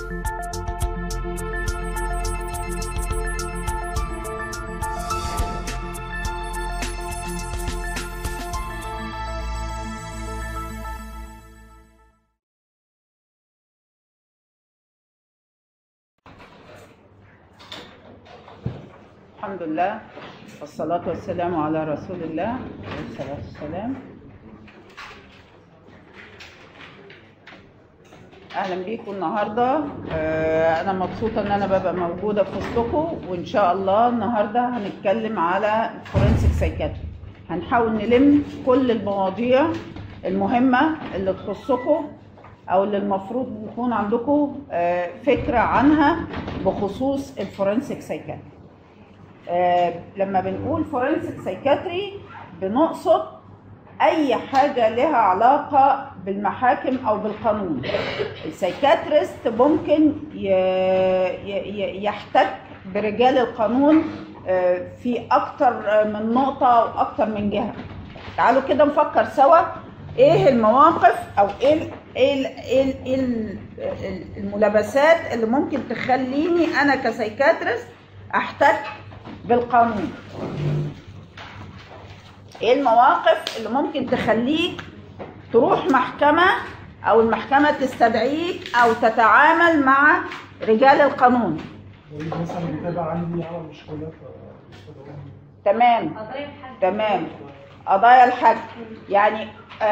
الحمد لله والصلاة والسلام على رسول الله عليه الصلاة والسلام. أهلا بيكم النهاردة. أنا مبسوطة إن أنا ببقى موجودة في وسطكم، وإن شاء الله النهاردة هنتكلم على فورنسيك سايكاتري. هنحاول نلم كل المواضيع المهمة اللي تخصكم أو اللي المفروض يكون عندكم فكرة عنها بخصوص الفورنسيك سايكاتري. لما بنقول فورنسيك سايكاتري بنقصد اي حاجه لها علاقه بالمحاكم او بالقانون. السايكاتريست ممكن يحتك برجال القانون في اكتر من نقطه واكتر من جهه. تعالوا كده نفكر سوا ايه المواقف او ايه الملابسات اللي ممكن تخليني انا كسايكاتريست احتك بالقانون. ايه المواقف اللي ممكن تخليك تروح محكمة او المحكمة تستدعيك او تتعامل مع رجال القانون؟ مثلا بيتابع عندي على مشكلات. تمام. قضايا الحج، يعني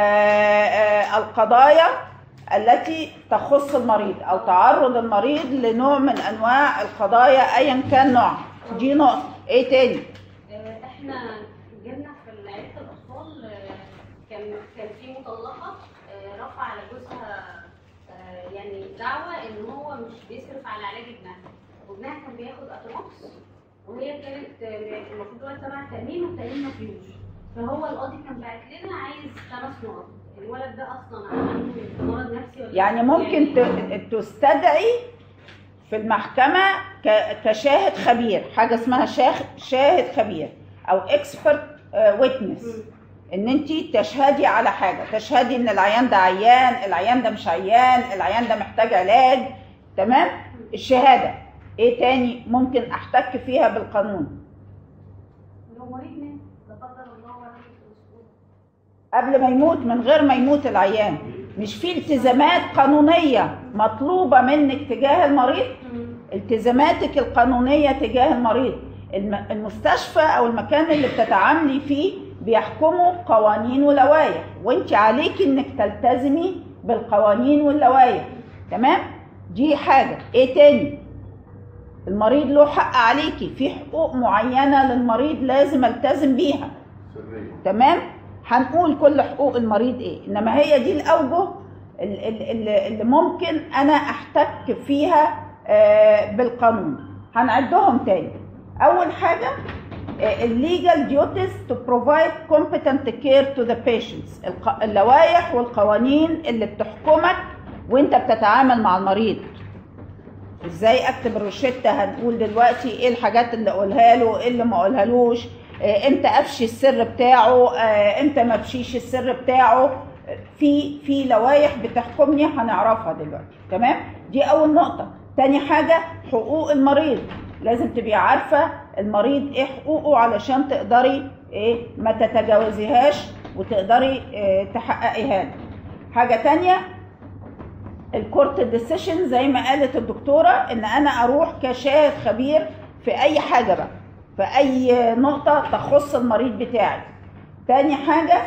القضايا التي تخص المريض او تعرض المريض لنوع من انواع القضايا ايا كان نوعها. دي نقطة. ايه تاني؟ احنا جبنا في عيادة الاطفال كان في مطلقة رفع على جوزها يعني دعوة ان هو مش بيصرف على علاج ابنها، وابنها كان بياخد اتروكس، وهي كانت المفروض هو تبع التأمين والتأمين ما فيهوش، فهو القاضي كان باعت لنا عايز 5 نقط. الولد ده اصلا عنده مرض نفسي ولا يعني ممكن تستدعي في المحكمة كشاهد خبير، حاجة اسمها شاهد خبير أو expert witness، إن أنت تشهدي على حاجة، تشهدي إن العيان ده عيان، العيان ده مش عيان، العيان ده محتاج علاج. تمام؟ الشهادة. إيه تاني ممكن أحتك فيها بالقانون؟ لو مريض مات لا قدر الله قبل ما يموت، من غير ما يموت العيان، مش في التزامات قانونية مطلوبة منك تجاه المريض؟ التزاماتك القانونية تجاه المريض، المستشفى أو المكان اللي بتتعاملي فيه بيحكموا قوانين ولوائح، وانت عليكي انك تلتزمي بالقوانين واللوائح. تمام؟ دي حاجة. ايه تاني؟ المريض له حق عليكي، في حقوق معينة للمريض لازم التزم بيها. تمام؟ هنقول كل حقوق المريض ايه، انما هي دي الاوجه اللي ممكن انا احتك فيها بالقانون. هنعدهم تاني. اول حاجه الليجال duties to provide competent care to the patients، اللوائح والقوانين اللي بتحكمك وانت بتتعامل مع المريض. ازاي اكتب الروشته، هنقول دلوقتي ايه الحاجات اللي اقولها له، ايه اللي ما اقولهالوش، امتى افشي السر بتاعه، امتى ما افشيش السر بتاعه. في لوائح بتحكمني هنعرفها دلوقتي. تمام؟ دي اول نقطه. تاني حاجه حقوق المريض، لازم تبقي عارفه المريض ايه حقوقه علشان تقدري ايه ما تتجاوزيهاش وتقدري تحققيها له. حاجه تانيه الكورت ديسيشن، زي ما قالت الدكتوره، ان انا اروح كشاهد خبير في اي حاجه بقى، في اي نقطه تخص المريض بتاعي. تاني حاجه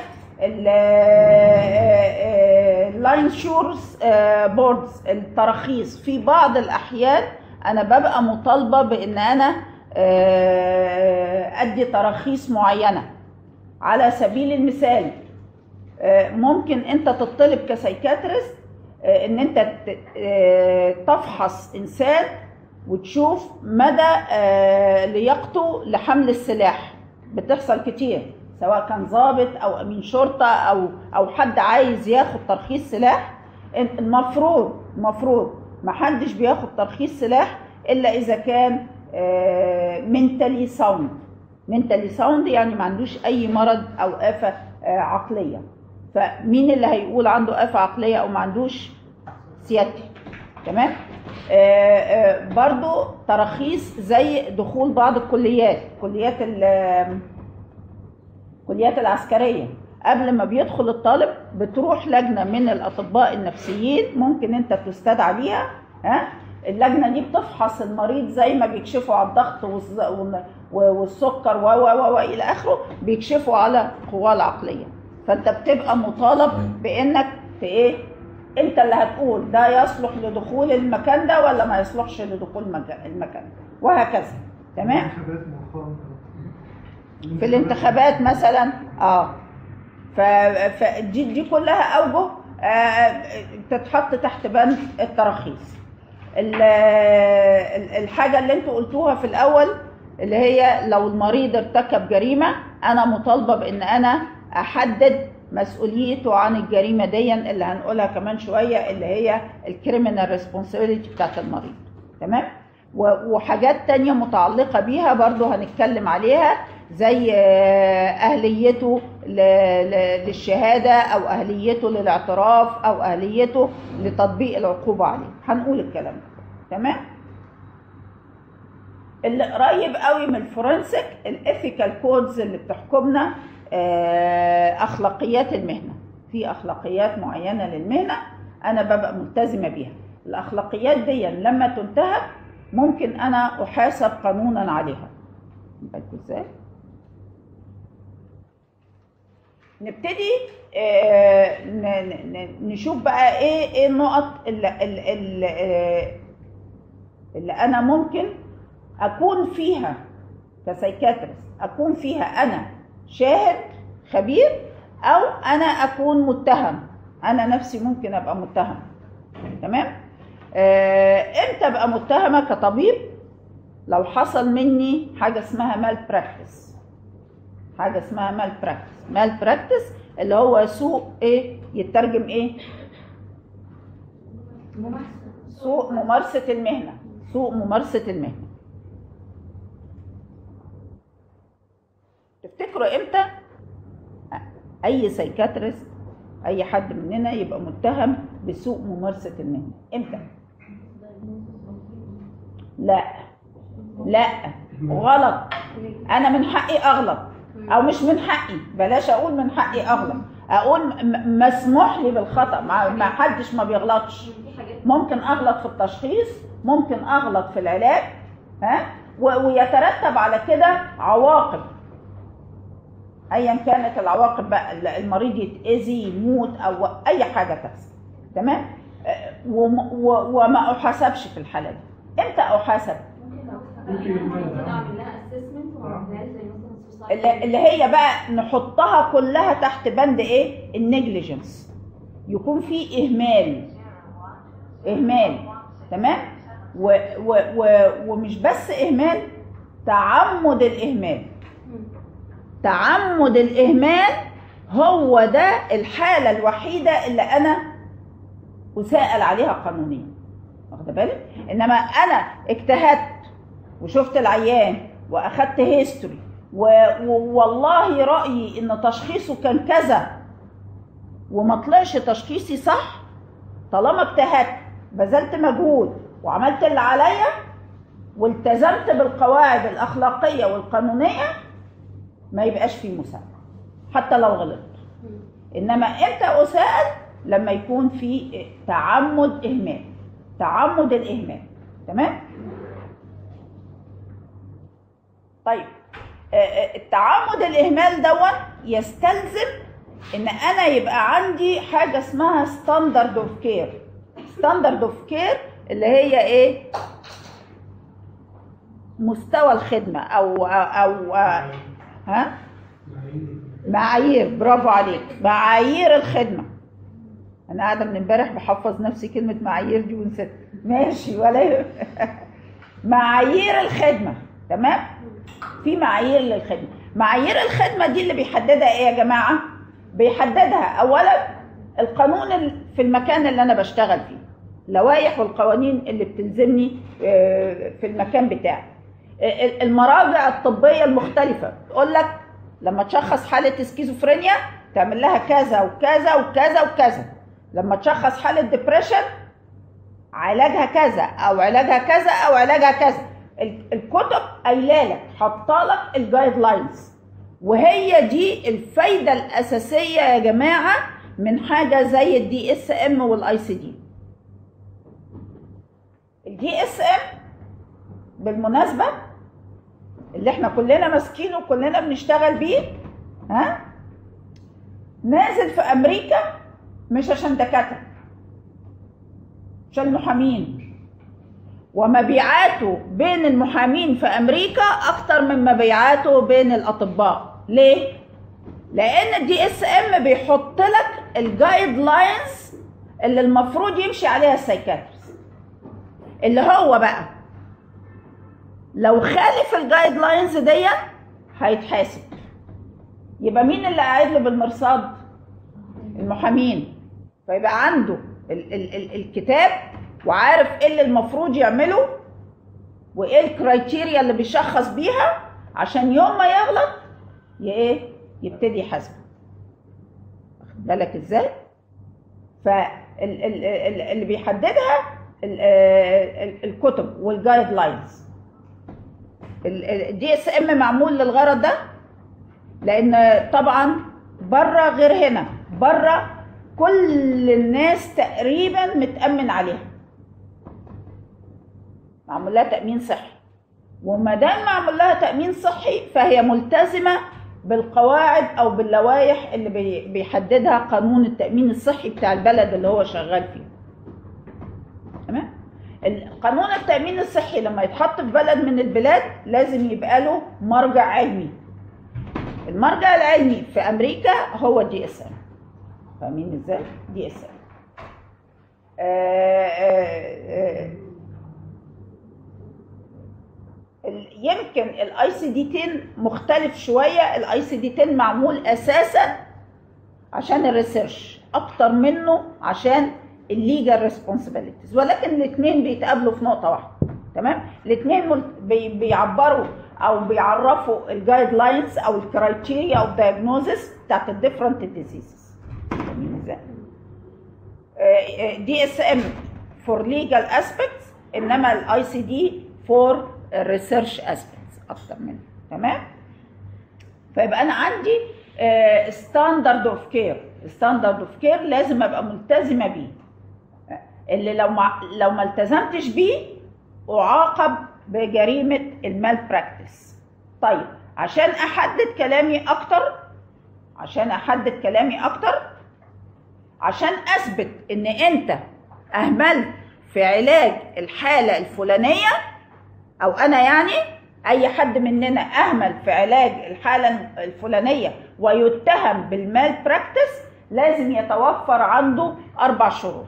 اللاين شورز بوردز، التراخيص. في بعض الاحيان انا ببقى مطالبه بان انا ادي تراخيص معينه. على سبيل المثال ممكن انت تطلب كسايكاتريست ان انت تفحص انسان وتشوف مدى لياقته لحمل السلاح. بتحصل كتير، سواء كان ضابط او امين شرطه او حد عايز ياخد ترخيص سلاح. المفروض محدش بياخد ترخيص سلاح الا اذا كان منتالي ساوند، يعني ما عندوش اي مرض او آفة عقليه. فمين اللي هيقول عنده آفة عقليه او ما عندوش؟ سيادتي. تمام؟ برضو تراخيص زي دخول بعض الكليات، الكليات العسكرية. قبل ما بيدخل الطالب بتروح لجنة من الأطباء النفسيين ممكن أنت تستدعى ليها. اللجنة دي بتفحص المريض زي ما بيكشفوا على الضغط والسكر و إلى آخره، بيكشفوا على قواه العقلية. فأنت بتبقى مطالب بأنك أنت اللي هتقول ده يصلح لدخول المكان ده ولا ما يصلحش لدخول المكان ده، وهكذا. تمام؟ في الانتخابات مثلا فدي كلها اوجه تتحط تحت بند التراخيص. الحاجه اللي انتوا قلتوها في الاول اللي هي لو المريض ارتكب جريمه، انا مطالبه بان انا احدد مسؤوليته عن الجريمه دي اللي هنقولها كمان شويه، اللي هي الكريمنال ريسبونسابيلتي بتاعت المريض. تمام؟ وحاجات تانية متعلقة بيها برضو هنتكلم عليها، زي أهليته للشهادة أو أهليته للاعتراف أو أهليته لتطبيق العقوبة عليه. هنقول الكلام ده. تمام؟ اللي قريب قوي من الفورنسيك الإثيكال كودز اللي بتحكمنا أخلاقيات المهنة. في أخلاقيات معينة للمهنة أنا ببقى ملتزمة بيها. الأخلاقيات دي لما تنتهك ممكن أنا أحاسب قانونا عليها. ازاي؟ نبتدي نشوف بقى ايه النقط اللي انا ممكن اكون فيها كسايكاتريست، اكون فيها انا شاهد خبير او انا اكون متهم. انا نفسي ممكن ابقى متهم. تمام؟ امتى ابقى متهمه كطبيب؟ لو حصل مني حاجه اسمها مال براكتس. حاجه اسمها مال براكتس. مال براكتس اللي هو سوء يترجم سوء ممارسه المهنه. سوء ممارسه المهنه. تفتكروا امتى اي سايكاتريست، اي حد مننا يبقى متهم بسوء ممارسه المهنه؟ امتى؟ لا غلط. انا من حقي اغلط، او مش من حقي، بلاش اقول من حقي اغلط، اقول مسموح لي بالخطا. ما حدش ما بيغلطش. ممكن اغلط في التشخيص، ممكن اغلط في العلاج، ويترتب على كده عواقب ايا كانت العواقب بقى، المريض يتاذي، يموت، او اي حاجه تحصل. تمام؟ وما احاسبش في الحاله دي. امتى احاسب؟ اللي هي بقى نحطها كلها تحت بند النيجليجنس. يكون في اهمال. تمام؟ ومش بس اهمال، تعمد الاهمال هو ده الحاله الوحيده اللي انا اسأل عليها قانونيا. واخده بالك؟ انما انا اجتهدت وشفت العيان واخدت هيستوري والله رايي ان تشخيصه كان كذا وما طلعش تشخيصي صح، طالما اجتهدت بذلت مجهود وعملت اللي عليا والتزمت بالقواعد الاخلاقيه والقانونيه، ما يبقاش فيه مساءله حتى لو غلطت. انما امتى اسأل؟ لما يكون في تعمد الاهمال. تمام؟ طيب التعمد الاهمال دون يستلزم ان انا يبقى عندي حاجه اسمها ستاندرد اوف كير. ستاندرد اوف كير اللي هي مستوى الخدمه او معايير. برافو عليك. معايير الخدمه. انا قاعده من امبارح بحفظ نفسي كلمه معايير دي ونسيت. ماشي ولا معايير الخدمه. تمام؟ في معايير للخدمه. معايير الخدمه دي اللي بيحددها ايه يا جماعه؟ بيحددها اولا القانون في المكان اللي انا بشتغل فيه، اللوائح والقوانين اللي بتلزمني في المكان بتاعي، المراجع الطبيه المختلفه تقول لك لما تشخص حاله سكيزوفرينيا تعمل لها كذا وكذا وكذا وكذا، لما تشخص حاله ديبريشن علاجها كذا او علاجها كذا او علاجها كذا. الكتب قايله لك، حاطه لك الجايد لاينز، وهي دي الفايده الاساسيه يا جماعه من حاجه زي الدي اس ام والاي سي دي. الدي اس ام بالمناسبه اللي احنا كلنا ماسكينه وكلنا بنشتغل بيه، نازل في امريكا مش عشان دكاتره، عشان محامين، ومبيعاته بين المحامين في امريكا اكتر من مبيعاته بين الاطباء. ليه؟ لان الدي اس ام بيحط لك الجايد لاينز اللي المفروض يمشي عليها السايكاتريست، اللي هو بقى لو خالف الجايد لاينز دي هيتحاسب. يبقى مين اللي قاعد له بالمرصاد؟ المحامين. فيبقى عنده الكتاب وعارف ايه اللي المفروض يعمله وايه الكرايتيريا اللي بيشخص بيها عشان يوم ما يغلط يبتدي يحاسبه. واخد بالك ازاي؟ فاللي بيحددها الكتب والجايد لاينز. الدي اس ام معمول للغرض ده، لان طبعا بره غير هنا. بره كل الناس تقريبا متأمن عليها، معمول لها تأمين صحي، وما دام معمول لها تأمين صحي فهي ملتزمة بالقواعد او باللوائح اللي بيحددها قانون التأمين الصحي بتاع البلد اللي هو شغال فيه. تمام؟ قانون التأمين الصحي لما يتحط في بلد من البلاد لازم يبقى له مرجع علمي. المرجع العلمي في امريكا هو دي اس ام. فاهمين ازاي؟ دي اس ام. يمكن الاي سي دي 10 مختلف شويه. الاي سي دي 10 معمول اساسا عشان الريسيرش اكتر منه عشان الليجال ريسبونسبيلتيز، ولكن الاثنين بيتقابلوا في نقطه واحده. تمام؟ الاثنين بيعبروا او بيعرفوا الجايد لاينز او الكرايتيريا او الدايجنوزس بتاعت الديفرنت ديزيزز. فاهمين ازاي؟ دي اس ام فور ليجال اسبيكتس، انما الاي سي دي فور ريسيرش اسبيكتس اكتر منه. تمام؟ فيبقى انا عندي ستاندرد اوف كير. ستاندرد اوف كير لازم ابقى ملتزمه بيه، اللي لو ما التزمتش بيه اعاقب بجريمه المال براكتس. طيب عشان احدد كلامي اكتر، عشان اثبت ان انت اهملت في علاج الحاله الفلانيه، او انا يعني اي حد مننا اهمل في علاج الحاله الفلانيه ويتهم بالمال براكتس، لازم يتوفر عنده 4 شروط.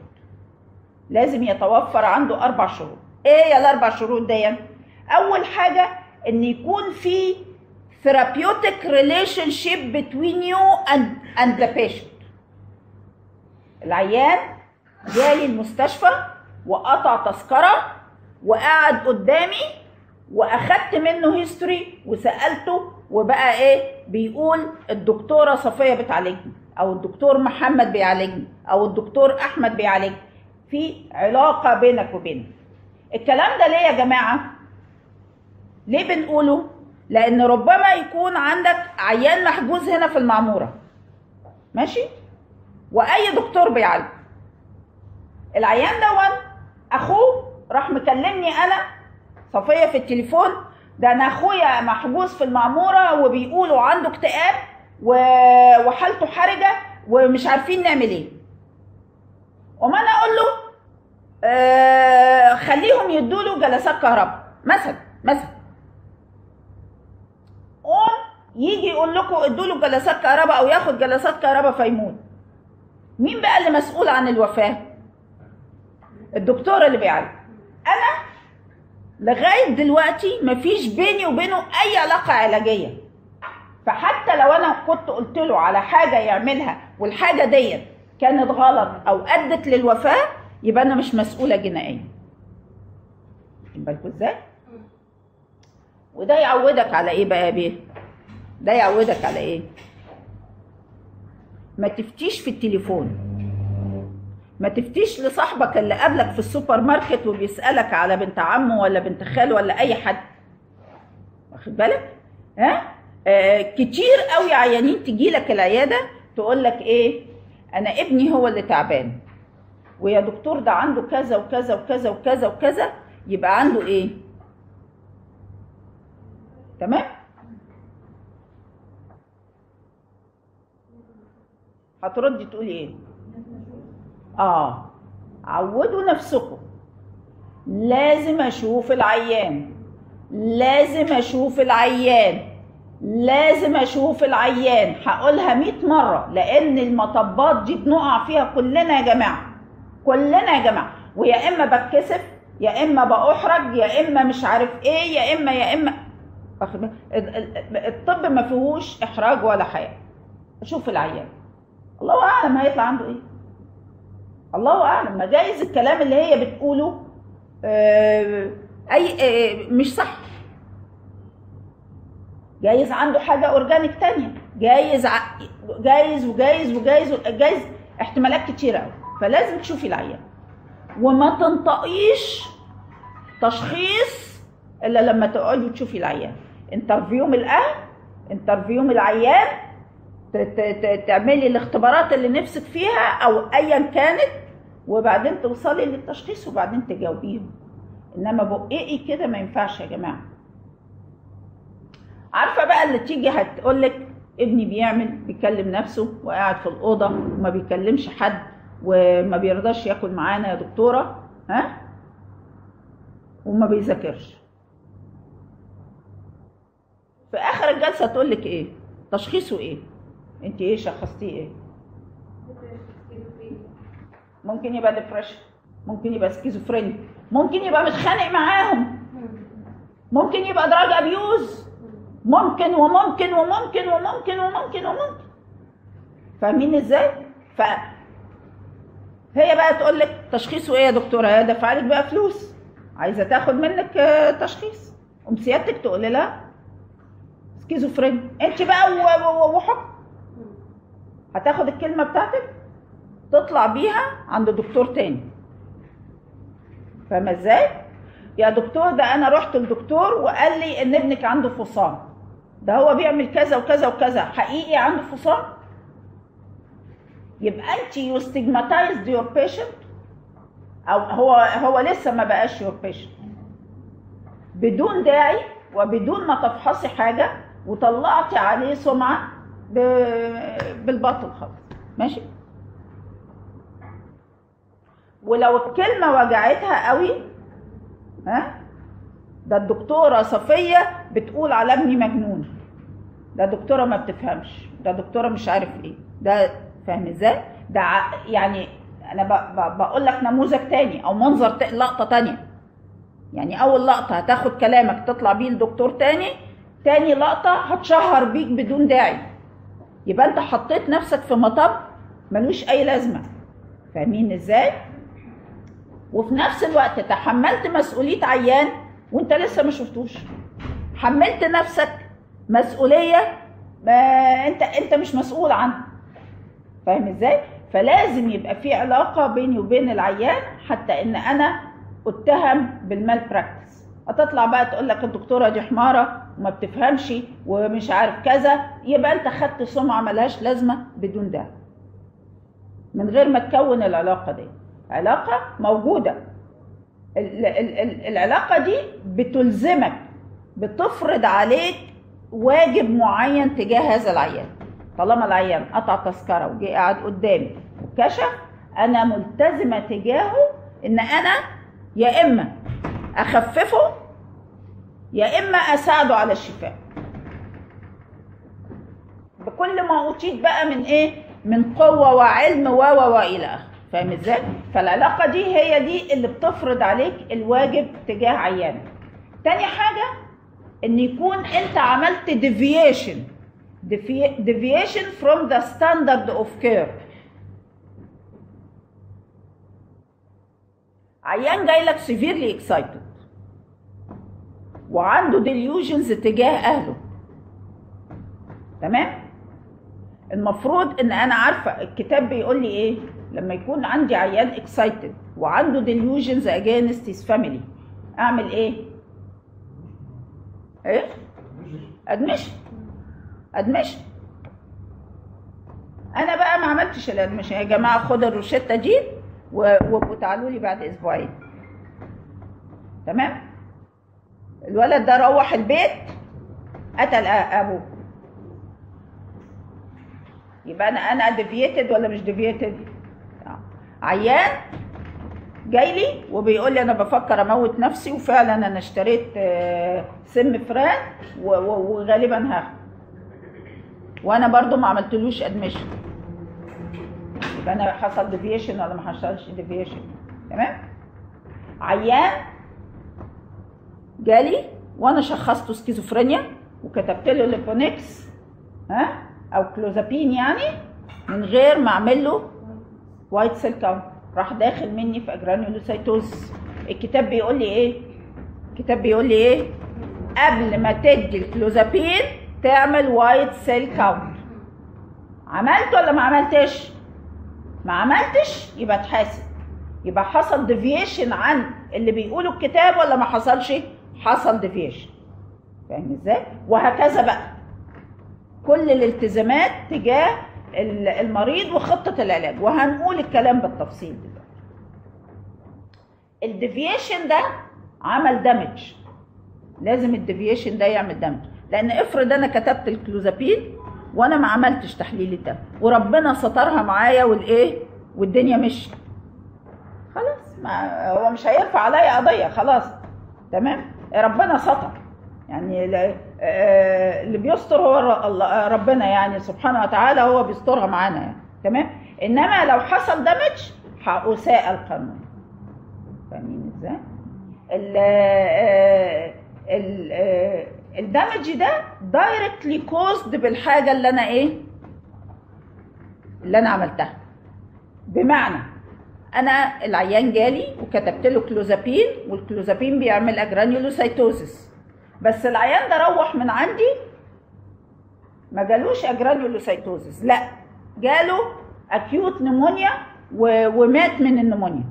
ايه يا ال4 شروط دي؟ اول حاجه ان يكون في therapeutic relationship between you and the patient. العيان جالي المستشفى وقطع تذكره وقعد قدامي واخدت منه هيستوري وسالته، وبقى بيقول الدكتوره صفيه بتعالجني، او الدكتور محمد بيعالجني، او الدكتور احمد بيعالجني. في علاقه بينك وبينه. الكلام ده ليه يا جماعه؟ ليه بنقوله؟ لان ربما يكون عندك عيان محجوز هنا في المعموره، ماشي، واي دكتور بيعالجه. العيان ده اخوه راح مكلمني انا صفيه في التليفون، ده انا اخويا محجوز في المعموره وبيقولوا عنده اكتئاب وحالته حرجه ومش عارفين نعمل ايه. وما انا اقول له خليهم يدوا له جلسات كهرباء مثلا. يجي يقول لكم ادوا له جلسات كهرباء او ياخد جلسات كهرباء فيموت. مين بقى اللي مسؤول عن الوفاه؟ الدكتور اللي بيعالج. انا لغايه دلوقتي مفيش بيني وبينه اي علاقه علاجيه، فحتى لو انا كنت قلت له على حاجه يعملها والحاجه دي كانت غلط او ادت للوفاه، يبقى انا مش مسؤوله جنائيا. يبقى بالكم ازاي؟ وده يعودك على ايه بقى يا بيه؟ ده يعودك على ايه؟ ما تفتيش في التليفون، ما تفتيش لصاحبك اللي قابلك في السوبر ماركت وبيسألك على بنت عمه ولا بنت خاله ولا اي حد، واخد بالك؟ كتير قوي عيانين تجي لك العياده تقول لك ايه، انا ابني هو اللي تعبان، ويا دكتور ده عنده كذا وكذا وكذا وكذا وكذا، يبقى عنده ايه؟ تمام؟ هتردي تقولي ايه؟ عودوا نفسكم، لازم اشوف العيان، لازم اشوف العيان، لازم اشوف العيان. هقولها 100 مره، لان المطبات دي بنقع فيها كلنا يا جماعه، كلنا يا جماعه، ويا اما بتكسف يا اما باحرج يا اما مش عارف ايه يا اما الطب ما فيهوش احراج ولا حياء. اشوف العيان، الله اعلم هيطلع عنده ايه، الله اعلم. ما جايز الكلام اللي هي بتقوله مش صح، جايز عنده حاجه اورجانيك تانية، جايز وجايز احتمالات كتيره قوي. فلازم تشوفي العيان وما تنطقيش تشخيص الا لما تقعدي تشوفي العيان. انترفيو من الاهل، انترفيو من العيان، تعملي الاختبارات اللي نفسك فيها او ايا كانت، وبعدين توصلي للتشخيص وبعدين تجاوبيهم. انما بقئي كده ما ينفعش يا جماعه. عارفه بقى اللي تيجي هتقولك ابني بيكلم نفسه وقاعد في الاوضه وما بيكلمش حد وما بيرضاش ياكل معانا يا دكتوره، وما بيذاكرش. في اخر الجلسه تقولك ايه؟ تشخيصه ايه؟ انت ايه شخصتيه ايه؟ ممكن يبقى ديبريشن، ممكن يبقى سكيزوفرينيا، ممكن يبقى متخانق معاهم، ممكن يبقى دراج ابيوز، ممكن وممكن وممكن وممكن وممكن وممكن. فاهمين ازاي؟ هي بقى تقول لك تشخيصه ايه يا دكتوره؟ هي دافعه لك بقى فلوس، عايزه تاخد منك تشخيص، سيادتك تقول لها سكيزوفرينيا. انت بقى وحكم هتاخد الكلمه بتاعتك تطلع بيها عند دكتور تاني. فاهمه ازاي؟ يا دكتور ده انا رحت للدكتور وقال لي ان ابنك عنده فصام، ده هو بيعمل كذا وكذا وكذا، حقيقي عنده فصام؟ يبقى انت يو ستيجماتايزد يور بيشنت، او هو لسه ما بقاش يور بيشنت بدون داعي وبدون ما تفحصي حاجه، وطلعتي عليه سمعه بالباطل خالص. ماشي؟ ولو الكلمه وجعتها قوي، ده الدكتوره صفيه بتقول على ابني مجنون، ده دكتوره ما بتفهمش، ده دكتوره مش عارف ايه، ده فاهم ازاي؟ ده يعني انا بقول لك نموذج تاني او منظر لقطه تانيه. يعني اول لقطه هتاخد كلامك تطلع بيه لدكتور تاني لقطه هتشهر بيك بدون داعي، يبقى انت حطيت نفسك في مطب ملوش اي لازمه. فاهمين ازاي؟ وفي نفس الوقت تحملت مسؤوليه عيان وانت لسه ما شفتوش، حملت نفسك مسؤوليه انت مش مسؤول عنها. فاهم ازاي؟ فلازم يبقى في علاقه بيني وبين العيان، حتى ان انا اتهم بالمال براكتس. هتطلع بقى تقول لك الدكتوره دي حماره وما بتفهمش ومش عارف كذا، يبقى انت خدت سمعه ملهاش لازمه بدون ده، من غير ما تكون العلاقه دي. علاقه موجوده، العلاقه دي بتلزمك، بتفرض عليك واجب معين تجاه هذا العيان. طالما العيان قطع تذكره وجي قاعد قدامي وكشف، انا ملتزمه تجاهه ان انا يا اما اخففه يا اما اساعده على الشفاء بكل ما اوتيت بقى من ايه، من قوه وعلم والى اخره. فاهم ازاي؟ فالعلاقه دي هي دي اللي بتفرض عليك الواجب تجاه عيانك. تاني حاجه ان يكون انت عملت deviation from the standard of care. عيان جاي لك severely excited وعنده delusions تجاه اهله، تمام؟ المفروض ان انا عارفه الكتاب بيقول لي ايه؟ لما يكون عندي عيان اكسايتد وعنده delusions against his family اعمل ايه؟ ايه؟ ادمشن. انا بقى ما عملتش الادمشن. يا جماعه خدوا الروشته دي وتعالوا لي بعد اسبوعين. تمام؟ الولد ده روح البيت قتل ابوه. يبقى انا ديفييتد ولا مش ديفييتد؟ عيان جاي لي وبيقول لي انا بفكر اموت نفسي، وفعلا انا اشتريت سم فران وغالبا هاخد، وانا برضو ما عملتلوش ادميشن. يبقى انا حصل ديفيشن ولا ما حصلش ديفيشن؟ تمام. عيان جالي وانا شخصته سكيزوفرينيا وكتبت له ليبونكس او كلوزابين يعني من غير ما اعمل له وايت سيل كاونت، راح داخل مني في اجرانيولوسايتوز. الكتاب بيقول لي ايه؟ الكتاب بيقول لي ايه؟ قبل ما تدي الكلوزابين تعمل وايت سيل كاونت. عملت ولا ما عملتش؟ ما عملتش يبقى تحاسب. يبقى حصل ديفيشن عن اللي بيقوله الكتاب ولا ما حصلش؟ حصل ديفيشن. فاهم ازاي؟ وهكذا بقى كل الالتزامات تجاه المريض وخطة العلاج، وهنقول الكلام بالتفصيل دلوقتي. الديفيشن ده عمل دامج، لازم الديفيشن ده يعمل دامج، لان افرض انا كتبت الكلوزابين وانا ما عملتش تحليل الدم وربنا سترها معايا والايه والدنيا مشيت، خلاص ما هو مش هيرفع عليا قضيه، خلاص تمام، ربنا ستر يعني. اللي بيستر هو ربنا يعني سبحانه وتعالى، هو بيسترها معانا يعني. تمام. انما لو حصل دمج هأساء القانون. فاهمين ازاي؟ الدمج ده دايركتلي كوزد بالحاجه اللي انا ايه؟ اللي انا عملتها. بمعنى انا العيان جالي وكتبت له كلوزابين، والكلوزابين بيعمل اجرانيولوسايتوزس، بس العيان ده روح من عندي ما جالوش اجرانيولوسايتوزس، لا جاله اكيوت نمونيا ومات من النمونيا.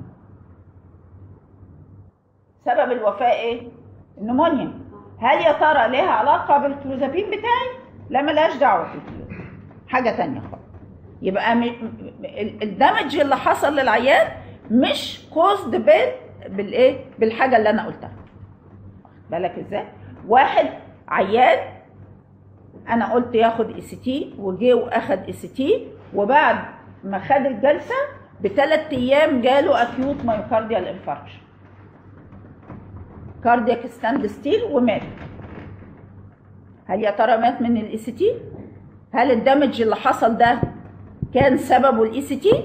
سبب الوفاه ايه؟ النمونيا. هل يا ترى لها علاقه بالكلوزابين بتاعي؟ لا ملهاش دعوه بالكلوزابين، حاجه تانية خالص. يبقى الدمج اللي حصل للعيان مش كوزد بالايه؟ بالحاجه اللي انا قلتها. بالك ازاي؟ واحد عيان انا قلت ياخد اي سي تي وجه واخد اي سي تي، وبعد ما خد الجلسه ب3 ايام جاله اكيوت مايوكارديال انفاركشن، كاردياك ستاند ستيل ومات. هل يا ترى مات من الاي سي تي؟ هل الدمج اللي حصل ده كان سببه الاي سي تي؟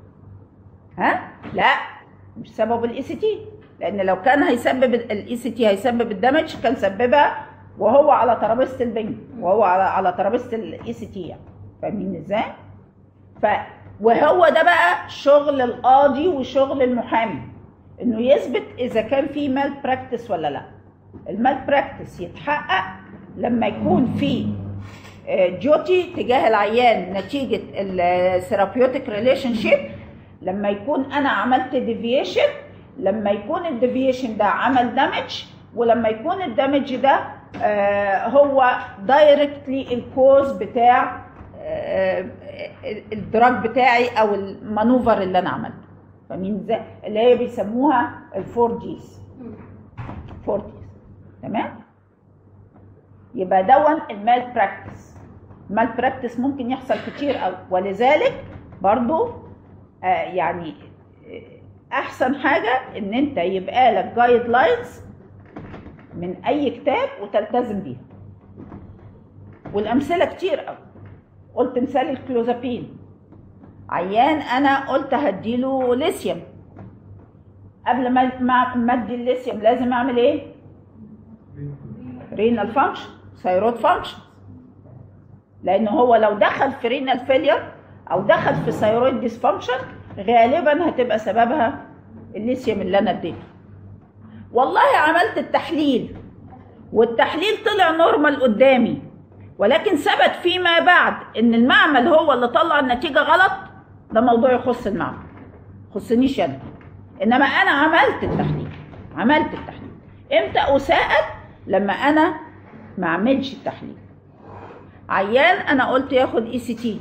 لا مش سببه الاي سي تي، لان لو كان هيسبب الاي سي تي هيسبب الدمج كان سببها وهو على ترابيزه البنج، وهو على ترابيزه الاي سي تي يعني. فاهمين ازاي؟ وهو ده بقى شغل القاضي وشغل المحامي، انه يثبت اذا كان في مال براكتس ولا لا. المال براكتس يتحقق لما يكون في ديوتي تجاه العيان نتيجه الثيرابيوتيك ريليشن شيب، لما يكون انا عملت ديفيشن، لما يكون الديفيشن ده عمل دامج، ولما يكون الدامج ده هو دايركتلي الكوز بتاع الدراج بتاعي او المانوفر اللي انا عملته. فاهمين ازاي؟ اللي هي بيسموها الفور ديز. تمام؟ يبقى دون المال براكتس. المال براكتس ممكن يحصل كتير قوي، ولذلك برضو يعني احسن حاجه ان انت يبقى لك جايد لاينز من اي كتاب وتلتزم بيها. والامثله كتير قوي. قلت مثال الكلوزابين، عيان انا قلت هديله ليثيوم، قبل ما ادي الليثيوم لازم اعمل ايه؟ رينال فانكشن، ثايرويد فانكشن، لان هو لو دخل في رينال فيلير او دخل في ثايرويد ديسفانكشن غالبا هتبقى سببها الليثيوم اللي انا اديته. والله عملت التحليل والتحليل طلع نورمال قدامي، ولكن ثبت فيما بعد ان المعمل هو اللي طلع النتيجه غلط، ده موضوع يخص المعمل. يخصنيش انا. انما انا عملت التحليل. امتى اساءل؟ لما انا ما اعملش التحليل. عيان انا قلت ياخد اي سي تي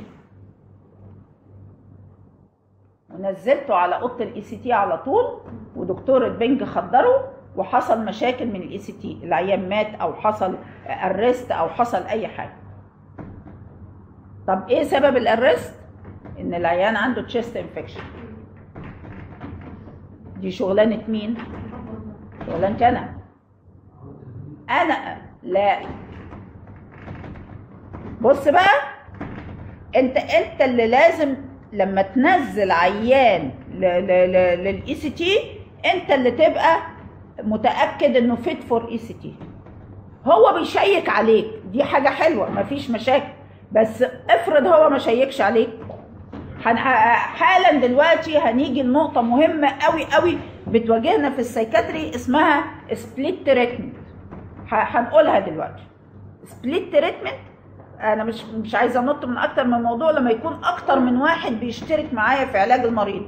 ونزلته على اوضه الاي سي تي على طول، ودكتور البنج خدره وحصل مشاكل من الاي سي تي، العيان مات او حصل ارست او حصل اي حاجه. طب ايه سبب الارست؟ ان العيان عنده تشيست انفكشن. دي شغلانه مين؟ شغلانتي انا لا. بص بقى، انت اللي لازم لما تنزل عيان للاي سي تي انت اللي تبقى متاكد انه فيت فور اي سي تي. هو بيشيك عليك، دي حاجه حلوه مفيش مشاكل، بس افرض هو ما شيكش عليك. حالا دلوقتي هنيجي لنقطه مهمه قوي قوي بتواجهنا في السايكاتري اسمها سبليت تريتمنت. هنقولها دلوقتي. سبليت تريتمنت انا مش عايزه انط من اكتر من موضوع لما يكون اكتر من واحد بيشترك معايا في علاج المريض.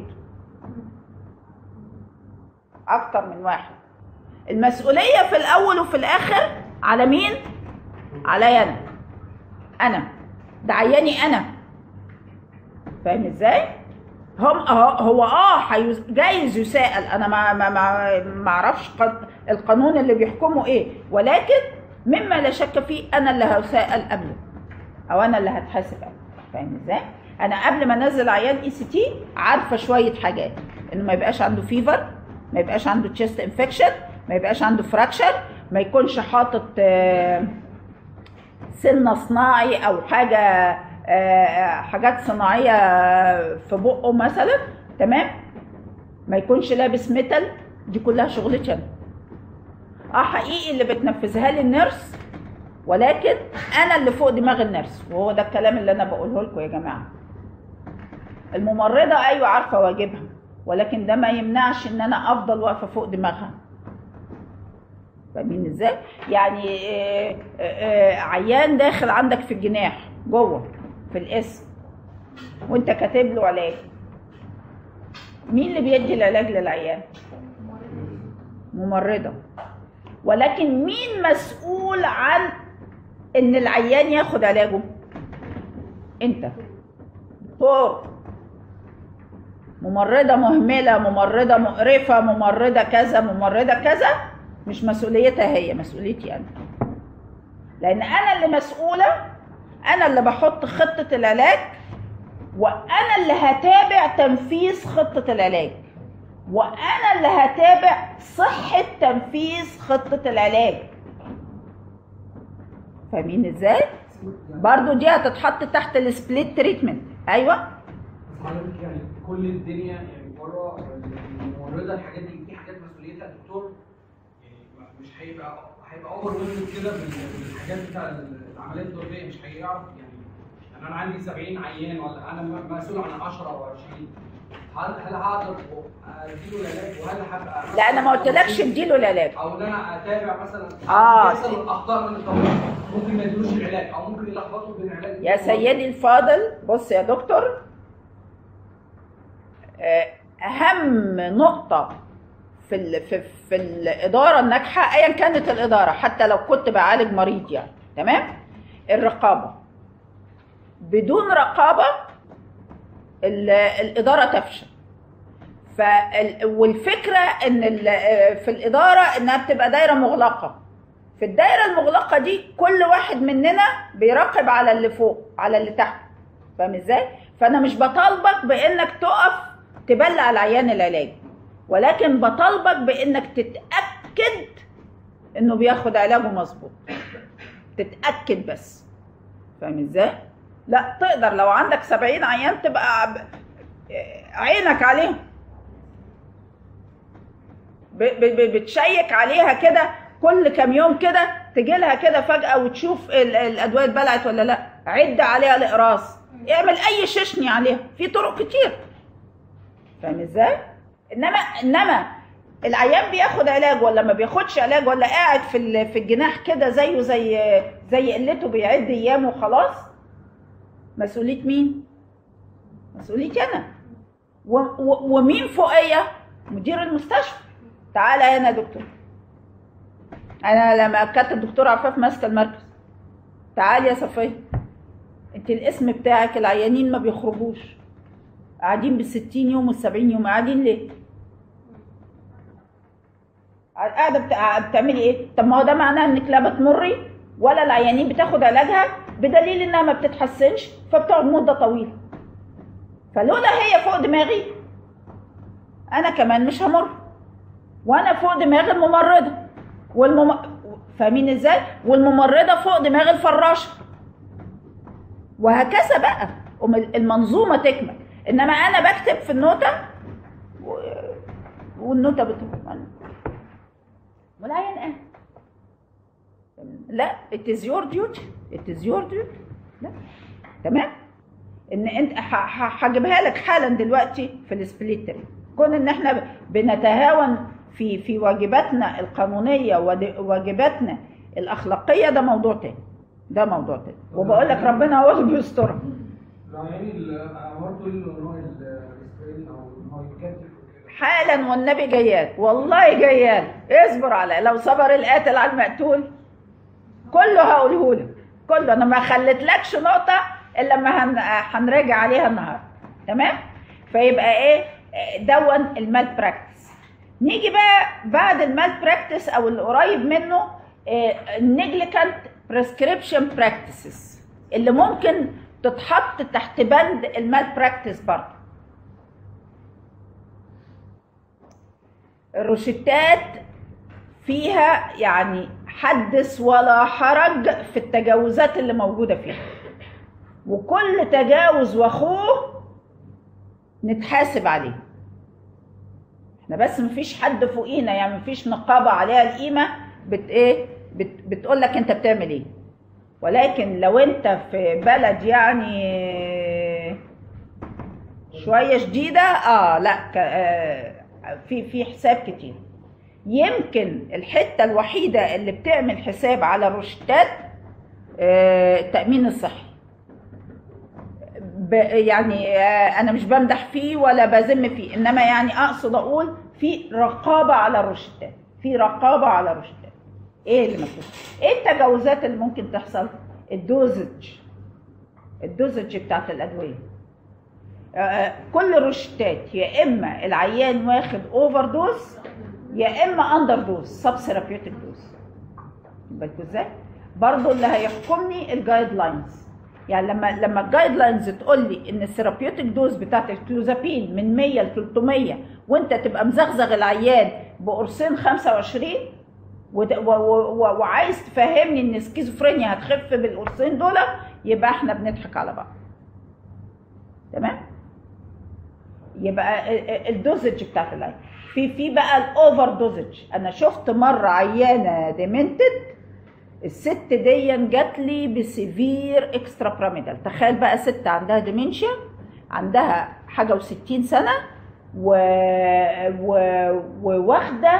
اكتر من واحد. المسؤوليه في الاول وفي الاخر على مين؟ عليا انا. ده عياني انا. فاهم ازاي؟ هو جايز يسائل، انا ما اعرفش القانون اللي بيحكمه ايه، ولكن مما لا شك فيه انا اللي هسائل قبله او انا اللي هتحاسب قبله. فاهم ازاي؟ انا قبل ما انزل عيان اي سي تي عارفه شويه حاجات، انه ما يبقاش عنده فيفر، ما يبقاش عنده تشيست انفكشن، ما يبقاش عنده فراكشر، ما يكونش حاطط سن صناعي او حاجات صناعيه في بقه مثلا، تمام؟ ما يكونش لابس ميتال. دي كلها شغلتي انا. حقيقي اللي بتنفذها لي النيرس، ولكن انا اللي فوق دماغ النيرس، وهو ده الكلام اللي انا بقوله لكم يا جماعه. الممرضه ايوه عارفه واجبها، ولكن ده ما يمنعش ان انا افضل واقفه فوق دماغها. فاهمين ازاي؟ يعني عيان داخل عندك في الجناح جوه في الاسم وانت كاتب له علاج، مين اللي بيدي العلاج للعيان؟ ممرضه. ولكن مين مسؤول عن ان العيان ياخد علاجه؟ انت دكتور. ممرضه مهمله، ممرضه مقرفه، ممرضه كذا، ممرضه كذا، مش مسؤوليتها هي، مسؤوليتي انا. لان انا اللي مسؤوله، انا اللي بحط خطه العلاج، وانا اللي هتابع تنفيذ خطه العلاج، وانا اللي هتابع صحه تنفيذ خطه العلاج. فاهمين ازاي؟ برضو دي هتتحط تحت السبليت تريتمنت. ايوه حضرتك يعني كل الدنيا يعني بره الممرضه الحاجات دي حاجات مسؤوليتها الدكتور، يعني مش هيبقى اوفر ويلد كده بالحاجات بتاع العمليات الطبيه، مش هيعرف يعني انا عندي 70 عيان ولا انا مسؤول عن 10 او 20. هل هقدر اديله العلاج؟ وهل هبقى لا انا ما قلتلكش اديله العلاج، او ان انا اتابع مثلا بيحصل الاخطاء من الطبيب، ممكن ما يديلوش العلاج او ممكن يلخبطوا بين العلاج. يا سيدي الفاضل بص يا دكتور، اهم نقطه في الاداره الناجحه ايا كانت الاداره، حتى لو كنت بعالج مريض يعني، تمام؟ الرقابه. بدون رقابه الاداره تفشل. والفكره ان في الاداره انها بتبقى دايره مغلقه. في الدايره المغلقه دي كل واحد مننا بيراقب على اللي فوق على اللي تحت. فاهم ازاي؟ فانا مش بطالبك بانك تقف تبلع العيان العلاج، ولكن بطالبك بانك تتاكد انه بياخد علاجه مظبوط. تتاكد بس. فاهم ازاي؟ لا تقدر لو عندك 70 عيان تبقى عينك عليهم، بتشيك عليها كده كل كام يوم كده، تجي لها كده فجأة وتشوف الأدوية اتبلعت ولا لا، عد عليها الإقراص، اعمل أي ششني عليها، في طرق كتير. فاهم ازاي؟ إنما العيان بياخد علاج ولا ما بياخدش علاج، ولا قاعد في الجناح كده زيه زي قلته بيعد أيام وخلاص، مسؤولية مين؟ مسؤوليتي أنا. ومين فوقيه؟ مدير المستشفى. تعالى هنا يا دكتور، انا لما كانت الدكتوره عفاف ماسكه المركز، تعالي يا صفيه، انت الاسم بتاعك العيانين ما بيخرجوش، قاعدين بال60 يوم وال70 يوم، قاعدين ليه؟ قاعده بتعملي ايه؟ طب ما هو ده معناه انك لا بتمري ولا العيانين بتاخد علاجها، بدليل انها ما بتتحسنش فبتقعد مده طويله. فلولا هي فوق دماغي انا كمان مش همر، وانا فوق دماغ الممرضه فاهمين ازاي؟ والممرضه فوق دماغ الفراشه، وهكذا بقى المنظومه تكمل. انما انا بكتب في النوته والنوته بتروح والعيان قاعد. لا it is your duty، it is your duty. لا تمام، ان انت هجيبها لك حالا دلوقتي في السبليتري. كون ان احنا بنتهاون في واجباتنا القانونيه وواجباتنا الاخلاقيه ده موضوع تاني، ده موضوع تاني، وبقول لك ربنا هو اللي بيسترها. يعني برضه النوع الاسرائيلي او النوع الكاتب حالا والنبي جيال، والله جيال، اصبر على لو صبر القاتل على المقتول كله هقوله لك كله. انا ما خليتلكش نقطه الا لما هنراجع عليها النهارده. تمام؟ فيبقى ايه دون المال براكتس. نيجي بقى بعد المال براكتس او اللي قريب منه النيجليكانت بريسكريبشن براكتسز اللي ممكن تتحط تحت بند المال براكتس برضه. الروشتات فيها يعني حدث ولا حرج في التجاوزات اللي موجوده فيها، وكل تجاوز واخوه نتحاسب عليه. احنا بس مفيش حد فوقينا، يعني مفيش نقابه عليها القيمه بتقول لك انت بتعمل ايه. ولكن لو انت في بلد يعني شويه شديده لا في حساب كتير. يمكن الحته الوحيده اللي بتعمل حساب على الروشتات التامين الصحي. يعني انا مش بمدح فيه ولا بذم فيه، انما يعني اقصد اقول في رقابه على الروشتات، في رقابه على الروشتات. ايه اللي مكتوب؟ ايه التجاوزات اللي ممكن تحصل؟ الدوزج بتاعت الادويه. كل الروشتات يا اما العيان واخد اوفر دوز يا اما اندر دوز سب ثيرابيوتيك دوز. بالكم ازاي؟ برضه اللي هيحكمني الجايد لاينز. يعني لما الجايد لاينز تقول لي ان الثيرابيوتيك دوز بتاعت الكلوزابين من 100 ل 300 وانت تبقى مزغزغ العيان بقرصين 25 وعايز تفهمني ان السكيزوفرينيا هتخف بالقرصين دول، يبقى احنا بنضحك على بعض. تمام؟ يبقى الدوزج بتاعت العيان في بقى الاوفر دوزج. انا شفت مره عيانه ديمنتد، الست دي جات لي بسيفير اكسترا بيراميدال. تخيل بقى ست عندها ديمنشيا، عندها حاجه و60 سنه وواخده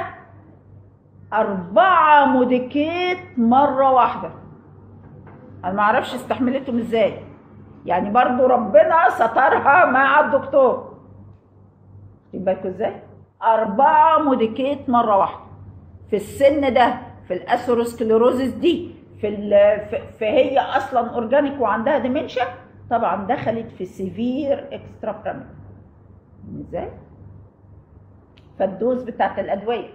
4 موديكيت مره واحده. انا ما اعرفش استحملتهم ازاي، يعني برضو ربنا سترها مع الدكتور. يبقى ازاي 4 موديكيت مره واحده في السن ده، في الاثيروسكليروزس دي، فهي اصلا اورجانيك وعندها ديمنشيا، طبعا دخلت في سيفير اكسترا بيراميدال. ازاي؟ فالدوز بتاعت الادويه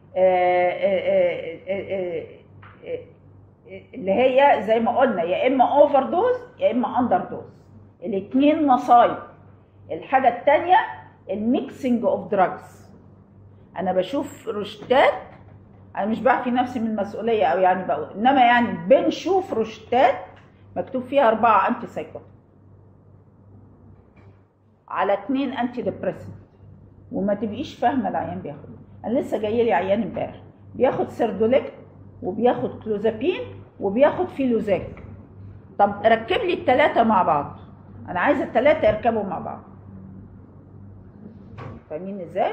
اللي هي زي ما قلنا يا اما اوفر دوز يا اما اندر دوز، الاثنين مصايب. الحاجه الثانيه الميكسنج اوف دراجز. انا بشوف روشتات، انا مش بعفي نفسي من المسؤوليه او يعني بقول، انما يعني بنشوف روشتات مكتوب فيها 4 انتي سايكوتيك على 2 انتي ديبريسنت، وما تبقيش فاهمه العيان بياخد. انا لسه جاي لي عيان امبارح بياخد سيردوليك وبياخد كلوزابين وبياخد فيلوزاك. طب ركب لي ال3 مع بعض، انا عايزه ال3 يركبوا مع بعض. فاهمين ازاي؟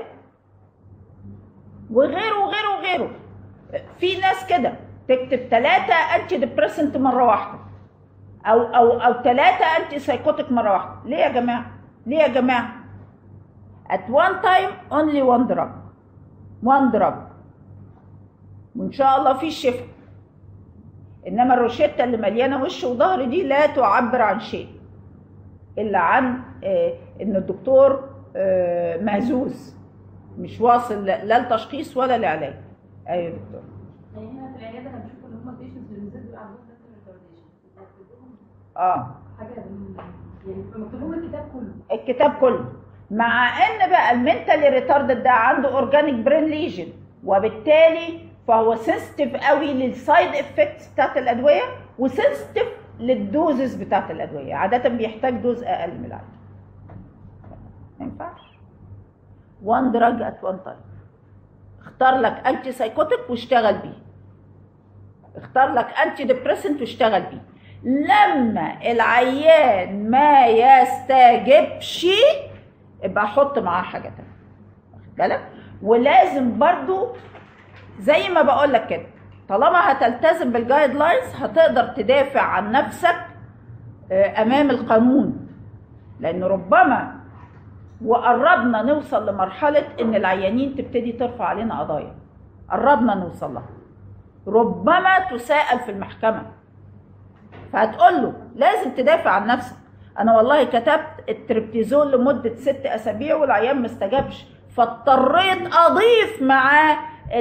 وغيره وغيره وغيره. في ناس كده تكتب 3 انتي ديبريسنت مره واحده او 3 انتي سايكوتيك مره واحده. ليه يا جماعه؟ ليه يا جماعه؟ at one time only one drug وان شاء الله في شفاء. انما الروشته اللي مليانه وش وظهر دي لا تعبر عن شيء الا عن ان الدكتور مهزوز مش واصل لا التشخيص ولا العلاج. ايوه يا دكتور. يعني هنا في العياده هنشوف اللي هم البيشنتس اللي بالذات بيبقى عندهم ريتارديشن حاجه يعني مكتوب لهم الكتاب كله مع ان بقى المنتالي ريتاردد ده عنده اورجانيك برين ليجن وبالتالي فهو سنسيتيف قوي للسايد افكتس بتاعت الادويه وسنسيتيف للدوزز بتاعت الادويه. عاده بيحتاج دوز اقل من العادي. ما ينفعش وان دراج ات وان تايم. اختار لك انتي سايكوتيك واشتغل بيه، اختار لك انتي ديبريسنت واشتغل بيه. لما العيان ما يستجبش يبقى حط معاه حاجه تانيه، واخد بالك؟ ولازم برضو زي ما بقول لك كده طالما هتلتزم بالجايد لاينز هتقدر تدافع عن نفسك امام القانون، لان ربما وقربنا نوصل لمرحله ان العيانين تبتدي ترفع علينا قضايا، قربنا نوصل لها، ربما تساءل في المحكمه فهتقول له لازم تدافع عن نفسك. انا والله كتبت التريبتيزول لمده 6 أسابيع والعيان ما استجابش فاضطريت اضيف معاه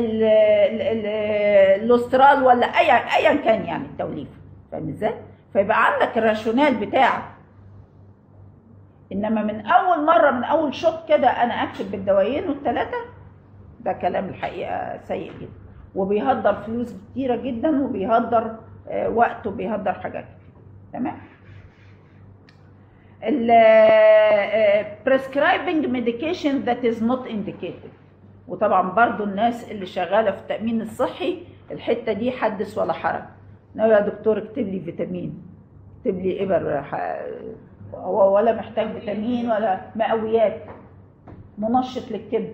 الاسترال ولا ايا كان يعني التوليف، فاهم ازاي؟ فيبقى عندك الراشونال بتاعك. انما من اول مره من اول شوط كده انا اكتب بالدوايين والثلاثه ده كلام الحقيقه سيء جدا وبيهدر فلوس كتيره جدا وبيهدر وقت وبيهدر حاجات كتير. تمام؟ prescribing medication that is not indicated. وطبعا برضو الناس اللي شغاله في التامين الصحي الحته دي حدث ولا حرج. يا دكتور اكتب لي فيتامين، اكتب لي ابر، هو ولا محتاج فيتامين ولا مقويات، منشط للكبد،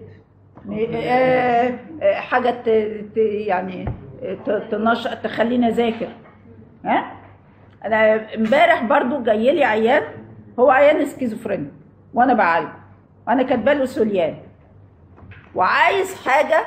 حاجه يعني تنشط تخليني اذاكر. ها انا امبارح برضو جاي لي عيان، هو عيان سكيزوفرينيا وانا بعالجه وانا كاتبه له سوليان وعايز حاجه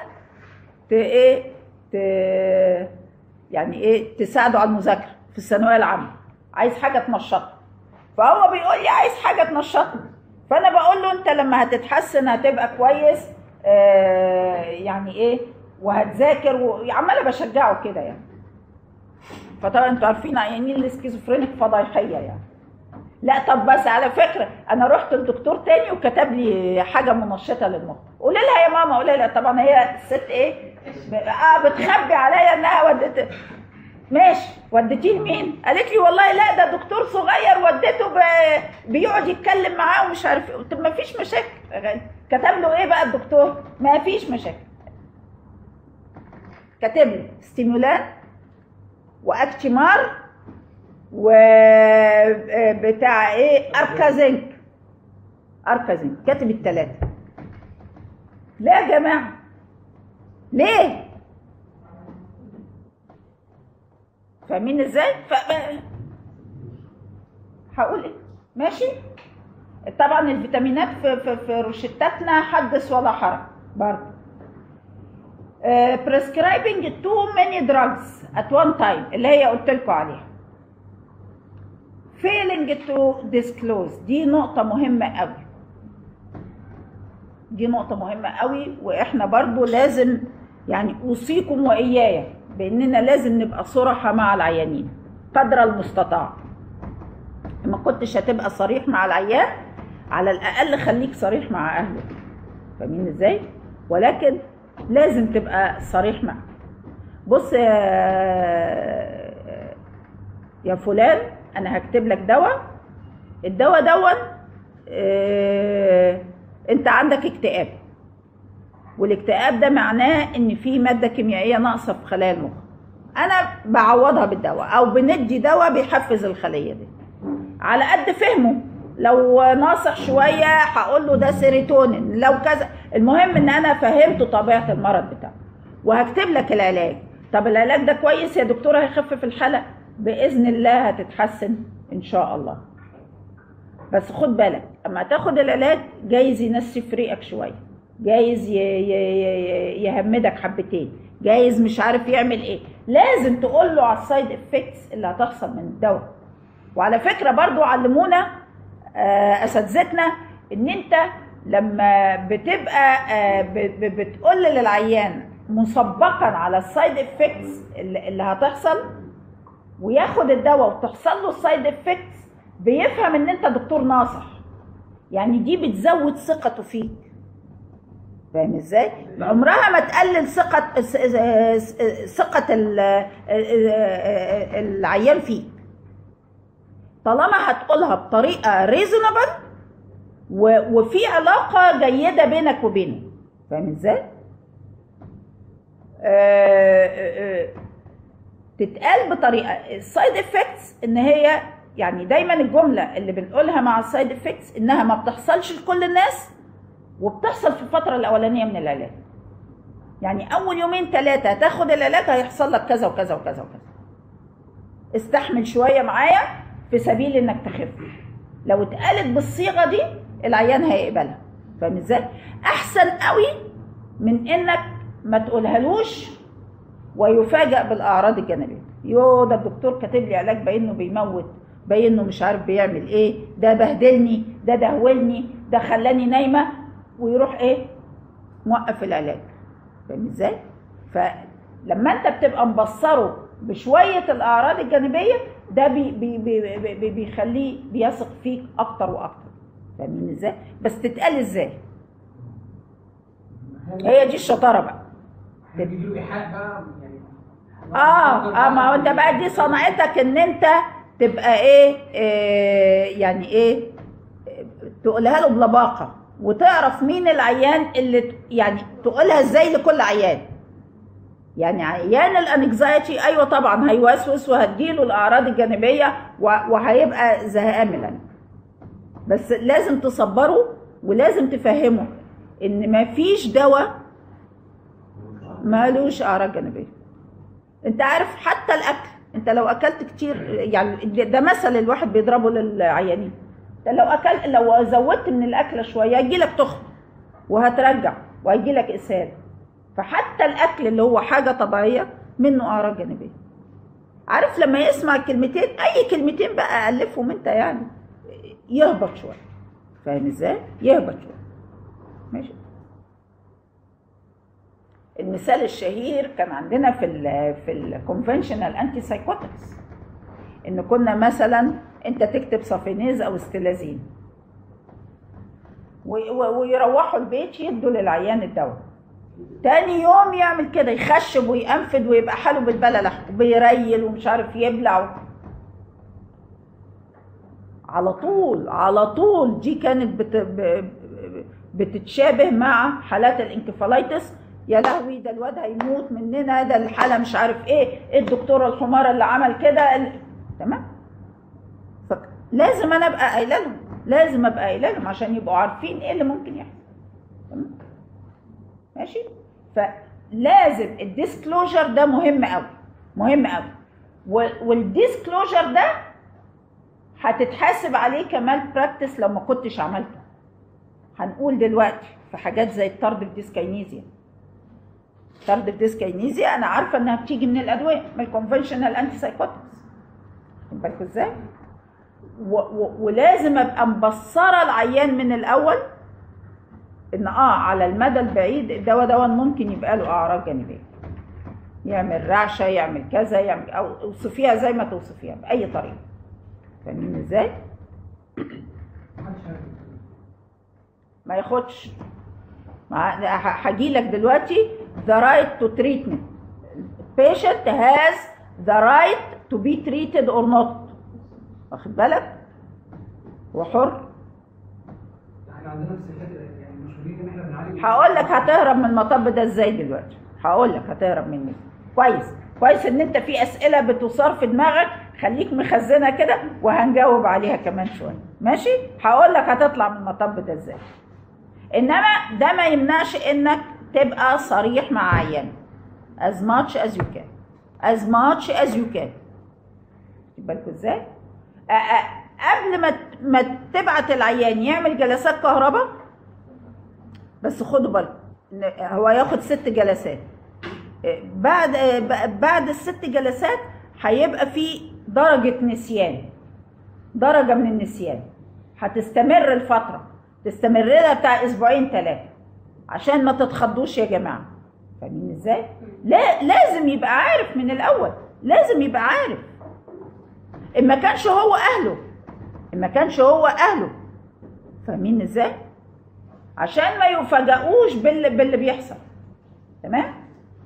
يعني ايه تساعده على المذاكره في الثانويه العامه، عايز حاجه تنشطه. فهو بيقول لي عايز حاجه تنشطني، فانا بقول له انت لما هتتحسن هتبقى كويس يعني ايه وهتذاكر وعماله بشجعه كده يعني. فطبعا انتوا عارفين عيانين السكيزوفرينيك فضايحيه يعني. لا طب بس على فكره انا رحت لدكتور تاني وكتب لي حاجه منشطه للمخ، قولي لها يا ماما، قولي لها. طبعا هي الست ايه بتخبي عليا انها ودت. ماشي وديتيه لمين؟ قالت لي والله لا ده دكتور صغير وديته بيقعد يتكلم معاه ومش عارف ايه. قلت ما فيش مشاكل. كتب له ايه بقى الدكتور؟ ما فيش مشاكل. كاتب لي ستيمولان واكتيمار وبتاع ايه اركازينك كاتب الثلاثه. لا يا جماعه ليه؟ فاهمين ازاي؟ هقول ايه؟ ماشي؟ طبعا الفيتامينات في روشتاتنا حدث ولا حرج برضه. prescribing too many drugs at one time اللي هي قلت لكم عليها. failing to disclose دي نقطة مهمة قوي. دي نقطة مهمة قوي واحنا برضو لازم يعني اوصيكم واياي باننا لازم نبقى صراحة مع العيانين قدر المستطاع. ما كنتش هتبقى صريح مع العيان على الاقل خليك صريح مع اهله. فاهمين ازاي؟ ولكن لازم تبقى صريح معه. بص يا فلان انا هكتب لك دواء، الدواء دون انت عندك اكتئاب، والاكتئاب ده معناه ان في ماده كيميائيه ناقصه في خلايا المخ، انا بعوضها بالدواء او بندي دواء بيحفز الخليه دي على قد فهمه. لو ناصح شويه هقول له ده سيروتونين، لو كذا. المهم ان انا فهمته طبيعه المرض بتاعه وهكتب لك العلاج. طب العلاج ده كويس يا دكتوره هيخفف الحاله؟ باذن الله هتتحسن ان شاء الله. بس خد بالك اما تاخد العلاج جايز ينسف ريقك شويه، جايز يهمدك حبتين، جايز مش عارف يعمل ايه. لازم تقول له على السايد افكتس اللي هتحصل من الدواء. وعلى فكره برضو علمونا اساتذتنا ان انت لما بتبقى بتقول للعيان مسبقا على السايد افكتس اللي هتحصل وياخد الدواء وتحصل له السايد افكتس، بيفهم ان انت دكتور ناصح. يعني دي بتزود ثقته فيك. فاهم ازاي؟ عمرها ما تقلل ثقة العيان فيك طالما هتقولها بطريقة ريزونبل وفي علاقة جيدة بينك وبينه. فاهم ازاي؟ تتقال بطريقة السايد افكتس ان هي يعني دايما الجملة اللي بنقولها مع السايد افكتس انها ما بتحصلش لكل الناس وبتحصل في الفترة الأولانية من العلاج. يعني أول يومين 3 هتاخد العلاج هيحصل لك كذا وكذا وكذا وكذا. استحمل شوية معايا في سبيل إنك تخف. لو اتقالت بالصيغة دي العيان هيقبلها. فاهم ازاي؟ أحسن قوي من إنك ما تقولهالوش ويفاجأ بالأعراض الجانبية. يو ده الدكتور كاتب لي علاج باين إنه بيموت، باين إنه مش عارف بيعمل إيه، ده بهدلني، ده دهولني، ده خلاني نايمة، ويروح ايه موقف العلاج. فاهم ازاي؟ فلما انت بتبقى مبصره بشويه الاعراض الجانبيه ده بيخليه بيثق فيك اكتر واكتر. فاهمين ازاي؟ بس تتقال ازاي؟ هي دي الشطاره بقى. هتجيله ايحاء بقى يعني. ما هو انت بقى دي صنعتك ان انت تبقى ايه يعني ايه تقولها له بلباقه وتعرف مين العيان اللي يعني تقولها ازاي لكل عيان. يعني عيان الانكزايتي ايوه طبعا هيوسوس وهتجيله الاعراض الجانبيه وهيبقى زهقان من العلاج، بس لازم تصبره ولازم تفهمه ان مفيش دواء مالوش اعراض جانبيه. انت عارف حتى الاكل، انت لو اكلت كتير يعني ده مثل الواحد بيضربه للعيانين، لو زودت من الاكله شويه هيجيلك تخن وهترجع وهيجيلك اسهال. فحتى الاكل اللي هو حاجه طبيعيه منه اعراض جانبيه. عارف لما يسمع كلمتين اي كلمتين بقى الفهم انت يعني يهبط شويه. فاهم ازاي؟ يهبط شويه. ماشي. المثال الشهير كان عندنا في الكونفنشنال انتي سايكوتكس ان كنا مثلا انت تكتب صافينيز او استلازين ويروحوا البيت يدوا للعيان الدواء، تاني يوم يعمل كده يخشب ويأنفد ويبقى حاله بالبللح وبيريل ومش عارف يبلع على طول. دي كانت بتتشابه مع حالات الانكفالايتس. يا لهوي ده الواد هيموت مننا، ده الحاله مش عارف ايه الدكتوره الحماره اللي عمل كده تمام. لازم انا ابقى قايله لهم، لازم ابقى قايله لهم عشان يبقوا عارفين ايه اللي ممكن يحصل. تمام ماشي. فلازم الديسكلوجر ده مهم قوي، مهم قوي. والديسكلوجر ده هتتحاسب عليه كمان براكتس لو ما كنتش عملته. هنقول دلوقتي في حاجات زي التاردف ديسكاينيزيا. التاردف ديسكاينيزيا انا عارفه انها بتيجي من الادويه، من الكونفنشنال انتي سايكوتكس. خد بالكوا ازاي؟ ولازم ابقى مبصره العيان من الاول ان على المدى البعيد الدواء ده ممكن يبقى له اعراض جانبيه، يعمل رعشه، يعمل كذا، يعمل او اوصفيها زي ما توصفيها باي طريقه. فاهمين ازاي؟ ما ياخدش. هجيلك دلوقتي the right to treatment. patient has the right to be treated or not. واخد بالك؟ هو حر. احنا عندنا في السكات يعني مشهورين ان احنا بنعالج. هقول لك هتهرب من المطب ده ازاي دلوقتي. هقول لك هتهرب منه. كويس ان انت في اسئله بتثار في دماغك، خليك مخزنها كده وهنجاوب عليها كمان شويه. ماشي؟ هقول لك هتطلع من المطب ده ازاي. انما ده ما يمنعش انك تبقى صريح مع عيان as much as you can. خد بالكوا ازاي؟ قبل ما تبعت العيان يعمل جلسات كهرباء، بس خدوا بالكم هو ياخد 6 جلسات. بعد ال6 جلسات هيبقى في درجة نسيان، درجة من النسيان هتستمر الفترة، تستمر لها بتاع 2 3 عشان ما تتخضوش يا جماعة. فاهمين ازاي؟ لازم يبقى عارف من الأول، لازم يبقى عارف. إن ما كانش هو أهله، فاهمين ازاي؟ عشان ما يفاجئوش باللي بيحصل. تمام؟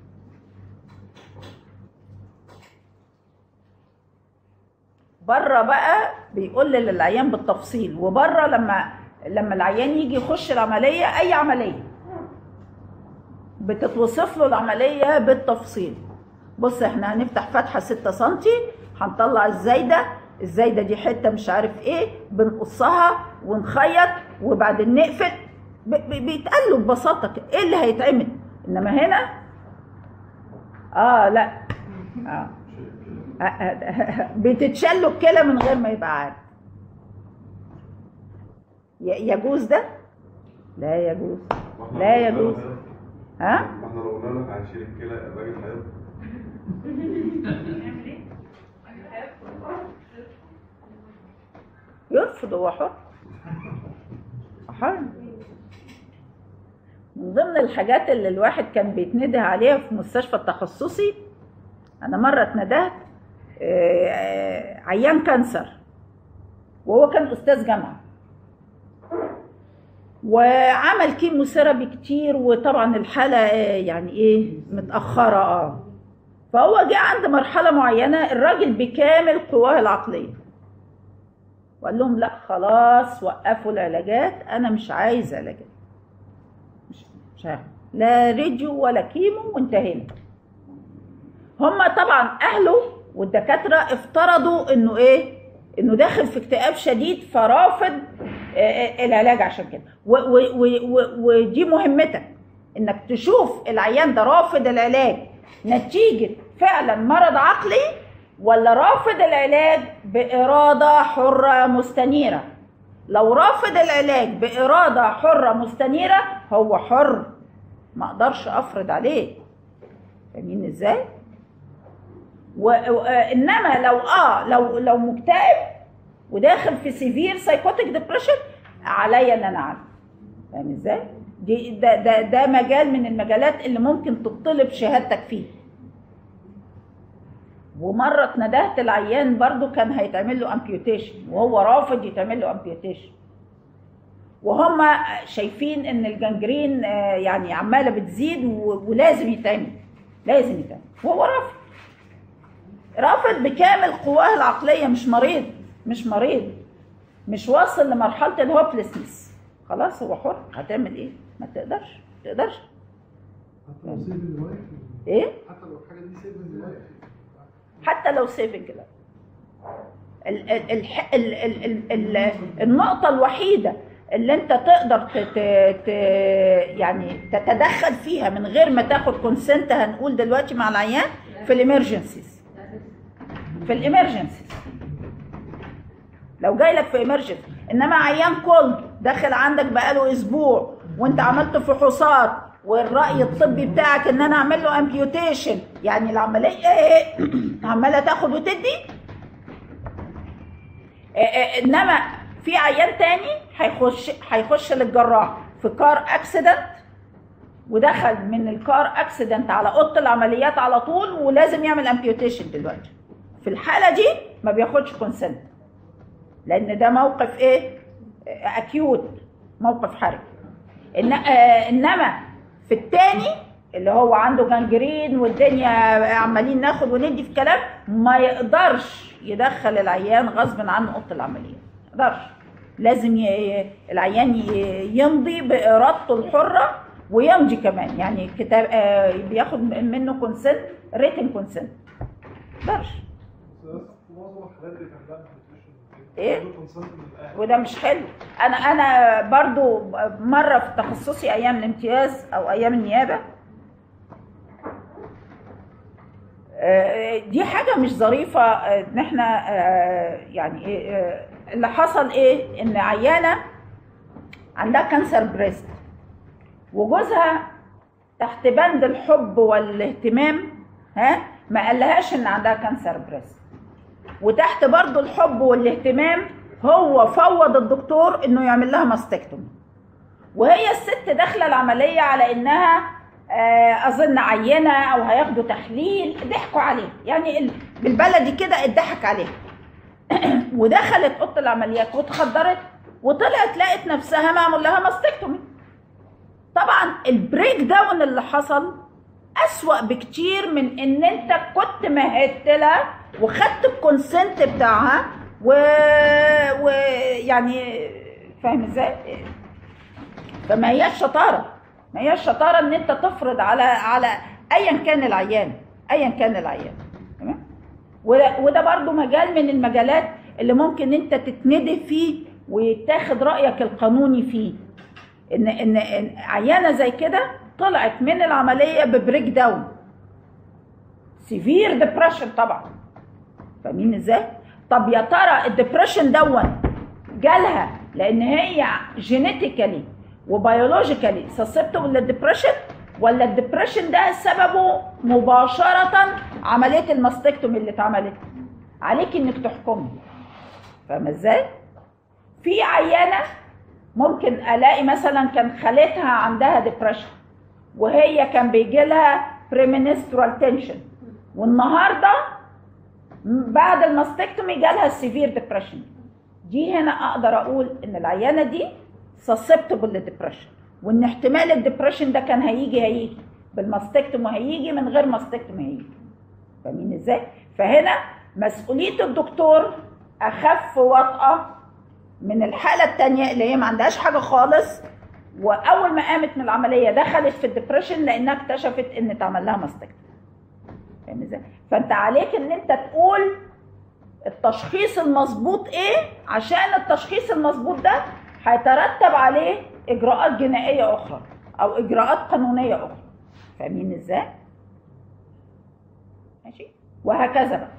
بره بقى بيقول للعيان بالتفصيل، وبره لما العيان يجي يخش العمليه، اي عمليه بتتوصف له العمليه بالتفصيل. بص احنا هنفتح فتحه 6 سم، هنطلع الزايده دي حته مش عارف ايه، بنقصها ونخيط وبعدين نقفل. بيتقال له ببساطه ايه اللي هيتعمل. انما هنا لا بتتشل له الكلى من غير ما يبقى عارف. يجوز ده؟ لا يجوز، لا يجوز. ها؟ احنا لو قلنا لك هنشيل الكلى الراجل هيرفض. يرفض، هو حر. من ضمن الحاجات اللي الواحد كان بيتنده عليها في مستشفى التخصصي، انا مره اتندهت عيان كانسر وهو كان استاذ جامعه، وعمل كيموثيرابي كتير، وطبعا الحاله يعني ايه متاخره. فهو جه عند مرحله معينه الراجل بكامل قواه العقليه وقال لهم لا خلاص وقفوا العلاجات، انا مش عايز علاجات، مش عايز لا راديو ولا كيمو، وانتهينا. هما طبعا اهله والدكاتره افترضوا انه داخل في اكتئاب شديد فرافض العلاج. عشان كده ودي مهمتك، انك تشوف العيان ده رافض العلاج نتيجه فعلا مرض عقلي ولا رافض العلاج باراده حره مستنيره. لو رافض العلاج باراده حره مستنيره هو حر، ما اقدرش افرض عليه. فاهمين ازاي؟ انما لو مكتئب وداخل في سيفير سايكوتيك ديبريشن عليا ان انا اعالجه. فاهم ازاي؟ ده مجال من المجالات اللي ممكن تطلب شهادتك فيه. ومره اتندهت العيان برضو كان هيتعمل له امبيوتيشن وهو رافض يتعمل له امبيوتيشن، وهم شايفين ان الجنجرين يعني عماله بتزيد ولازم يتعمل، وهو رافض بكامل قواه العقليه. مش مريض، مش واصل لمرحله الهوبلسنس. خلاص هو حر، هتعمل ايه؟ ما تقدرش. حتى لو سيفنج لايف. ايه؟ حتى لو الحاجه دي سيفنج لايف. حتى لو سيفنج لايف. النقطه الوحيده اللي انت تقدر يعني تتدخل فيها من غير ما تاخد كونسنت، هنقول دلوقتي مع العيان، في الامرجنسيز. لو جاي لك في امرجنسي، انما عيان كولد داخل عندك بقاله اسبوع وانت عملت فحوصات والراي الطبي بتاعك ان انا اعمل له امبيوتيشن، يعني العمليه عماله تاخد وتدي. انما في عيان تاني هيخش للجراح في كار اكسيدنت، ودخل من الكار اكسيدنت على اوضه العمليات على طول ولازم يعمل امبيوتيشن دلوقتي. في الحاله دي ما بياخدش كونسنت، لان ده موقف اكيوت، موقف حرج. انما في الثاني اللي هو عنده جانجرين والدنيا عمالين ناخد وندي في كلام، ما يقدرش يدخل العيان غصب عنه اوضه العمليات، ما يقدرش. لازم العيان يمضي بارادته الحره، ويمضي كمان يعني كتاب بياخد منه كونسنت، ريتن كونسنت. ما يقدرش. معظم الحالات اللي كان لها ايه؟ وده مش حلو. انا برضو مره في تخصصي ايام الامتياز او ايام النيابه، دي حاجه مش ظريفه ان احنا يعني اللي حصل ايه؟ ان عيانه عندها كانسر بريست وجوزها تحت بند الحب والاهتمام ما قالهاش ان عندها كانسر بريست، وتحت برضو الحب والاهتمام هو فوض الدكتور انه يعمل لها ماستكتومي، وهي الست داخله العمليه على انها اظن عينه او هياخدوا تحليل، ضحكوا عليه يعني بالبلدي كده اتضحك عليها. ودخلت اوضه العمليات واتخدرت وطلعت لقت نفسها معمول لها ماستكتومي. طبعا البريك داون اللي حصل اسوأ بكتير من ان انت كنت مهدت لها وخدت الكونسنت بتاعها ويعني فاهم ازاي؟ فما هياش شطاره، ما هياش شطاره ان انت تفرض على ايا كان العيان، ايا كان العيان. تمام؟ وده برضو مجال من المجالات اللي ممكن انت تتندي فيه ويتاخد رايك القانوني فيه. ان عيانه زي كده طلعت من العمليه ببريك داون، سيفير ديبريشن طبعا. فاهمين ازاي؟ طب يا ترى الديبريشن دون جالها لان هي جينيتيكالي وبيولوجيكالي سسبتبل للديبريشن، ولا الديبريشن ده سببه مباشره عمليه الماستكتومي اللي اتعملت؟ عليك انك تحكمي. فاهمه ازاي؟ في عيانه ممكن الاقي مثلا كان خالتها عندها ديبريشن وهي كان بيجي لها بريمينسترال تنشن، والنهارده بعد الماستكتومي جالها السيفير ديبريشن. دي هنا اقدر اقول ان العيانه دي سسبتبل للديبريشن، وان احتمال الديبريشن ده كان هيجي بالماستكتومي، هيجي من غير ماستكتومي هيجي. فاهمين ازاي؟ فهنا مسؤوليه الدكتور اخف وطأة من الحاله الثانيه اللي هي ما عندهاش حاجه خالص، واول ما قامت من العمليه دخلت في الديبريشن لانها اكتشفت ان اتعمل لها ماستكتومي. فاهم ازاي؟ فانت عليك ان انت تقول التشخيص المظبوط ايه، عشان التشخيص المظبوط ده هيترتب عليه اجراءات جنائيه اخرى او اجراءات قانونيه اخرى. فاهمين ازاي؟ ماشي؟ وهكذا بقى.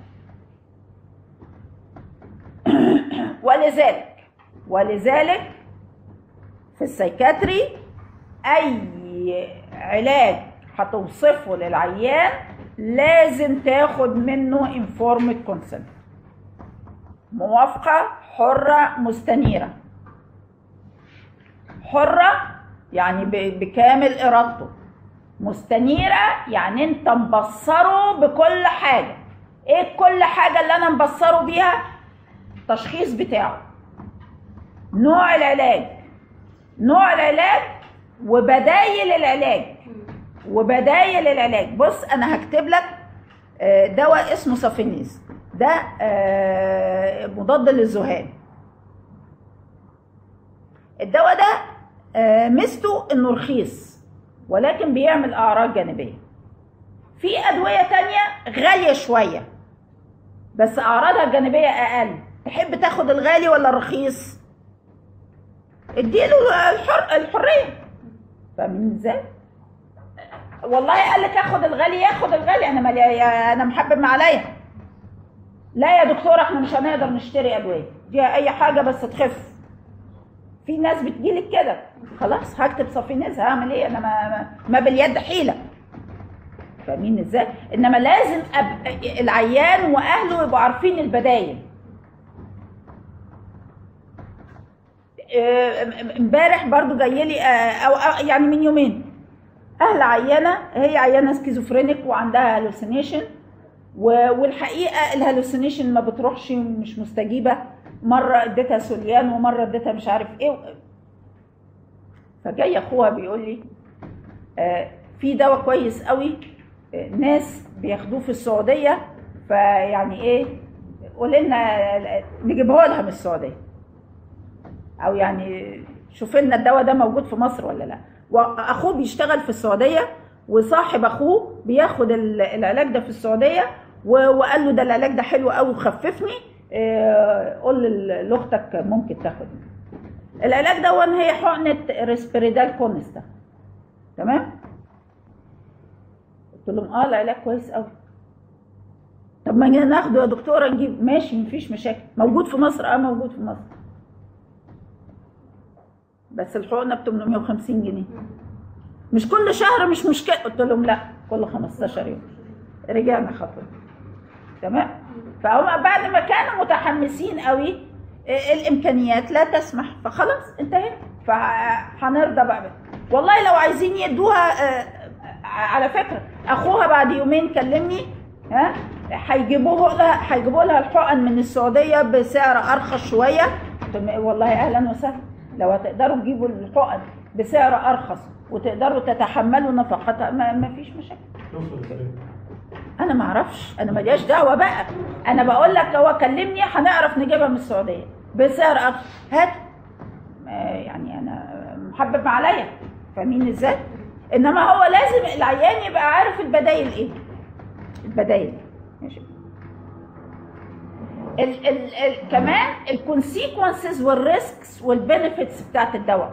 ولذلك في السايكاتري اي علاج هتوصفه للعيان لازم تاخد منه informed consent، موافقة حرة مستنيرة. حرة يعني بكامل إرادته، مستنيرة يعني انت مبصره بكل حاجة. ايه كل حاجة اللي انا مبصره بيها؟ التشخيص بتاعه، نوع العلاج وبدايل العلاج. بص انا هكتب لك دواء اسمه سافينيز، ده مضاد للذهان. الدواء ده ميزته انه رخيص ولكن بيعمل اعراض جانبيه. في ادويه تانية غاليه شويه بس اعراضها الجانبيه اقل. تحب تاخد الغالي ولا الرخيص؟ اديله الحريه. فاهمين ازاي؟ والله قال لك اخد الغالي ياخد الغالي، انا محبب عليا. لا يا دكتور احنا مش هنقدر نشتري ادويه دي، اي حاجه بس تخف. في ناس بتجيلك كده، خلاص هكتب سافينيز، هعمل ايه؟ انا ما باليد حيله. فاهمين ازاي؟ انما لازم العيان واهله يبقوا عارفين البدايل. امبارح برضو جاي لي او يعني من يومين اهل عيانه، هي عيانه سكيزوفرينيك وعندها هالوسينيشن، والحقيقه الهالوسينيشن ما بتروحش، مش مستجيبه. مره اديتها سوليان ومره اديتها مش عارف ايه. فجاي اخوها بيقول لي في دواء كويس قوي ناس بياخدوه في السعوديه، فيعني ايه قولي لنا نجيبه لها من السعوديه، او يعني شوف لنا الدواء ده موجود في مصر ولا لا. واخوه بيشتغل في السعوديه وصاحب اخوه بياخد العلاج ده في السعوديه، وقال له ده العلاج ده حلو قوي وخففني، قول لاختك ممكن تاخد العلاج ده. هي حقنه ريسبيريدال كونستا. تمام؟ قلت لهم العلاج كويس قوي. طب ما ناخده يا دكتوره نجيب، ماشي مفيش مشاكل. موجود في مصر؟ موجود في مصر، بس الحقنه ب 850 جنيه. مش كل شهر، مش مشكله. قلت لهم لا، كل 15 يوم. رجعنا خطوه. تمام. فهم بعد ما كانوا متحمسين قوي، الامكانيات لا تسمح، فخلاص انتهينا، فهنرضى بقى. والله لو عايزين يدوها، على فكره اخوها بعد يومين كلمني، هيجيبوا لها الحقن من السعوديه بسعر ارخص شويه. والله اهلا وسهلا، لو هتقدروا تجيبوا الحقن بسعر ارخص وتقدروا تتحملوا نفقتها ما فيش مشاكل. انا ما اعرفش، انا ماليش دعوه بقى. انا بقول لك هو كلمني هنعرف نجيبها من السعوديه بسعر ارخص، هات. يعني انا محبب عليا، فاهمين ازاي؟ انما هو لازم العيان يبقى عارف البدايل ايه. البدايل ماشي. كمان الكونسيكونسز والريسكس والبنفيتس بتاعت الدواء.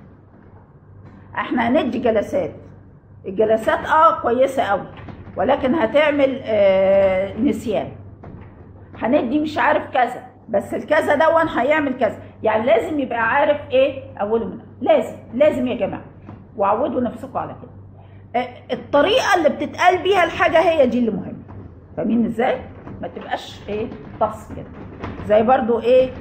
احنا هندي جلسات، الجلسات كويسه قوي، ولكن هتعمل نسيان. هندي مش عارف كذا، بس الكذا دون هيعمل كذا. يعني لازم يبقى عارف ايه اوله منه. لازم يا جماعه، وعودوا نفسكم على كده. الطريقه اللي بتتقال بيها الحاجه هي دي اللي مهمه. فاهمين ازاي؟ ما تبقاش طص كده. زي برضو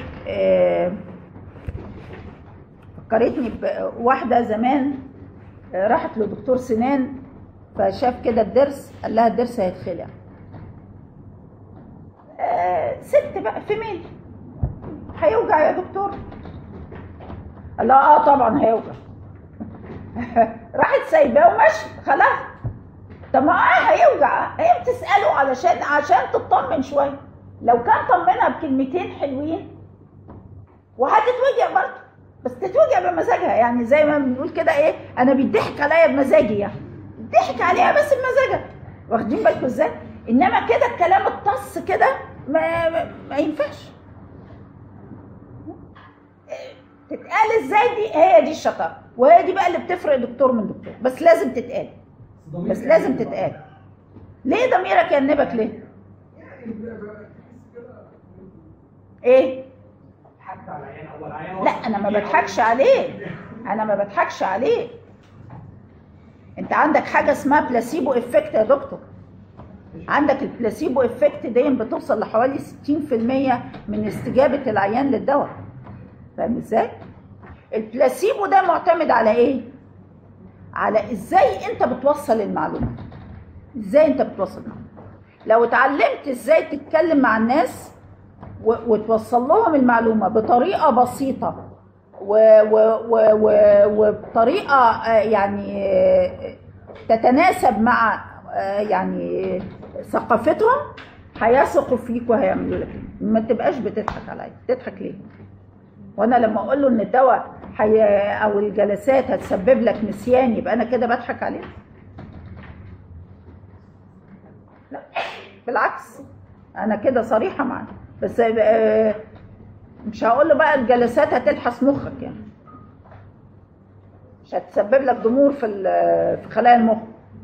فكرتني بواحده زمان راحت لدكتور سنان، فشاف كده الضرس، قال لها الضرس هيتخلع. ست بقى فيميل، هيوجع يا دكتور؟ قال لها طبعا هيوجع. راحت سايباه وماشي خلاص. طب ما هيوجع، هي بتساله عشان تطمن شويه. لو كان طمنها بكلمتين حلوين وهتتوجع برضه، بس تتوجع بمزاجها. يعني زي ما بنقول كده انا بيضحك عليا بمزاجي، يعني ضحك عليها بس بمزاجها. واخدين بالكم ازاي؟ انما كده الكلام الطص كده ما ينفعش. تتقال ازاي دي؟ هي دي الشطاره، وهي دي بقى اللي بتفرق دكتور من دكتور. بس لازم تتقال، بس لازم تتقال. ليه ضميرك يأنبك ليه؟ ايه؟ لا انا ما بضحكش عليه، انا ما بضحكش عليه. انت عندك حاجه اسمها بلاسيبو افكت يا دكتور. عندك البلاسيبو افكت دي بتوصل لحوالي 60% من استجابه العيان للدواء. فاهم ازاي؟ البلاسيبو ده معتمد على ايه؟ على ازاي انت بتوصل المعلومه. ازاي انت بتوصل المعلومه. لو اتعلمت ازاي تتكلم مع الناس وتوصل لهم المعلومه بطريقه بسيطه وبطريقه يعني تتناسب مع يعني ثقافتهم، هيثقوا فيك وهيعملوا لك. ما تبقاش بتضحك عليا. تضحك ليه؟ وانا لما اقول له ان الدواء او الجلسات هتسبب لك نسيان يبقى انا كده بضحك عليه؟ لا بالعكس، انا كده صريحه معاه. بس مش هقول له بقى الجلسات هتلحس مخك، يعني مش هتسبب لك ضمور في خلايا المخ.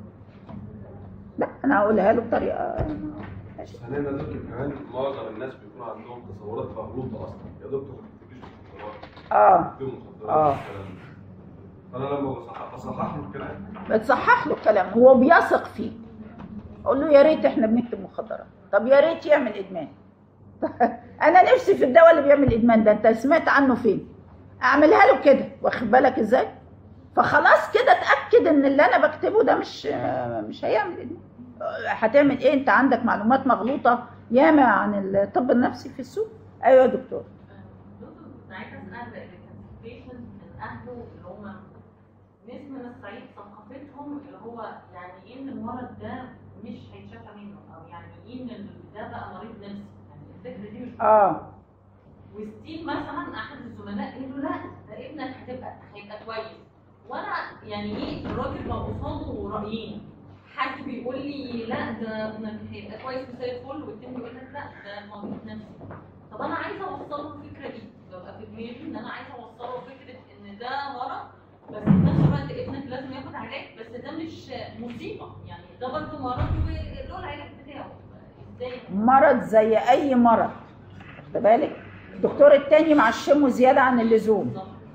لا انا هقولها له بطريقه ماشي. انا دكتور كمان معظم الناس بيكون عندهم تصورات مغلوطه اصلا يا دكتور. فانا لما بصحح له الكلام، بتصحح له الكلام، هو بيثق فيه. اقول له يا ريت احنا بنكتب مخدرات، طب يا ريت يعمل ادمان. انا نفسي في الدواء اللي بيعمل ادمان ده، انت سمعت عنه فين؟ اعملها له كده، واخد بالك ازاي؟ فخلاص كده اتاكد ان اللي انا بكتبه ده مش هيعمل ادمان. هتعمل ايه؟ انت عندك معلومات مغلوطه ياما عن الطب النفسي في السوق. ايوه يا دكتور. كنت عايزه اسال البيشنت من اهله اللي هم ناس من الصعيد، ثقافتهم اللي هو يعني ايه ان المرض ده مش هيتشافى منه، او يعني ايه ان ده بقى مريض نفسي. يعني الفكره دي مش وستيل مثلا احد الزملاء قال له لا ده ابنك هيبقى كويس. وانا يعني ايه الراجل بقى قصاده رايين، حد بيقول لي لا ده ابنك هيبقى كويس وزي الفل، والتاني يقول لك لا ده مريض نفسي. طب انا عايزه اوصل له الفكره دي، ببقى في دماغي ان انا عايزه اوصل له فكره ان ده مرض، بس في نفس الوقت ابنك لازم ياخد علاج، بس ده مش مصيبه، يعني ده برضه مرض وله العلاج بتاعه. مرض زي اي مرض، خد بالك. الدكتور التاني معشمه زياده عن اللزوم.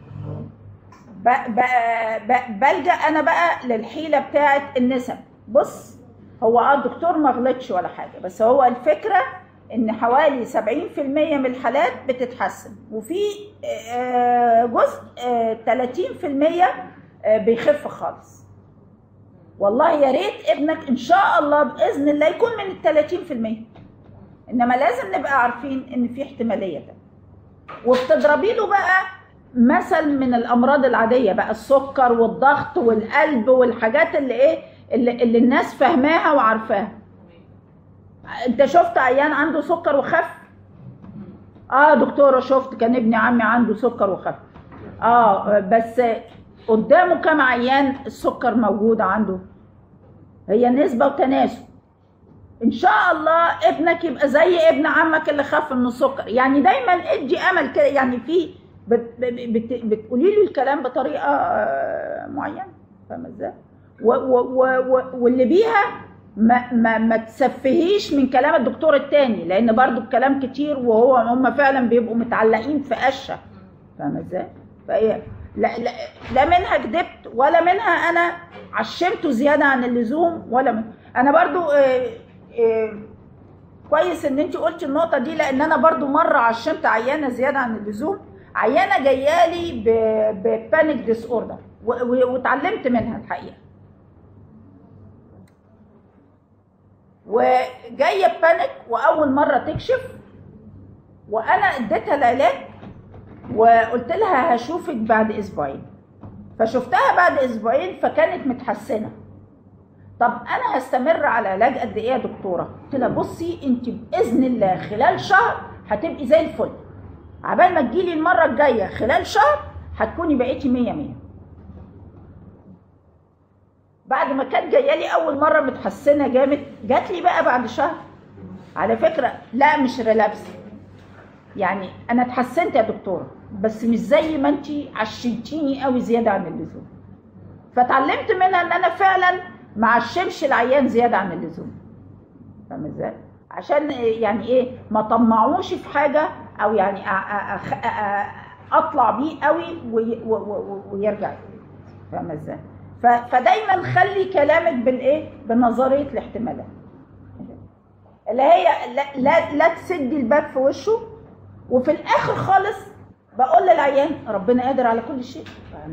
بلجأ انا بقى للحيله بتاعه النسب. بص، هو الدكتور ما غلطش ولا حاجه، بس هو الفكره ان حوالي 70% من الحالات بتتحسن، وفي جزء 30% بيخف خالص. والله يا ريت ابنك ان شاء الله باذن الله يكون من ال 30%، انما لازم نبقى عارفين ان في احتماليه ده. وبتضربي له بقى مثل من الامراض العاديه بقى، السكر والضغط والقلب والحاجات اللي ايه اللي الناس فاهماها وعارفاها. انت شفت عيان عنده سكر وخف؟ دكتوره شفت، كان ابن عمي عنده سكر وخف. بس قدامه كام عيان السكر موجود عنده؟ هي نسبه وتناسب. ان شاء الله ابنك يبقى زي ابن عمك اللي خف من السكر. يعني دايما ادي امل كده، يعني في بتقولي له الكلام بطريقه معينه، فاهمه ازاي؟ واللي بيها ما تسفهيش من كلام الدكتور التاني، لان برضو الكلام كتير هم فعلا بيبقوا متعلقين في قشه، فاهمه ازاي؟ فهي لا منها كدبت ولا منها انا عشمته زياده عن اللزوم، ولا انا برضو كويس ان انت قلتي النقطه دي، لان انا برضو مره عشمت عيانه زياده عن اللزوم. عيانه جايالي ببانيك ديس اوردر، واتعلمت منها الحقيقه. وجايه ببانيك واول مره تكشف، وانا اديتها العلاج وقلت لها هشوفك بعد اسبوعين. فشفتها بعد اسبوعين فكانت متحسنه. طب انا هستمر على علاج قد ايه يا دكتوره؟ قلت لها بصي انت باذن الله خلال شهر هتبقي زي الفل، عبال ما تجيلي المره الجايه خلال شهر هتكوني بقيتي 100. بعد ما كانت جايه لي اول مره متحسنه جامد، جات لي بقى بعد شهر على فكره لا مش ريلابس، يعني انا اتحسنت يا دكتوره بس مش زي ما انت عشمتيني قوي زياده عن اللزوم. فتعلمت منها ان انا فعلا ما عشمش العيان زياده عن اللزوم، فاهمه ازاي؟ عشان يعني ايه ما طمعوش في حاجه، او يعني اطلع بيه قوي ويرجع، فاهمه ازاي؟ فدايما خلي كلامك بالايه؟ بنظريه الاحتمالات، اللي هي لا تسدي الباب في وشه. وفي الاخر خالص بقول للعيان ربنا قادر على كل شيء،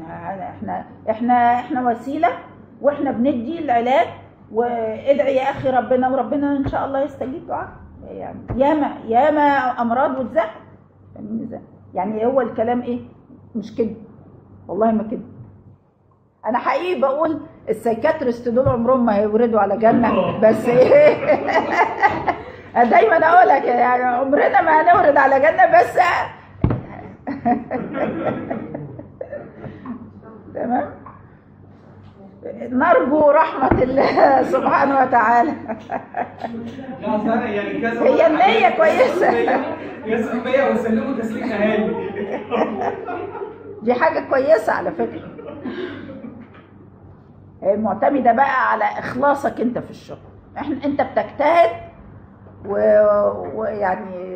احنا وسيله، واحنا بندي العلاج، وادعي يا اخي ربنا، وربنا ان شاء الله يستجيب دعاء. يعني ياما امراض وتزاح، فاهمين ازاي؟ يعني هو الكلام ايه؟ مش كده، والله ما كده. انا حقيقي بقول السايكاتريست دول عمرهم ما هيوردوا على جنه، بس ايه دايما اقول لك يعني عمرنا ما هنورد على جنه، بس تمام. نرجو رحمة الله سبحانه وتعالى. هي النية كويسة، يا وسلموا تسليم نهائي. دي حاجة كويسة على فكرة، معتمدة بقى على إخلاصك أنت في الشغل. أنت بتجتهد ويعني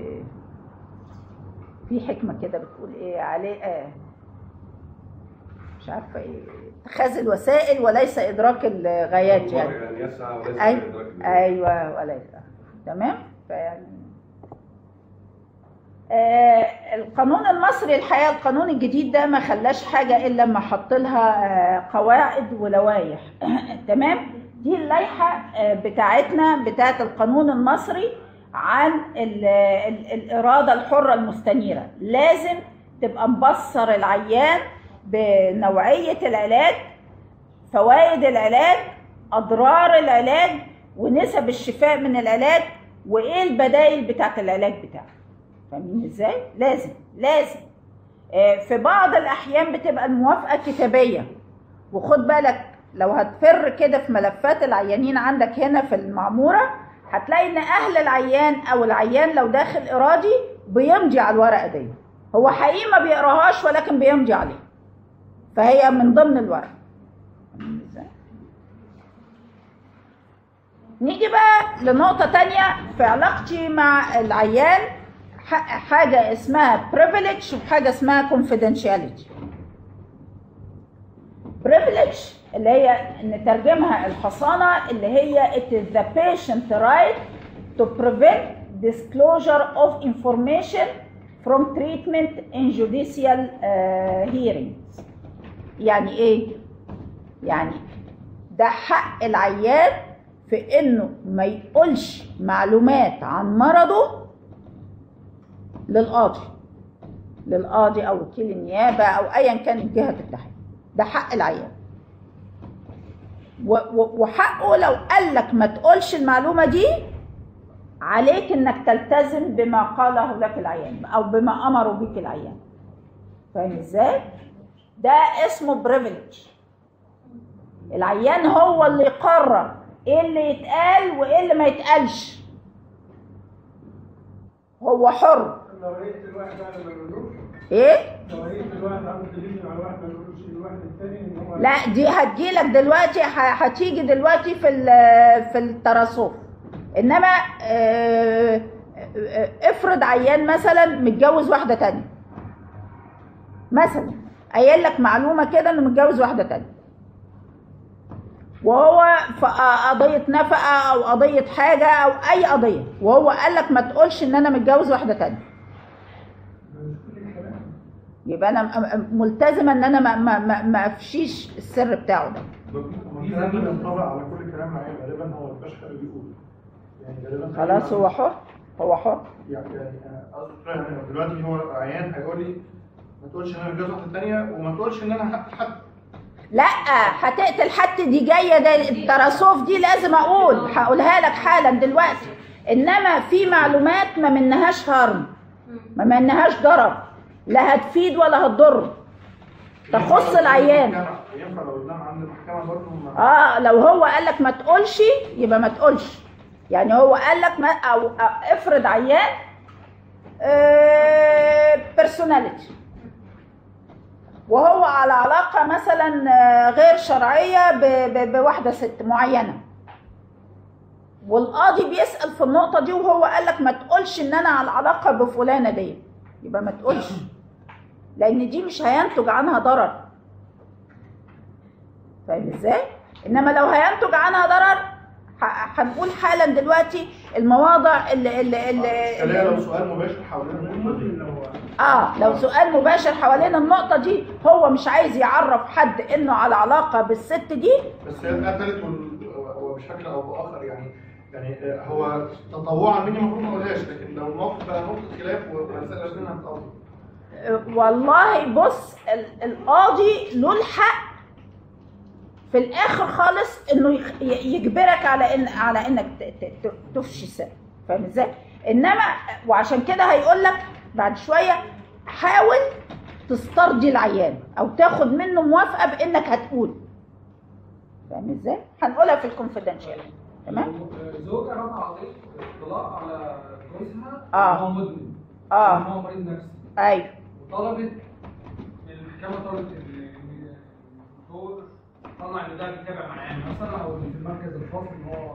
في حكمة كده بتقول إيه عليه مش عارفة إيه، اتخاذ الوسائل وليس إدراك الغايات يعني. يسعى وليس إدراك الغايات. أيوه وليس، تمام. فيعني القانون المصري الحقيقة القانون الجديد ده ما خلاش حاجة إلا لما حط لها قواعد ولوائح تمام. دي اللائحة بتاعتنا بتاعت القانون المصري عن الإرادة الحرة المستنيرة. لازم تبقى مبصر العيان بنوعية العلاج، فوائد العلاج، أضرار العلاج، ونسب الشفاء من العلاج، وإيه البدائل بتاعت العلاج بتاعه. فاهمين ازاي؟ لازم في بعض الأحيان بتبقى الموافقة كتابية. وخد بالك لو هتفر كده في ملفات العيانين عندك هنا في المعمورة، هتلاقي ان اهل العيان او العيان لو داخل ارادي بيمضي على الورقة دي. هو حقيقي ما بيقراهاش ولكن بيمضي عليها، فهي من ضمن الورق. نيجي بقى لنقطة تانية في علاقتي مع العيان، حاجة اسمها privilege وحاجة اسمها confidentiality. privilege اللي هي نترجمها الحصانة، اللي هي it is the patient right to prevent disclosure of information from treatment in judicial hearings. يعني ايه؟ يعني ده حق العيان في انه ما يقولش معلومات عن مرضه للقاضي او وكيل النيابه او ايا كان الجهه التحقيق. ده حق العيان، وحقه لو قال لك ما تقولش المعلومه دي عليك انك تلتزم بما قاله لك العيان او بما امره بك العيان. فاهم ازاي؟ ده اسمه بريفليج. العيان هو اللي يقرر ايه اللي يتقال وايه اللي ما يتقالش، هو حر. لو هيئة الواحد ما يقولوش ايه؟ لو هيئة الواحد عامل تلفزيون على واحد ما يقولوش الواحد الثاني ان هو لا دي هتجيلك دلوقتي، هتيجي دلوقتي في التراسوف. انما افرض عيان مثلا متجوز واحده تانية، مثلا قايل لك معلومه كده انه متجوز واحده تانية، وهو في قضيه نفقه او قضيه حاجه او اي قضيه، وهو قال لك ما تقولش ان انا متجوز واحده تانية، يبقى انا ملتزمه ان انا ما افشيش السر بتاعه ده. لازم ينطبق على كل كلام معين. غالبا هو البشر اللي بيقول يعني غالبا خلاص هو حر، هو حر. يعني قصدي دلوقتي هو عيان هيقول لي ما تقولش ان انا متجوز واحده ثانيه وما تقولش ان انا هقتل حد. لا هتقتل حد دي جايه، ده التراسوف دي لازم هقولها لك حالا دلوقتي. انما في معلومات ما منهاش هرم، ما منهاش ضرر، لا هتفيد ولا هتضر، تخص العيان. ينفع لو قدام عند المحكمه برضه لو هو قال لك ما تقولش يبقى ما تقولش. يعني هو قال لك أو افرض عيان بيرسوناليتي وهو على علاقه مثلا غير شرعيه بواحده ست معينه، والقاضي بيسال في النقطه دي وهو قال لك ما تقولش ان انا على علاقه بفلانه دي، يبقى ما تقولش، لان دي مش هينتج عنها ضرر. فاهم ازاي؟ انما لو هينتج عنها ضرر هنقول حالا دلوقتي المواضع اللي لو سؤال مباشر حوالين النقطه دي، لو سؤال مباشر حوالين النقطه دي، هو مش عايز يعرف حد انه على علاقه بالست دي، بس هي اتقتلت وبشكل او باخر يعني هو تطوعا مني المفروض ما اقولهاش، لكن لو الموقف بقى نقطه خلاف والمساله منها هتتقضي. والله بص، القاضي له الحق في الاخر خالص انه يجبرك على انك تفشي سر. فاهم ازاي؟ انما وعشان كده هيقول لك بعد شويه حاول تسترضي العيان او تاخد منه موافقه بانك هتقول. فاهم ازاي؟ هنقولها في الكونفيدنشال. تمام؟ زوجة رفع قضية طلاق على جوزها هو مدمن، هو مريض نفسي. ايوه. وطلبت المحكمة طلبت الدكتور طلع ان ده بيتابع معاه مثلا او في المركز الخاص ان هو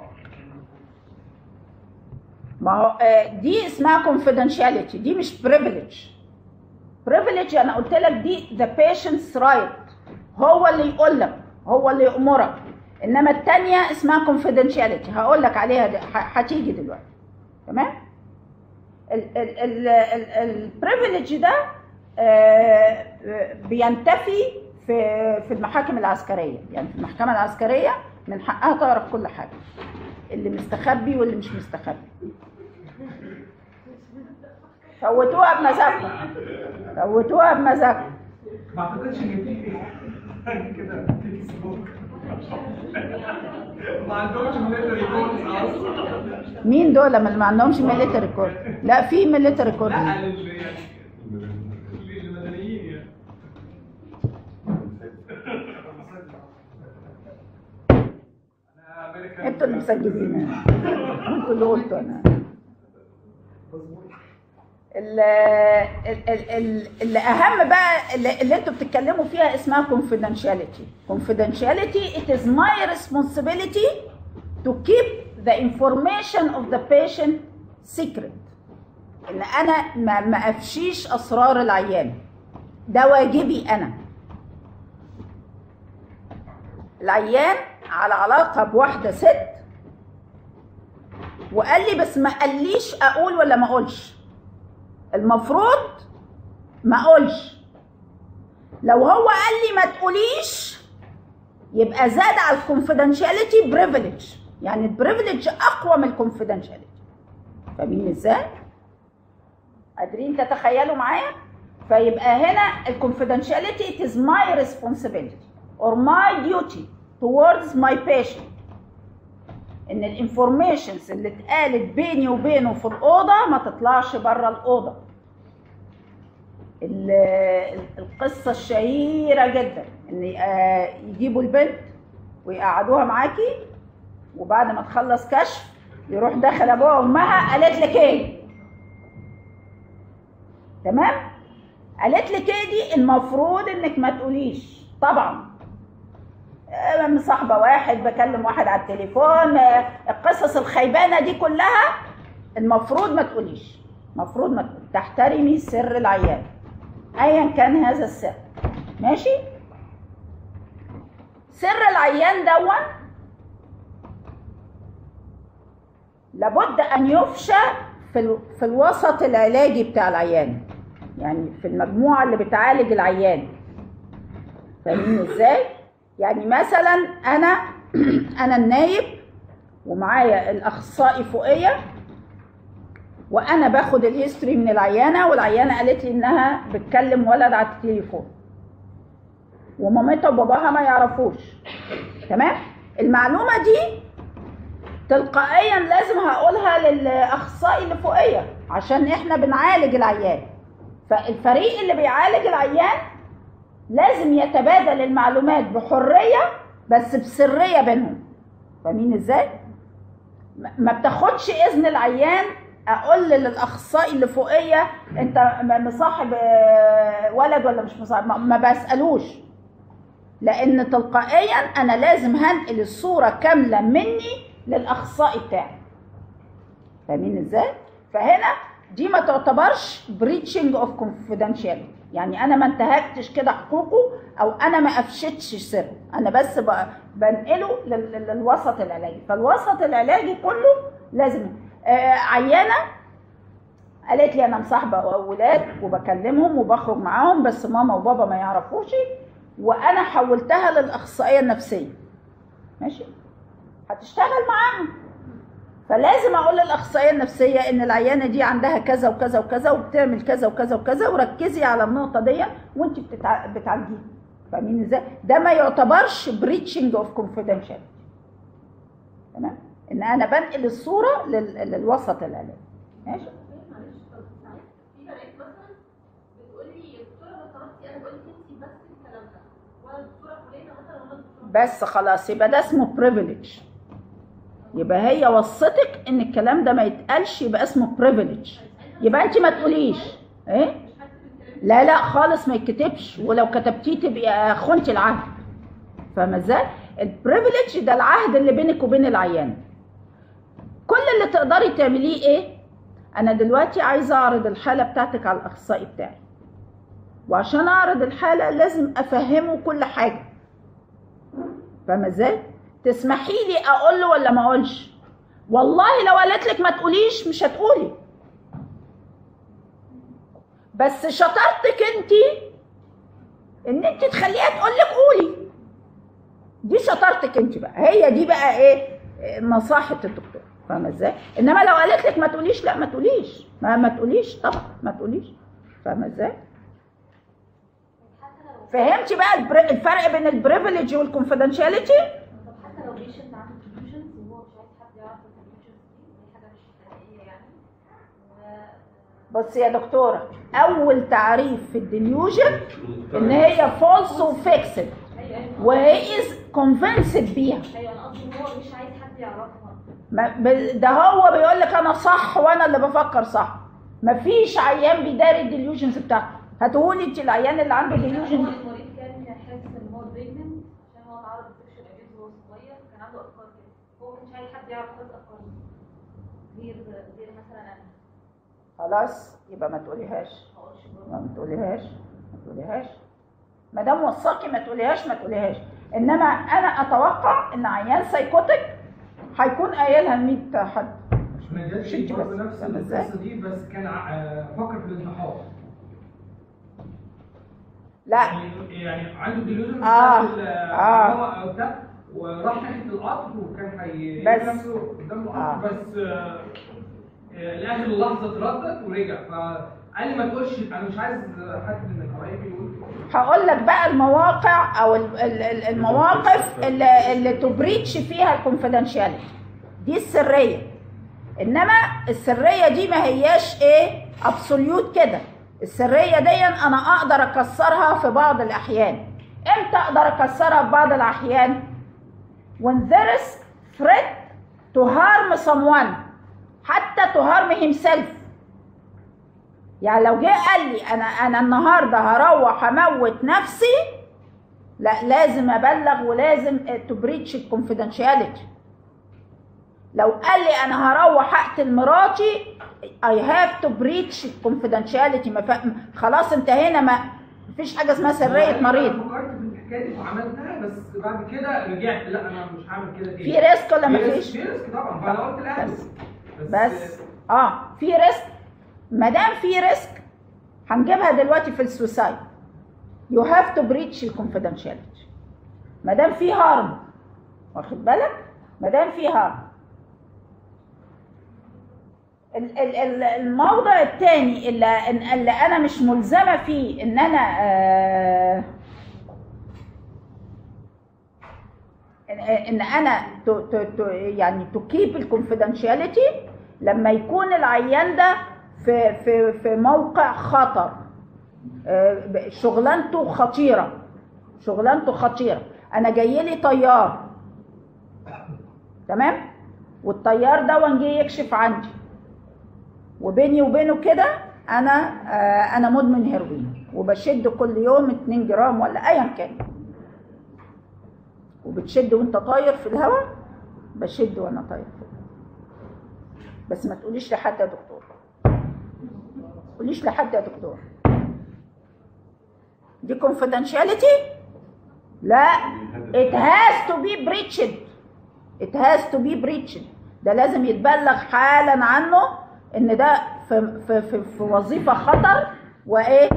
ما هو دي اسمها confidentiality، دي مش privilege. privilege انا قلت لك دي the patient's right، هو اللي يقول لك، هو اللي يأمرك. انما الثانيه اسمها confidentiality، هقول لك عليها هتيجي دلوقتي. تمام؟ البريفليج ده بينتفي في المحاكم العسكريه. يعني في المحكمه العسكريه من حقها تعرف كل حاجه، اللي مستخبي واللي مش مستخبي. فوتوها بمزاجكم، فوتوها بمزاجكم. ما اعتقدش ان في حاجه كده فيسبوك ما عندهمش ميليتري كورس اصلا. مين دول اللي ما عندهمش ميليتري كورس؟ لا في ميليتري كورس. لا للمدنيين يعني. انتوا اللي مسجلين، انتوا اللي قلتوا. انا اللي اهم بقى اللي انتوا بتتكلموا فيها اسمها confidentiality. confidentiality it is my responsibility to keep the information of the patient secret. ان انا ما افشيش اسرار العيان، ده واجبي انا. العيان على علاقه بواحده ست وقال لي بس ما قاليش اقول ولا ما اقولش، المفروض ما اقولش. لو هو قال لي ما تقوليش يبقى زاد على الكونفيدنشاليتي بريفليج، يعني البريفليج اقوى من الكونفيدنشاليتي. فاهمين ازاي؟ قادرين تتخيلوا معايا؟ فيبقى هنا الكونفيدنشاليتي it is my responsibility or my duty towards my patient. ان الانفورميشنز اللي اتقالت بيني وبينه في الاوضه ما تطلعش بره الاوضه. القصه الشهيره جدا ان يجيبوا البنت ويقعدوها معاكي وبعد ما تخلص كشف يروح داخل ابوها وامها قالت لك ايه؟ تمام؟ قالت لك ايه دي؟ المفروض انك ما تقوليش. طبعا مصاحبه واحد، بكلم واحد على التليفون، القصص الخيبانه دي كلها المفروض ما تقوليش. المفروض ما تقولي، تحترمي سر العيان ايا كان هذا السر. ماشي؟ سر العيان دون لابد ان يفشى في الوسط العلاجي بتاع العيان، يعني في المجموعه اللي بتعالج العيان. فاهمين ازاي؟ يعني مثلا انا النايب ومعايا الاخصائي فوقيه وانا باخد الهيستوري من العيانه، والعيانه قالت لي انها بتكلم ولد على التليفون ومامتها وباباها ما يعرفوش. تمام؟ المعلومه دي تلقائيا لازم هقولها للاخصائي اللي فوقيه عشان احنا بنعالج العيان. فالفريق اللي بيعالج العيان لازم يتبادل المعلومات بحريه بس بسريه بينهم. فاهمين ازاي؟ ما بتاخدش اذن العيان اقول للاخصائي اللي فوقيه انت مصاحب ولد ولا مش مصاحب، ما بسالوش، لان تلقائيا انا لازم هنقل الصوره كامله مني للاخصائي بتاعي. فاهمين ازاي؟ فهنا دي ما تعتبرش بريتشنج اوف كونفيدنشاليتي، يعني انا ما انتهكتش كده حقوقه او انا ما افشتش سره، انا بس بنقله للوسط العلاجي. فالوسط العلاجي كله لازم عيانه قالت لي انا مصاحبه اولاد وبكلمهم وبخرج معاهم بس ماما وبابا ما يعرفوش، وانا حولتها للاخصائيه النفسيه. ماشي؟ هتشتغل معاهم، فلازم اقول للاخصائيه النفسيه ان العيانه دي عندها كذا وكذا وكذا وبتعمل كذا وكذا وكذا وركزي على النقطه دي وانت بتعالجيها. فاهمين ازاي؟ ده ما يعتبرش بريتشنج اوف كونفيدنشاليتي. تمام؟ ان انا بنقل الصوره للوسط العلاجي. ماشي؟ معلش في بنات مثلا بتقول لي الدكتوره لو طلبتي انا بقول لك انت بس الكلام ده ولا الدكتوره فلانه مثلا ولا الدكتوره بس خلاص يبقى ده اسمه بريفيليج. يبقى هي وصتك ان الكلام ده ما يتقالش يبقى اسمه بريفيليج. يبقى انت ما تقوليش ايه؟ لا لا خالص ما يتكتبش، ولو كتبتيه تبقى خنتي العهد. فاهمه ازاي؟ البريفيليج ده العهد اللي بينك وبين العيان. كل اللي تقدري تعمليه ايه؟ انا دلوقتي عايزه اعرض الحاله بتاعتك على الاخصائي بتاعي، وعشان اعرض الحاله لازم افهمه كل حاجه. فاهمه ازاي؟ تسمحي لي اقول له ولا ما اقولش؟ والله لو قالت لك ما تقوليش مش هتقولي، بس شطارتك انت ان انت تخليها تقول لك قولي. دي شطارتك انت بقى، هي دي بقى ايه نصيحه الدكتور. فاهمه ازاي؟ انما لو قالت لك ما تقوليش لا ما تقوليش، ما تقوليش طبعا ما تقوليش. فاهمه ازاي؟ فهمتي بقى الفرق بين البريفيليج والكونفيدنشاليتي؟ طب حتى لو بيشنت عنده كونفيوجنز وهو مش عايز حد يعرف الكونفيوجنز دي حاجه مش حقيقيه يعني. بصي يا دكتوره، اول تعريف في الديليوجن ان هي فولس وفيكسد وهي از كونفينسد بيها. ايوه انا قصدي ان هو مش عايز حد يعرفها. ده هو بيقول لك انا صح وانا اللي بفكر صح. مفيش عيان بيداري الديليوجنز بتاعته. هتقولي انت العيان اللي عنده ديليوجن المريض كان حاسس ان هو بريجننت عشان هو اتعرض لسكشوال ابيوز وهو صغير، كان عنده افكار كده، هو ما كانش عايز حد حد يعرف خالص افكاري غير مثلا انا. خلاص يبقى ما تقوليهاش، ما اقولش ما تقوليهاش، ما تقوليهاش. ما دام وصاكي ما تقوليهاش، ما تقوليهاش. انما انا اتوقع ان عيان سايكوتك هيكون قايلها ل 100 حد. ما جاتش برضه نفس القصه دي، بس كان فكر في الانتحار. لا يعني عنده ديلوجن بتاع وراح ناحيه القطر وكان هيلاقي نفسه قدام القطر بس لاخر اللحظه اتردد ورجع. فقال لي ما تقولش، انا مش عايز حد من القرايب يقول. هقول لك بقى المواقع او المواقف اللي تبريتش فيها الكونفيدنشاليتي دي السريه. انما السريه دي ما هياش ايه ابسوليوت كده. السريه دي انا اقدر اكسرها في بعض الاحيان. امتى اقدر اكسرها في بعض الاحيان؟ when there is threat to harm someone حتى to harm himself. يعني لو جه قال لي انا النهارده هروح اموت نفسي، لا لازم ابلغ ولازم to breach الكونفيدنشاليتي. لو قال لي انا هروح اقتل مراتي I have to breach confidentiality. خلاص انتهينا، ما فيش حاجه اسمها سريه مريض. انا فكرت في الحكايه دي وعملتها، بس بعد كده رجعت لا انا مش هعمل كده تاني. في ريسك ولا ما فيش؟ في ريسك طبعا، فانا قلت لا بس في ريسك. ما دام في ريسك هنجيبها دلوقتي في السوسايد. you have to breach الكونفيدنشاليتي. ما دام في هارم، واخد بالك؟ ما دام في هارم. الموضع الثاني اللي انا مش ملزمه فيه ان انا ان انا يعني تو كيب الكونفيدنشاليتي لما يكون العيان ده في موقع خطر، شغلانته خطيره. انا جاي لي طيار، تمام، والطيار ده جه يكشف عندي، وبيني وبينه كده انا مدمن هيروين وبشد كل يوم 2 جرام ولا ايا كان، وبتشد وانت طاير في الهواء، بشد وانا طاير في الهواء. بس ما تقوليش لحد يا دكتور، ما تقوليش لحد يا دكتور. دي confidentiality؟ لا، it has to be breached. it has to be breached. ده لازم يتبلغ حالا عنه ان ده في وظيفه خطر، وايه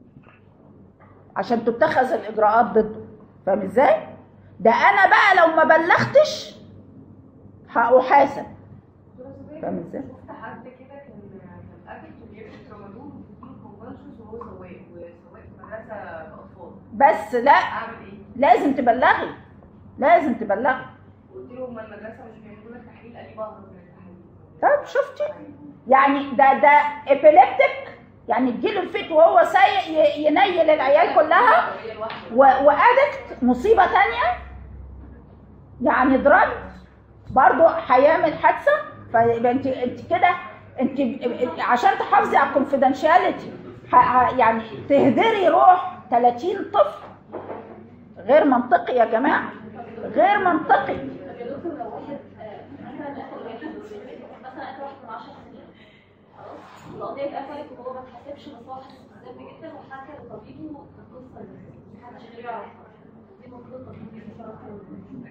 عشان تتخذ الاجراءات ضده. فاهم ازاي؟ ده انا بقى لو ما بلغتش هأحاسب. فاهم ازاي؟ شفت حد كده كان قابل في رمضان بيكون كونفنشنز وهو سواق في مدرسه اطفال. بس لا، اعمل ايه؟ لازم تبلغي، لازم تبلغي. قلت له ما المدرسه مش بيعملوا لك تحليل، قال لي بهرب من التحليل. طب شفتي؟ يعني ده ابيليبتيك، يعني تجيله الفيت وهو سايق ينيل العيال كلها، وادكت مصيبه ثانيه، يعني دراج برضه هيعمل حادثه. فيبقى انت كده انت عشان تحافظي على الكونفيدنشاليتي يعني تهدري روح 30 طفل. غير منطقي يا جماعه، غير منطقي. طب يا دكتور، لو واحد مثلا قتل واحد مثلا قتل واحد من 10 سنين، خلاص القضيه اتقفلت وهو ما اتحاسبش، بس هو حاسس بالذنب جدا وحكى لطبيبه القصه دي محدش غيره يعرفها. دي المفروض الطبيب يتصرف فيها.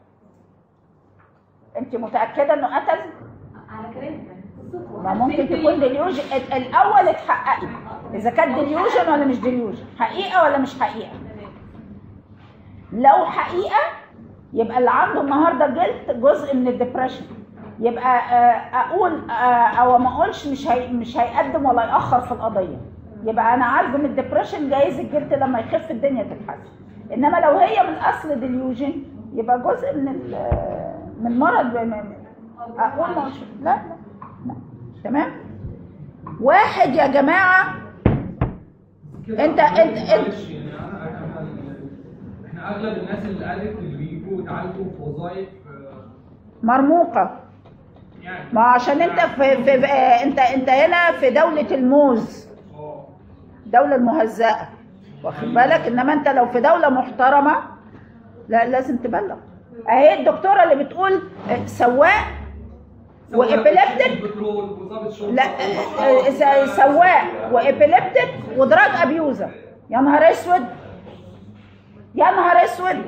انت متاكده انه قتل؟ على كلامك ما ممكن تكون ديليوجن. الاول اتحققي اذا كانت ديليوجن ولا مش ديليوجن، حقيقه ولا مش حقيقه. لو حقيقه يبقى اللي عنده النهارده جلد جزء من الدبريشن، يبقى اقول او ما اقولش مش هيقدم ولا ياخر في القضيه، يبقى انا عالجه من الدبريشن، جايز الجلد لما يخف الدنيا تتحسن. انما لو هي من الاصل ديليوجن يبقى جزء من مرض. اقول ما لا تمام. واحد يا جماعه، انت احنا اغلب الناس اللي قالت اللي بيجوا يتعالجوا في وظائف مرموقه، يعني ما عشان انت انت هنا في دوله الموز، دوله المهزأه، واخد بالك؟ انما انت لو في دوله محترمه لا لازم تبلغ. اهي الدكتوره اللي بتقول سواق وابيليبتيك، لا سواق وابيليبتيك ودراج ابيوزر. يا نهار اسود، يا نهار اسود،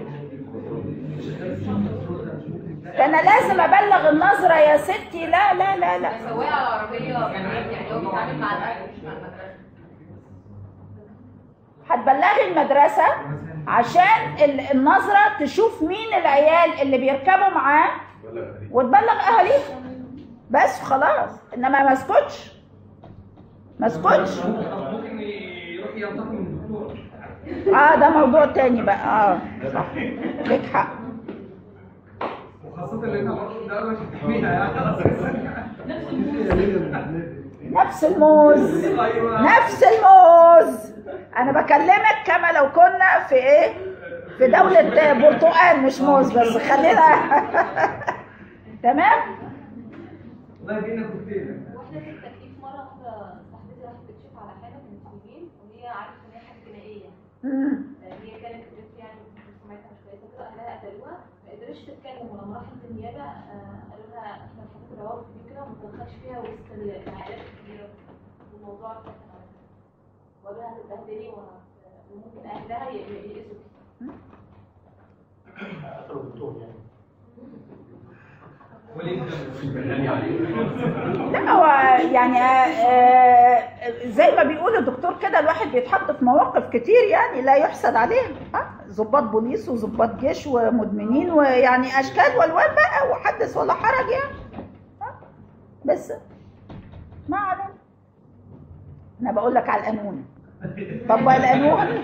ده انا لازم ابلغ النظره يا ستي. لا لا لا لا، سواق على عربيه يعني هو بيتعامل مع الاهل مش مع المدرسه. هتبلغي المدرسه عشان النظره تشوف مين العيال اللي بيركبوا معاه وتبلغ اهاليهم بس خلاص. انما ما اسكتش، ما اسكتش. ممكن يروح ينتقم من الدكتور. ده موضوع تاني بقى. صح، ليك حق. وخاصة اللي انت برضه ده مش هتحميها يعني. نفس الموز، نفس الموز. انا بكلمك كما لو كنا في ايه، في دولة برتقال مش موز، بس خلينا تمام. والله جينا كوكتيل. واحنا في التكليف مره واحده صاحبتي راحت تكشف على حاله في المسلمين، وهي عارفه ان هي حاجه جنائيه. هي كانت بنت يعني سمعتها مش كويسه كده، اهلها قتلوها، ما قدرتش تتكلم. ولما راحت النيابه قالوا لها احنا الحاجات العواطف دي كده ما تدخلش فيها وسط العائلات الكبيره، والموضوع اتفتح عليها. وقالوا لها هتتبهدلي وممكن اهلها يئسوا. قتلوا الدكتور يعني. لا هو يعني زي ما بيقول الدكتور كده، الواحد بيتحط في مواقف كتير يعني لا يحسد عليها. ضباط بوليس وضباط جيش ومدمنين ويعني اشكال والوان بقى، وحدث ولا حرج يعني. بس ما علينا، انا بقول لك على القانون. طبق القانون.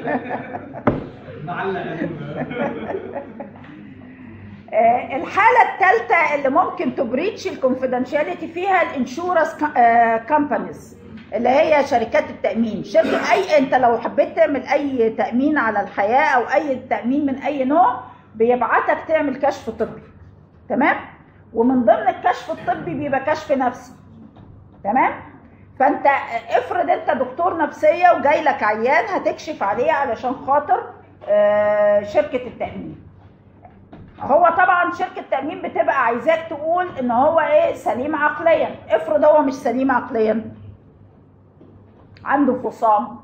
الحالة الثالثة اللي ممكن تبريتش الكونفيدنشاليتي فيها الانشورنس كامبانيز، اللي هي شركات التأمين. شركة انت لو حبيت تعمل اي تأمين على الحياة او اي تأمين من اي نوع، بيبعتك تعمل كشف طبي، تمام؟ ومن ضمن الكشف الطبي بيبقى كشف نفسي، تمام؟ فانت افرض انت دكتور نفسية وجاي لك عيان هتكشف عليه علشان خاطر شركة التأمين. هو طبعا شركة التأمين بتبقى عايزاك تقول ان هو ايه، سليم عقليا. افرض هو مش سليم عقليا، عنده فصام،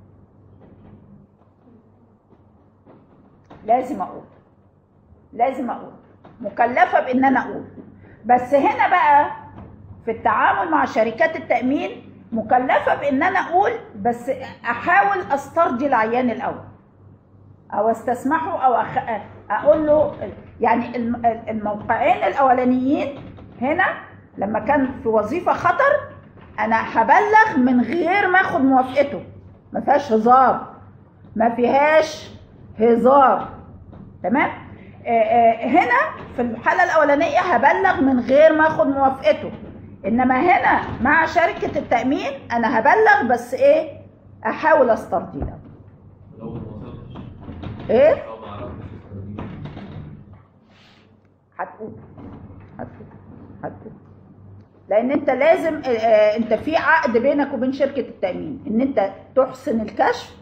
لازم اقول مكلفة بان انا اقول. بس هنا بقى في التعامل مع شركات التأمين مكلفة بان انا اقول، بس احاول استرضي العيان الاول او استسمحه او اقول له. يعني الموقعين الاولانيين هنا لما كان في وظيفة خطر انا هبلغ من غير ما اخد موافقته، ما فيهاش هزار، ما فيهاش هزار، تمام؟ هنا في الحالة الاولانية هبلغ من غير ما اخد موافقته. انما هنا مع شركة التأمين انا هبلغ بس ايه، احاول استرضي له. ايه؟ هتقول لان انت لازم انت في عقد بينك وبين شركة التأمين ان انت تحسن الكشف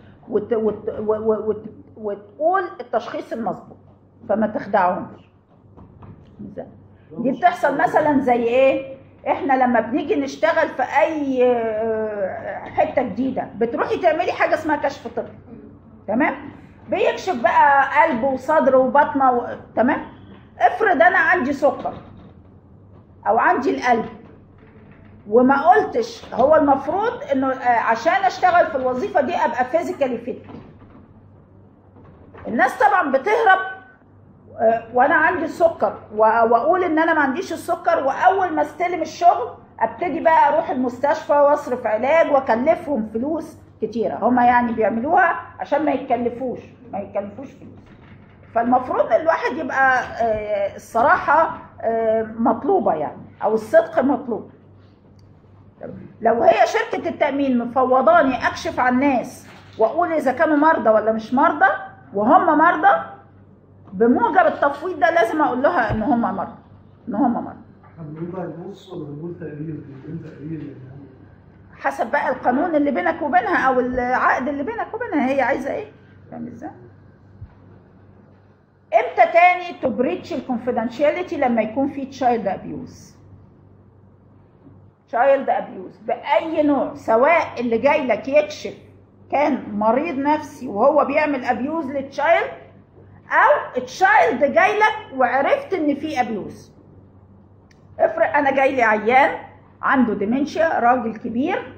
وتقول التشخيص المظبوط، فما تخدعهمش. دي بتحصل مثلا زي ايه، احنا لما بنيجي نشتغل في اي حتة جديدة بتروحي تعملي حاجة اسمها كشف طبي، تمام؟ بيكشف بقى قلب وصدر وبطنه تمام؟ افرض انا عندي سكر او عندي القلب وما قلتش، هو المفروض انه عشان اشتغل في الوظيفه دي ابقى فيزيكالي فيت. الناس طبعا بتهرب وانا عندي السكر واقول ان انا ما عنديش السكر، واول ما استلم الشغل ابتدي بقى اروح المستشفى واصرف علاج واكلفهم فلوس كتيره. هما يعني بيعملوها عشان ما يتكلفوش فلوس. فالمفروض الواحد يبقى الصراحه مطلوبه يعني، او الصدق مطلوب. لو هي شركه التامين مفوضاني اكشف عن الناس واقول اذا كانوا مرضى ولا مش مرضى، وهم مرضى، بموجب التفويض ده لازم اقول لها ان هم مرضى، احنا بنقول بقى نص ولا بنقول تقرير؟ حسب بقى القانون اللي بينك وبينها او العقد اللي بينك وبينها، هي عايزه ايه، فاهم ازاي؟ امتى تاني تو بريتش الكونفيدنشاليتي؟ لما يكون في تشايلد ابيوز. تشايلد ابيوز باي نوع، سواء اللي جاي لك يكشف كان مريض نفسي وهو بيعمل ابيوز للتشايلد، او التشايلد جاي لك وعرفت ان في ابيوز. افرض انا جاي لي عيان عنده ديمنشيا، راجل كبير،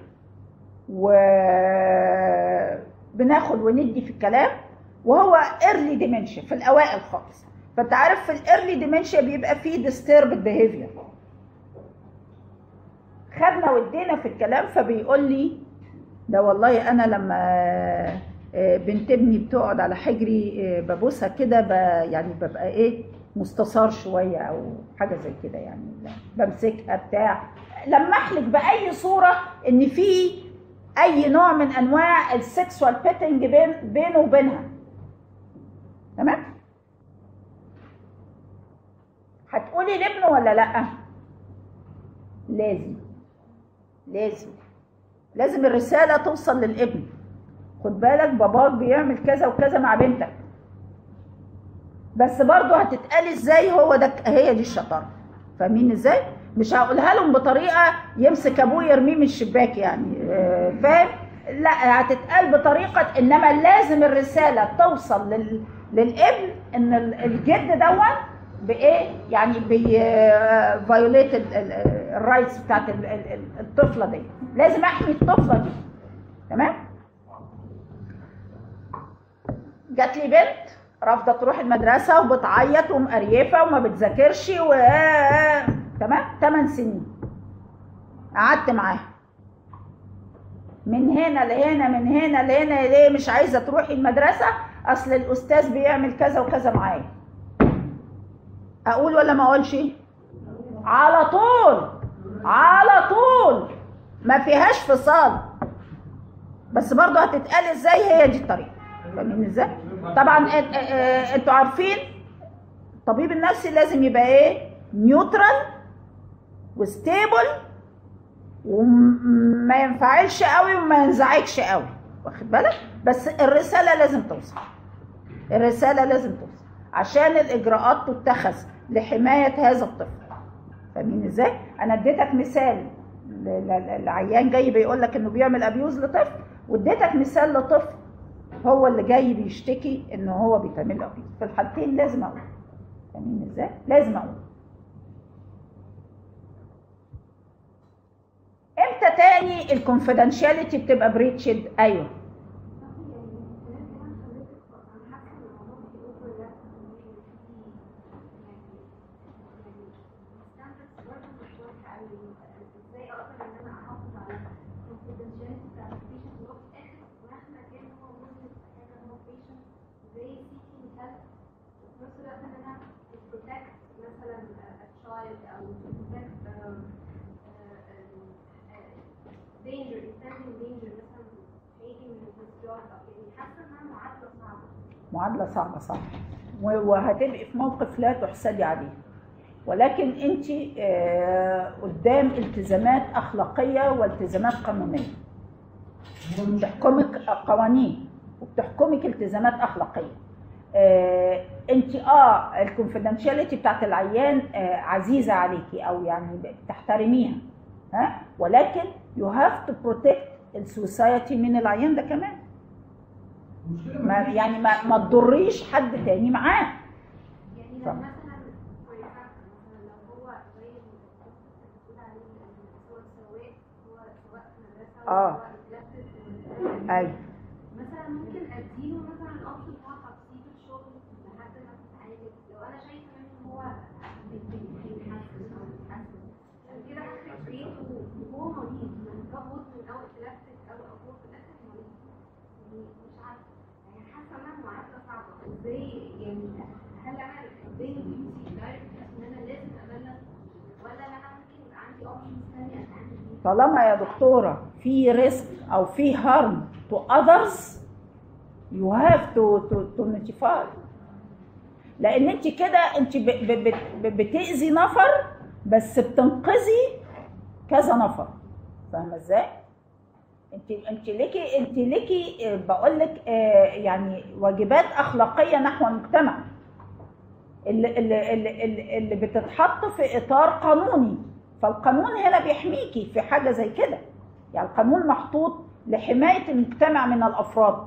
وبناخد وندي في الكلام، وهو ايرلي ديمنشيا في الاوائل خالص. فانت عارف في الايرلي ديمنشيا بيبقى فيه ديستربد بيهيفير. خدنا ودينا في الكلام، فبيقول لي ده والله انا لما بنت ابني بتقعد على حجري ببوسها كده يعني ببقى ايه مستثار شويه او حاجه زي كده، يعني بمسكها بتاع، لمح لك باي صوره ان في اي نوع من انواع السكسوال بيتنج بينه وبينها. تمام؟ هتقولي لابنه ولا لا؟ لازم الرساله توصل للابن. خد بالك باباك بيعمل كذا وكذا مع بنتك، بس برضه هتتقال ازاي؟ هو ده، هي دي الشطاره. فاهمين ازاي؟ مش هقولها لهم بطريقه يمسك ابوه يرميه من الشباك، يعني فاهم؟ لا، هتتقال بطريقه، انما لازم الرساله توصل للابن ان الجد دون بايه، يعني فايوليت الرايتس بتاعت الطفله دي. لازم احمي الطفله دي. تمام؟ جات لي بنت رافضه تروح المدرسه وبتعيط ومقريفه وما بتذاكرش تمام، 8 سنين قعدت معاها من هنا لهنا من هنا لهنا. ليه مش عايزه تروحي المدرسه؟ اصل الاستاذ بيعمل كذا وكذا معايا. اقول ولا ما اقولش؟ على طول ما فيهاش فصال. بس برضه هتتقال ازاي؟ هي دي الطريقه. فاهمين ازاي؟ طبعا انتوا عارفين الطبيب النفسي لازم يبقى ايه؟ نيوترال وستيبل، وما ينفعلش قوي وما ينزعجش قوي، واخد بالك؟ بس الرساله لازم توصل. عشان الاجراءات تتخذ لحمايه هذا الطفل. فاهمين ازاي؟ انا اديتك مثال العيان جاي بيقول لك انه بيعمل ابيوز لطفل، واديتك مثال لطفل هو اللي جاي بيشتكي انه هو بيتعمل له ابيوز. في الحالتين لازم اقول. فاهمين ازاي؟ لازم اقول. امتى تاني الكونفيدنشاليتي بتبقى بريتشد؟ ايوه. معادلة صعبة صح، وهتبقي في موقف لا تحسدي عليه، ولكن انت قدام التزامات اخلاقية والتزامات قانونية. بتحكمك قوانين وبتحكمك التزامات اخلاقية. انت الكونفيدنشاليتي بتاعت العيان عزيزة عليكي او يعني تحترميها، ولكن you have to protect السوسايتي من العيان ده كمان. ما تضريش حد تاني معاه. يعني لو مثلا لو هو زي ما بتقول عليه هو سواء في مدرسه ايوه مثلا ممكن اديله مثلا الاوبشن بتاع تبسيط الشغل لحد ما تتعالج. لو انا شايفه ان هو بيتحسن او بيتحسن كده هخرج بيته وهو مريض من ضغط من اول بلاستيك او هو في الاخر مريض. مش عارفه، يعني حاسه انها معادله صعبه. ازاي يعني هل انا ازاي نفسي دايركت ان انا لازم ابلغ، ولا انا ممكن يبقى عندي اوبشنز ثانيه اتعامل بيها؟ طالما يا دكتوره في ريسك او في هارم to others you have to notify. لان انت كده انت بتأذي نفر بس بتنقذي كذا نفر. فاهمه ازاي؟ انت ليكي بقول لك يعني واجبات اخلاقيه نحو المجتمع. اللي بتتحط في اطار قانوني. فالقانون هنا بيحميكي في حاجه زي كده، يعني القانون محطوط لحمايه المجتمع من الافراد.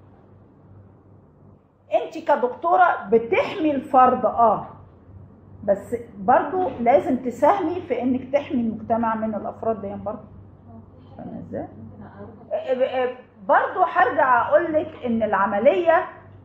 انت كدكتوره بتحمي الفرد بس برضو لازم تساهمي في انك تحمي المجتمع من الافراد دي برضو. فاهمه ازاي؟ برضو هرجع اقول لك ان العمليه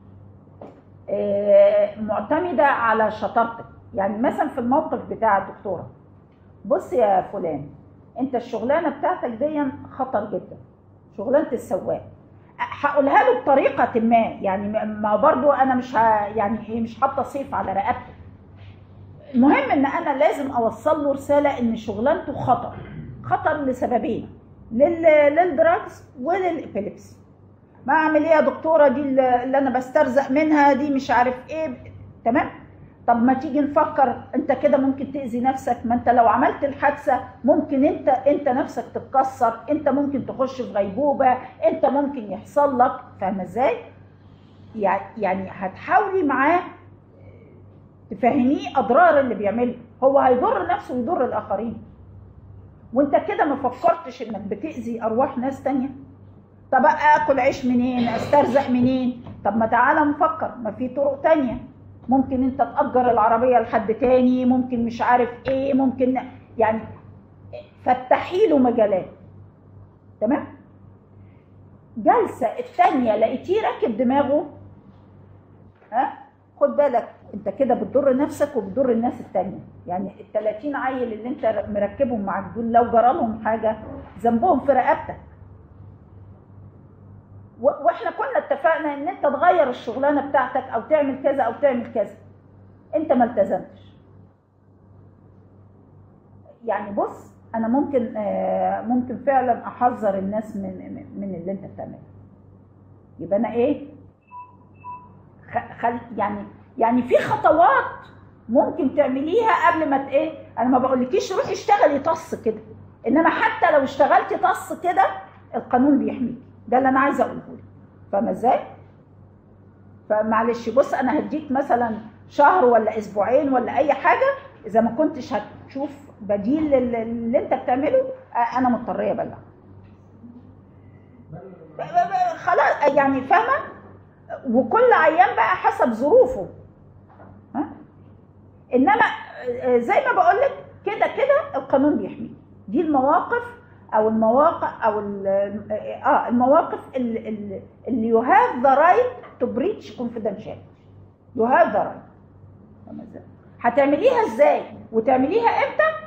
معتمده على شطارتك. يعني مثلا في الموقف بتاع الدكتوره، بص يا فلان، انت الشغلانه بتاعتك دي خطر جدا، شغلانه السواق. هقولها له بطريقه ما، يعني ما برضو انا مش يعني مش حاطه سيف على رقبته. المهم ان انا لازم اوصل له رساله ان شغلانته خطر لسببين، للدراجز وللابيليبسي. ما اعمل ايه يا دكتوره؟ دي اللي انا بسترزق منها دي مش عارف ايه. تمام؟ طب ما تيجي نفكر، انت كده ممكن تاذي نفسك. ما انت لو عملت الحادثه ممكن انت نفسك تتكسر، انت ممكن تخش في غيبوبه، انت ممكن يحصل لك. فاهمه ازاي؟ يعني هتحاولي معاه تفهميه اضرار اللي بيعمله، هو هيضر نفسه ويضر الاخرين، وانت كده ما فكرتش انك بتاذي ارواح ناس تانية. طب اكل عيش منين؟ استرزق منين؟ طب ما تعالى نفكر، ما في طرق تانية. ممكن انت تأجر العربية لحد تاني، ممكن مش عارف ايه، ممكن يعني فتحي له مجالات. تمام؟ جلسة التانية لقيتيه راكب دماغه، خد بالك انت كده بتضر نفسك وبتضر الناس التانية. يعني ال30 عيل اللي انت مركبهم معاك دول لو جرى لهم حاجة ذنبهم في رقبتك. واحنا كنا اتفقنا ان انت تغير الشغلانه بتاعتك او تعمل كذا او تعمل كذا، انت ما التزمتش. يعني بص، انا ممكن فعلا احذر الناس من اللي انت بتعمله. يبقى انا ايه؟ يعني في خطوات ممكن تعمليها قبل ما ايه. انا ما بقولكيش روحي اشتغلي طص كده، انما حتى لو اشتغلتي طص كده القانون بيحميكي. ده اللي انا عايزه اقوله لك. فاهمه ازاي؟ فمعلش بص، انا هديك مثلا شهر ولا اسبوعين ولا اي حاجه، اذا ما كنتش هتشوف بديل اللي انت بتعمله انا مضطريه ابلغ. خلاص يعني فاهمه؟ وكل عيان بقى حسب ظروفه. انما زي ما بقول لك كده القانون بيحميك. دي المواقف او المواقع او المواقف اللي you have the right to breach confidentiality. you have the right. هتعمليها ازاي وتعمليها امتى؟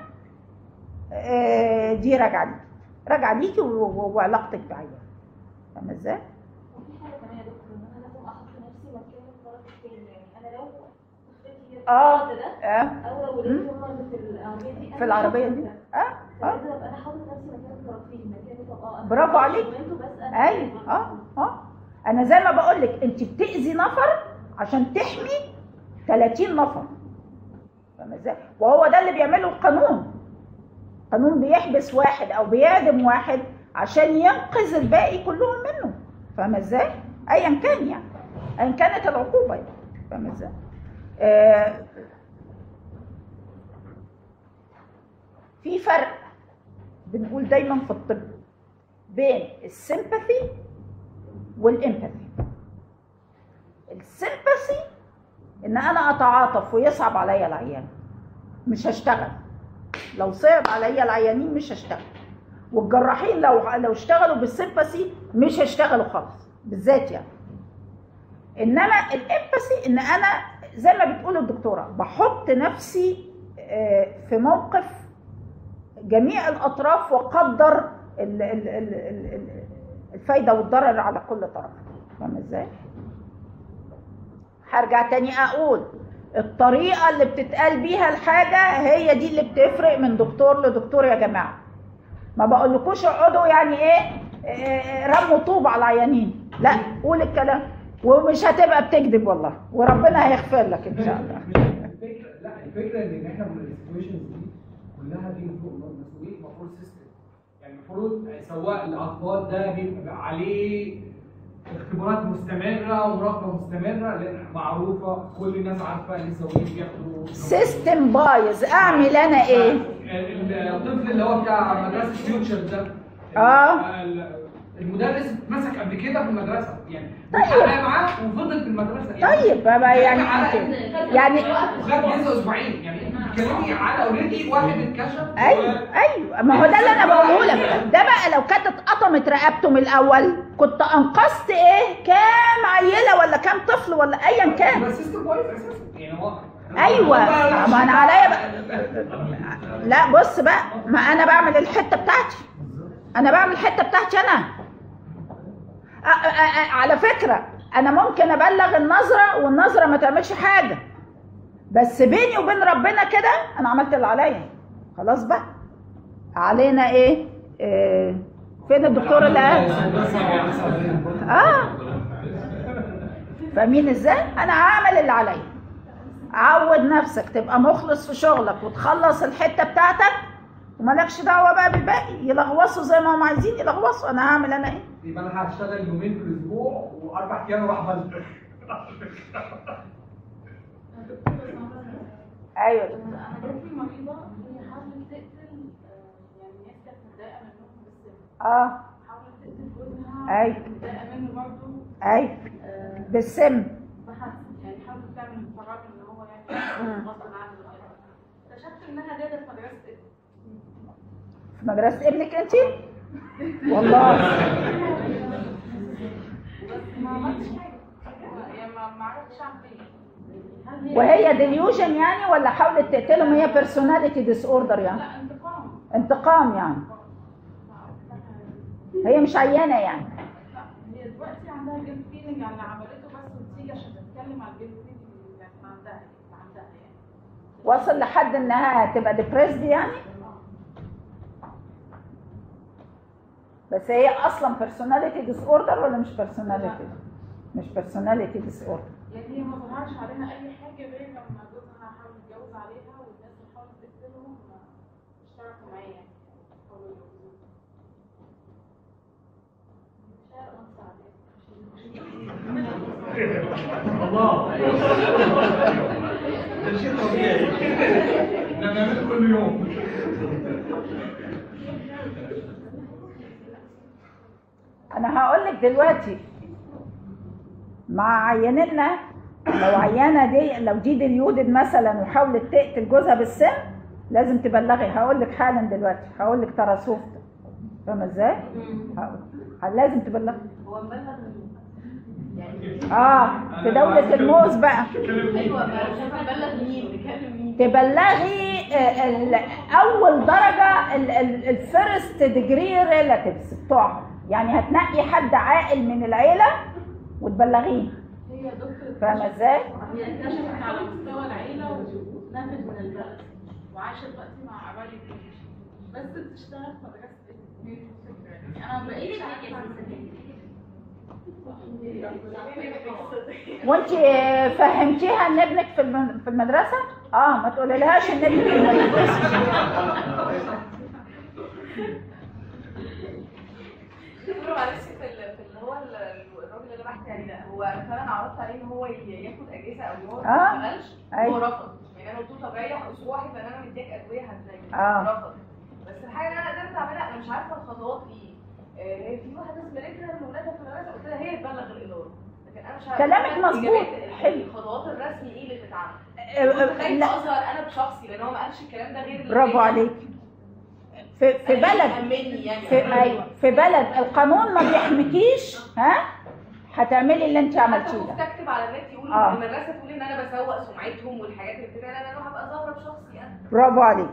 دي راجعه ليكي وعلاقتك بعيال. فاهمه ازاي؟ وفي حاجه كمان يا دكتور، ان انا لازم احط نفسي مكان الطرف الثاني. يعني انا لو او لو ولادي هم في العربيه دي لازم ابقى انا حاطط نفسي مكان الطرفين، مكان برافو عليك. ايوه انا زي ما بقول لك، انت بتاذي نفر عشان تحمي 30 نفر. فاهمه ازاي؟ وهو ده اللي بيعمله القانون. القانون بيحبس واحد او بيعدم واحد عشان ينقذ الباقي كلهم منه. فاهمه ازاي؟ ايا كان، يعني ايا كانت العقوبه. يعني فاهمه ازاي؟ في فرق بنقول دايما في الطب بين السيمباثي والامباثي. السيمباثي ان انا اتعاطف ويصعب عليا العيان، مش هشتغل. لو صعب عليا العيانين مش هشتغل. والجراحين لو اشتغلوا بالسيمباثي مش هيشتغلوا خالص بالذات يعني. انما الامباثي ان انا زي ما بتقول الدكتوره بحط نفسي في موقف جميع الاطراف واقدر الفايده والضرر على كل طرف. فاهمه ازاي؟ هرجع تاني اقول الطريقه اللي بتتقال بيها الحاجه هي دي اللي بتفرق من دكتور لدكتور يا جماعه. ما بقولكوش اقعدوا يعني ايه رموا طوب على العيانين، لا قول الكلام ومش هتبقى بتكذب والله، وربنا هيغفر لك ان شاء الله. الفكره ان احنا من السيتويشنز دي كلها دي مسؤوليه المفروض سيستم. يعني المفروض سواق الاطفال ده بيبقى عليه اختبارات مستمره ومراقبه مستمره لان معروفه كل الناس عارفه ان السواقين بياخدوا سيستم بايظ، اعمل انا ايه؟ الطفل اللي هو بتاع مدرسه فيوتشر ده المدرس اتمسك قبل كده في المدرسه يعني طيب معاه وفضل في المدرسه طيب بقى يعني وخد جزء اسبوعين يعني بتتكلمي على اوريدي واحد اتكشف. ايوه ما هو ده اللي انا بقوله لك. ده بقى لو كانت اتقطمت رقبته من الاول كنت انقذت ايه؟ كام عيله ولا كام طفل ولا ايا كان. بس سيستم كويس اساسا يعني هو ايوه ما انا عليا بقى. لا بص بقى، ما انا بعمل الحته بتاعتي، انا بعمل الحته بتاعتي انا. على فكره انا ممكن ابلغ النظره والنظره ما تعملش حاجه، بس بيني وبين ربنا كده انا عملت اللي عليا. خلاص بقى علينا ايه؟ فين الدكتور اللي قال؟ فاهمين ازاي؟ انا هعمل اللي عليا. عود نفسك تبقى مخلص في شغلك وتخلص الحته بتاعتك ومالكش دعوه بقى بالباقي. يلغوصوا زي ما هم عايزين يلغوصوا، انا هعمل انا ايه؟ يبقى انا هشتغل يومين في الاسبوع واربع ايام اروح بلد. ايوه انا جات لي مريضه هي حاولت تقتل، يعني الناس كانت متضايقه منهم بالسم. حاولت تقتل جوزها. ايوه متضايقه منه برضه. ايوه بالسم. يعني حاولت تعمل قرار ان هو يعني غصب عنه وكده. اكتشفت انها داده في مدرسه ابني. في مدرسه ابنك انت؟ والله بس ما عملتش حاجه يعني ما عرفتش اعمل ايه. وهي ديليوجن يعني ولا حاولت تقتلهم؟ هي بيرسوناليتي ديس اوردر يعني؟ لا انتقام. انتقام يعني؟ هي مش عيانه يعني؟ لا هي دلوقتي عندها جيلت فيلينج على اللي عملته، بس بتيجي عشان تتكلم على الجيلت فيلينج اللي كانت عندها يعني. وصل لحد انها تبقى ديبريسد يعني؟ بس هي اصلا بيرسوناليتي ديس اوردر ولا مش بيرسوناليتي؟ مش بيرسوناليتي ديس اوردر. يعني هي ما ظهرش علينا اي حاجه غير لما جوزها حاول يتجوز عليها والناس اللي حاولت تقتلهم اشتركوا معايا يعني. الله ده شيء طبيعي ده بنعمله كل يوم. انا هقول لك دلوقتي مع عياننا، لو عيانه دي لو دي ديليودد مثلا وحاولت تقتل جوزها بالسم لازم تبلغي. هقول لك حالا دلوقتي، هقول لك تراسوف، فاهمه ازاي؟ لازم تبلغي. هو مبلغ يعني في دولة الموز بقى. ايوه مش هنبلغ مين؟ نكلم مين؟ تبلغي اول درجة الفيرست ديجري ريلاتيفز بتوعهم، يعني هتنقي حد عاقل من العيلة وتبلغيه. هي دكتور فاهمة ازاي؟ هي اكتشفت على مستوى العيله واتنفت من البلد وعاشت دلوقتي مع قرايب بس بتشتغل في مدرسه ابني. انا بقيت وانت فهمتيها ان ابنك في المدرسه؟ ما تقوليلهاش ان ابنك في المدرسه. معلش في اللي هو الراجل اللي بحكي عليه ده، هو فعلا عرضت عليه ان هو ياخد اجازه او ان هو ما يشتغلش. هو رفض. يعني انا قلت له طب ريح اسبوع واحد لان انا مديك ادويه هتلاقي. رفض. بس الحاجه اللي انا قدرت اعملها انا مش عارفه الخطوات ايه. هي في واحده زميلتها اللي ولادها في المدرسه قلت لها هي تبلغ الاداره، لكن انا مش عارفه كلامك مظبوط. حلو. الخطوات الرسمي ايه اللي بتتعمل. خايفه اظهر انا بشخصي لان هو ما قالش الكلام ده غير برافو عليك. في بلد يعني في بلد القانون ما بيحميكيش هتعملي اللي انت عملتيه ده. تكتب على النت يقولوا المدرسه تقول ان انا بسوق سمعتهم والحاجات اللي كده، انا هبقى ظاهره بشخصي انا. برافو عليك.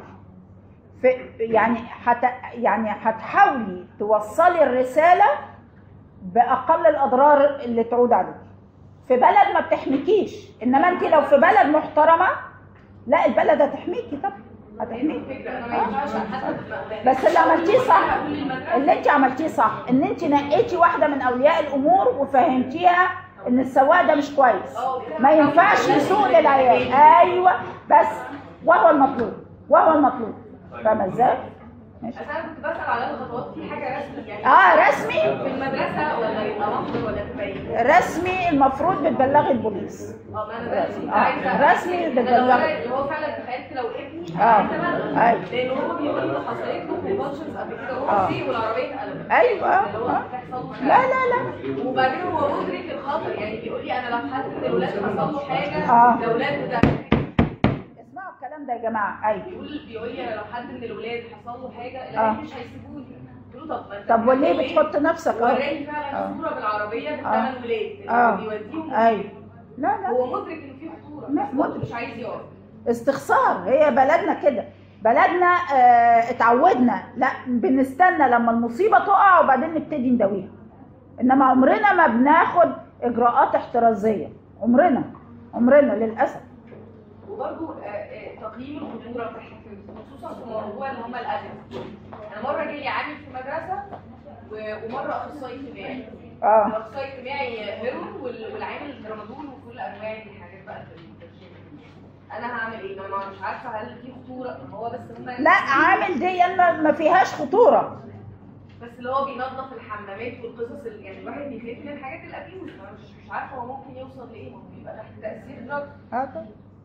يعني هتحاولي توصلي الرساله باقل الاضرار اللي تعود عليك. في بلد ما بتحميكيش، انما انت لو في بلد محترمه لا البلد هتحميكي طبعا. هتحميكي. بس اللي عملتيه صح، اللي انت عملتيه صح ان انت نقيتي واحده من اولياء الامور وفهمتيها ان السواق ده مش كويس، ما ينفعش يسوق للعيال. ايوه بس وهو المطلوب. فاهمه ازاي؟ ماشي. انا كنت بسال على الخطوات في حاجه رسمي يعني. رسمي في المدرسه ولا يبقى مصدر ولا تبقى رسمي المفروض بتبلغي البوليس. ما انا ده اللي كنت عايزه رسمي بتبلغي. اللي هو فعلا تخيلت لو ابني ايوه لان هو بيقول لي حصلت له كونفشنز قبل كده وهو فيه والعربيه اتقلبت. ايوه اللي هو بتحصل له لا لا لا. وبعدين هو مدرك الخطر، يعني بيقول لي انا لو حد من الاولاد حصل له حاجه الاولاد ده اسمعوا الكلام ده يا جماعه. ايوه بيقول لي انا لو حد من الاولاد حصل له حاجه الاهل مش هيسيبوني. قلت له طب وليه بتحط نفسك؟ وراني فعلا صوره بالعربيه بالثمان ولاد اللي بيوديهم. ايوه لا لا هو مدرك ان في خطوره مش عايز يقف. استخسار. هي بلدنا كده، بلدنا اتعودنا لا بنستنى لما المصيبه تقع وبعدين نبتدي نداويها، انما عمرنا ما بناخد اجراءات احترازيه. عمرنا للاسف. وبرضه تقييم الخطوره خصوصا في موضوع اللي هم الادب. انا مره جالي عامل في مدرسه ومره اخصائي اجتماعي. الاخصائي الاجتماعي هيرون والعامل درامادول وكل انواع الحاجات بقى انا هعمل ايه؟ انا مش عارفه هل في خطوره. هو بس هم لا عامل دي ما فيهاش خطوره، بس اللي هو بينظف الحمامات والقصص اللي يعني الواحد بيخاف من الحاجات الابيوز. انا مش عارفه هو ممكن يوصل لايه. هو بيبقى تحت تاثير دراج.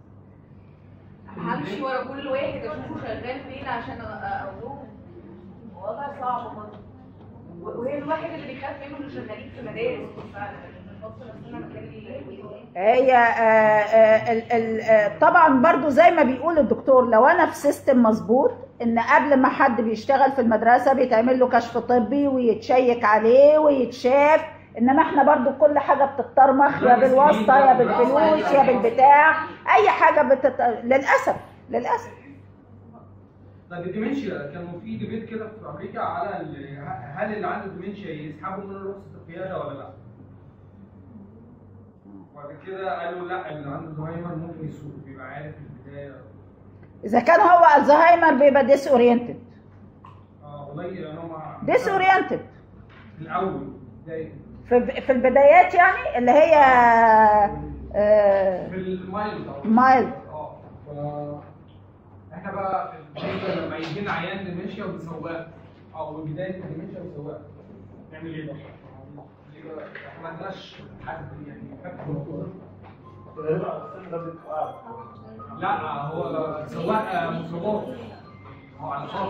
همشي ورا كل واحد اشوفه شغال فين عشان اقول له وضع صعب برضه. وهي الواحد اللي بيخاف منه اللي شغالين في مدارس فعلا هي طبعا برضو زي ما بيقول الدكتور، لو انا في سيستم مظبوط ان قبل ما حد بيشتغل في المدرسه بيتعمل له كشف طبي ويتشيك عليه ويتشاف، انما احنا برضو كل حاجه بتتطرمخ يا بالواسطه يا بالفلوس يا بالبتاع، اي حاجه للاسف. طب الديمنشيا كانوا في ديبيت كده في امريكا على هل اللي عنده ديمنشيا يسحبوا منه رخصه القياده ولا لا؟ وبعد كده قالوا لا، اللي عنده زهايمر ممكن يسوق، بيبقى عارف في البدايه. اذا كان هو الزهايمر بيبقى ديس اورينتد. والله انا ما ديس اورينتد الاول في البدايات يعني اللي هي في المايلد احنا بقى لما يجي لنا عيان ديمنشيا وبيسوق او بدايه الديمنشيا وسواق نعمل ايه بقى؟ احنا ما عندناش حد يعني فاكر. لا هو سواق ميكروباص، هو على خاص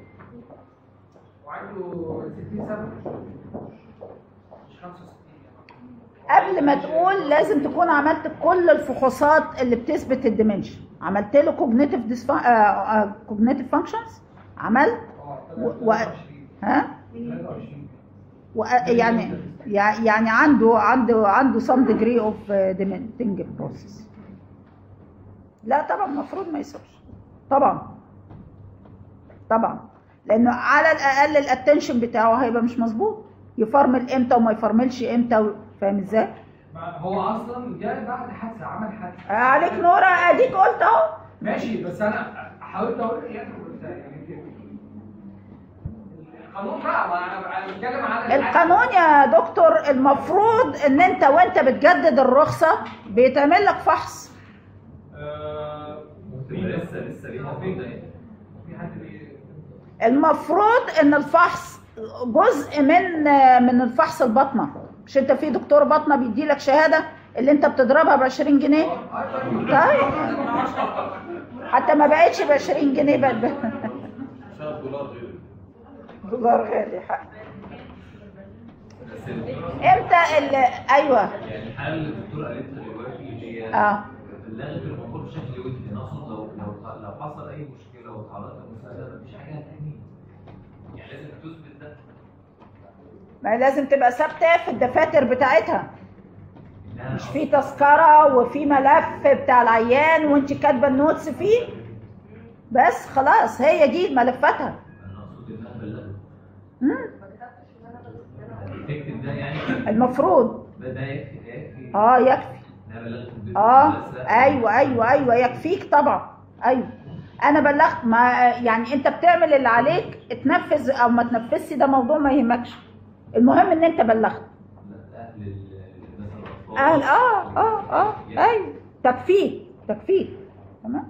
وعنده 60 سنه مش 65. قبل ما تقول لازم تكون عملت كل الفحوصات اللي بتثبت الديمنشيا. عملت له كوجنيتيف فانكشنز عملت يعني عنده some degree of dementing process. لا طبعا المفروض ما يصيرش طبعا لانه على الاقل الاتنشن بتاعه هيبقى مش مظبوط، يفرمل امتى وما يفرملش امتى، فاهم ازاي؟ هو اصلا جاي بعد حادثه، عمل حادثه عليك نورة، اديك قلت اهو ماشي. بس انا حاولت اقول يعني القانون بقى، ما انا بتكلم على القانون يا دكتور. المفروض ان انت وانت بتجدد الرخصه بيتعمل لك فحص. لسه المفروض ان الفحص جزء من الفحص البطنه. مش انت في دكتور بطنه بيدي لك شهاده اللي انت بتضربها ب 20 جنيه؟ طيب حتى ما بقتش ب 20 جنيه بقت دولار غالي حق. امتى ايوه يعني حال الدكتور قالت دلوقتي هي بلغت الموضوع بشكل ودي. نقصد لو حصل اي مشكله واتعرضت للمساعده مفيش حاجه هتحميها، يعني لازم تثبت ده. ما لازم تبقى ثابته في الدفاتر بتاعتها، مش في تذكره وفي ملف بتاع العيان وانت كاتبه النوتس فيه بس خلاص، هي دي ملفاتها. انا اقصد انها بلغت تكتب ده يعني المفروض ده يكفي. يكفي. ايوه يكفيك طبعا. ايوه انا بلغت، ما يعني انت بتعمل اللي عليك، تنفذ او ما تنفذش ده موضوع ما يهمكش، المهم ان انت بلغت. اهل ايوه تكفيك تمام.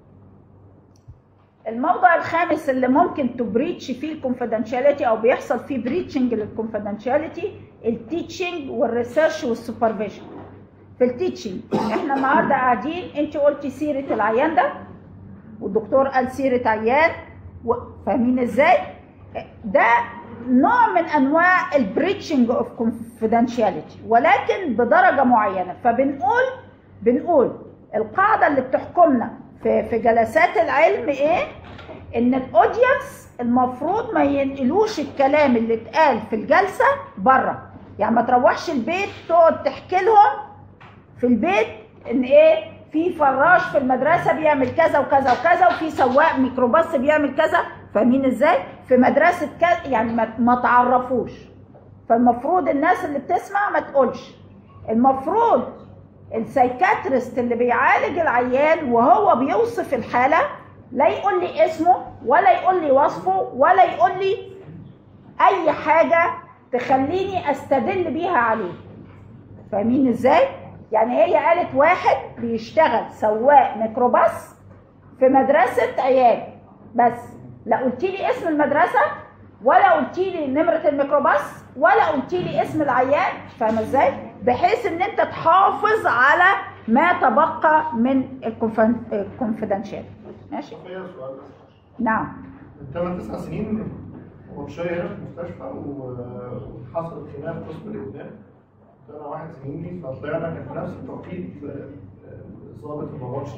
الموضوع الخامس اللي ممكن تبريتش فيه الكونفيدنشاليتي او بيحصل فيه بريتشنج للكونفيدنشاليتي التيتشنج والريسيرش والسوبرفيجن. في التيتشنج احنا النهارده قاعدين، انت قلتي سيره العيان ده والدكتور قال سيره عيان، فاهمين ازاي؟ ده نوع من انواع البريتشنج اوف كونفيدنشاليتي، ولكن بدرجه معينه. بنقول القاعده اللي بتحكمنا في جلسات العلم ايه؟ ان الاودينس المفروض ما ينقلوش الكلام اللي اتقال في الجلسه بره. يعني ما تروحش البيت تقعد تحكي لهم في البيت ان ايه، في فراش في المدرسه بيعمل كذا وكذا وكذا، وفي سواق ميكروباص بيعمل كذا، فاهمين ازاي؟ في مدرسه كذا، يعني ما تعرفوش. فالمفروض الناس اللي بتسمع ما تقولش. المفروض السايكاتريست اللي بيعالج العيان وهو بيوصف الحاله لا يقول لي اسمه ولا يقول لي وصفه ولا يقول لي اي حاجه تخليني استدل بيها عليه. فاهمين ازاي؟ يعني هي قالت واحد بيشتغل سواق ميكروباص في مدرسه عيال، بس لا قلتي لي اسم المدرسه ولا قلتي لي نمره الميكروباص ولا قلتي لي اسم العيان. فاهمه ازاي؟ بحيث ان انت تحافظ على ما تبقى من الكونفيدنشال. ماشي؟ نعم. من 8-9 سنين وبشويه هنا في المستشفى وحصل خلاف قسم الابناء. انا واحد زميلي فطلعنا كان في نفس التوقيت ضابط البوابشي.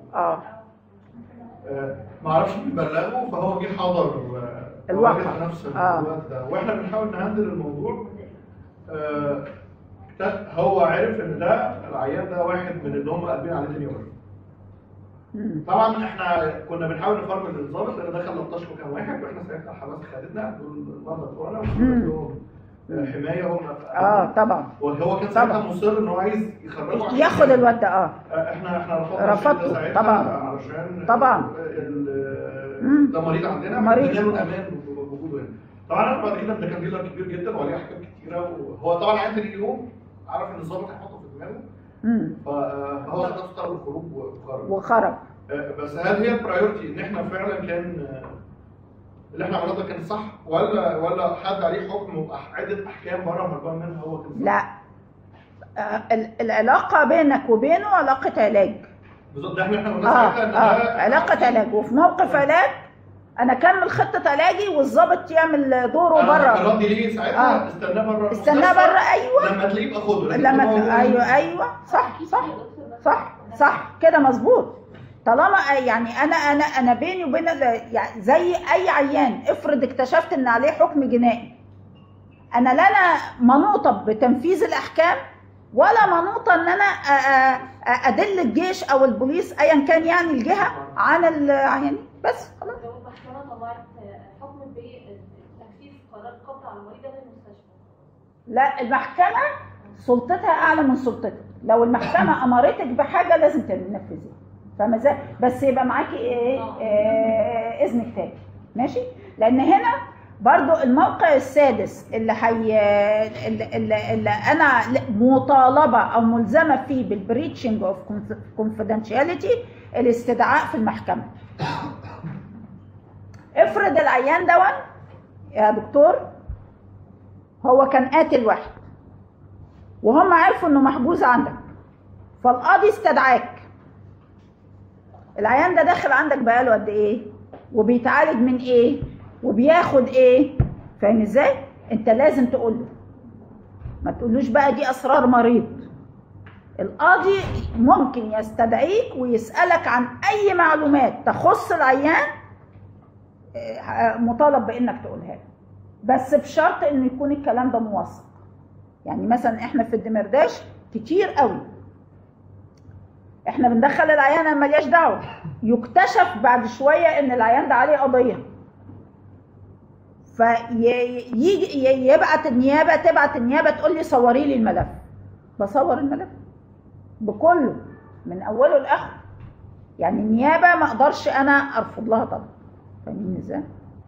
ما اعرفش مين بلغه، فهو جه حاضر الوقت في نفس الوقت ده، واحنا بنحاول نهندل الموضوع. هو عرف ان ده العيان ده واحد من اللي هم قلبين عليه تاني يوم. طبعا احنا كنا بنحاول نفرمل الضابط لان دخل 13 كان واحد، واحنا ساعتها حماس خدتنا دول المرضى بتوعنا وكلهم حمايه هم. طبعا. وهو كان ساعتها مصر ان هو عايز يخرجه ياخد الواد ده. احنا رفضته طبعا علشان طبعا ده مريض عندنا، مريض له الامان بوجوده هنا. طبعا انا بعد كده ده كان ديلر كبير جدا وعليه احكام كتيره، وهو طبعا عايز تاني يوم عرف ان الضابط هيحطه في دماغه، فهو خد نفسه طلب الخروج وخرج. بس هل هي البرايورتي ان احنا فعلا كان اللي احنا عملناه ده كان صح ولا حد عليه حكم عده احكام بره مرجان منها هو كان صح؟ لا، العلاقه بينك وبينه علاقه علاج بالظبط. ده احنا قلنا ساعتها ان ده علاقه علاج، وفي موقف علاج انا اكمل خطه علاجي والظابط يعمل دوره بره. انا ردي ليه ساعتها؟ استناه بره ايوه لما تلاقيه يبقى خده. ايوه صح كده مظبوط. طالما يعني انا بيني وبين يعني زي اي عيان، افرض اكتشفت ان عليه حكم جنائي، انا لا منوطه بتنفيذ الاحكام ولا منوطه ان انا ادل الجيش او البوليس ايا كان يعني الجهه عن العيان. بس خلاص. لو المحكمه طلعت حكم بتنفيذ قرار قبض على المريض من المستشفى، لا، المحكمه سلطتها اعلى من سلطتك. لو المحكمه امرتك بحاجه لازم تنفذيها. فاهمه ازاي؟ بس يبقى معاكي اذن كتابي. ماشي؟ لان هنا برضو الموقع السادس اللي انا مطالبه او ملزمه فيه بالبريتشنج اوف كونفيدنشاليتي، الاستدعاء في المحكمه. افرض العيان دون يا دكتور هو كان قاتل واحد وهم عرفوا انه محجوز عندك، فالقاضي استدعاك. العيان ده داخل عندك بقاله قد ايه؟ وبيتعالج من ايه؟ وبياخد ايه؟ فاهم ازاي؟ انت لازم تقول له، ما تقولوش بقى دي اسرار مريض. القاضي ممكن يستدعيك ويسألك عن اي معلومات تخص العيان، مطالب بانك تقولها له، بس بشرط انه يكون الكلام ده موثق. يعني مثلا احنا في الدمرداش كتير قوي احنا بندخل العيان مالياش دعوه، يكتشف بعد شويه ان العيان ده عليه قضيه، فيجي يبعت النيابه، تبعت النيابه تقول لي صوري لي الملف، بصور الملف بكله من اوله لاخره. يعني النيابه ما اقدرش انا ارفض لها طبعا. فاهمين ازاي؟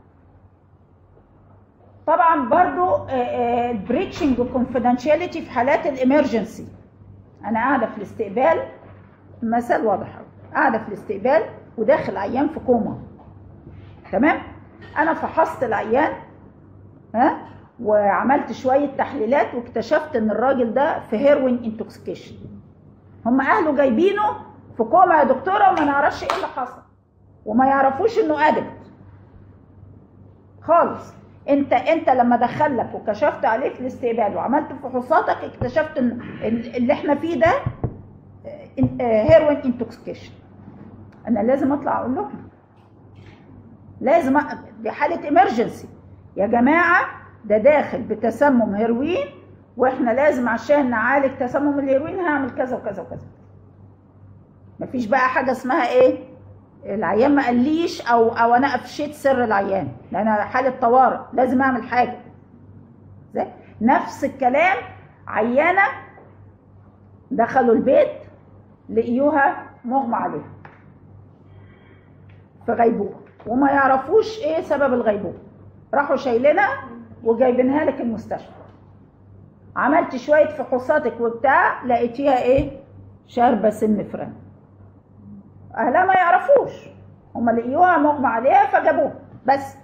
طبعا برضو البريتشنج كونفيدنشاليتي في حالات الامرجنسي. انا قاعده في الاستقبال، مثال واضح قوي، قاعده في الاستقبال وداخل عيان في كوما، تمام؟ انا فحصت العيان وعملت شويه تحليلات واكتشفت ان الراجل ده في هيروين انتوكسيكيشن. هم اهله جايبينه في كوما يا دكتوره وما نعرفش ايه اللي حصل وما يعرفوش انه ادكت خالص. انت لما دخلك وكشفت عليه في الاستقبال وعملت فحوصاتك اكتشفت ان اللي احنا فيه ده هيروين انتوكسيكيشن. انا لازم اطلع اقول لهم، لازم دي حاله امرجنسي يا جماعه، ده داخل بتسمم هيروين واحنا لازم عشان نعالج تسمم الهيروين هعمل كذا وكذا وكذا. مفيش بقى حاجه اسمها ايه العيان ما قاليش او انا افشيت سر العيان، لان انا حاله طوارئ لازم اعمل حاجه. زي نفس الكلام، عيانه دخلوا البيت لقيوها مغمى عليها في غيبوبه وما يعرفوش ايه سبب الغيبوبه، راحوا شايلينها وجايبينها لك المستشفى. عملت شويه فحوصاتك وبتاع لقيتيها ايه شاربه سم فران. اهلها ما يعرفوش، هم لقيوها مغمى عليها فجابوها. بس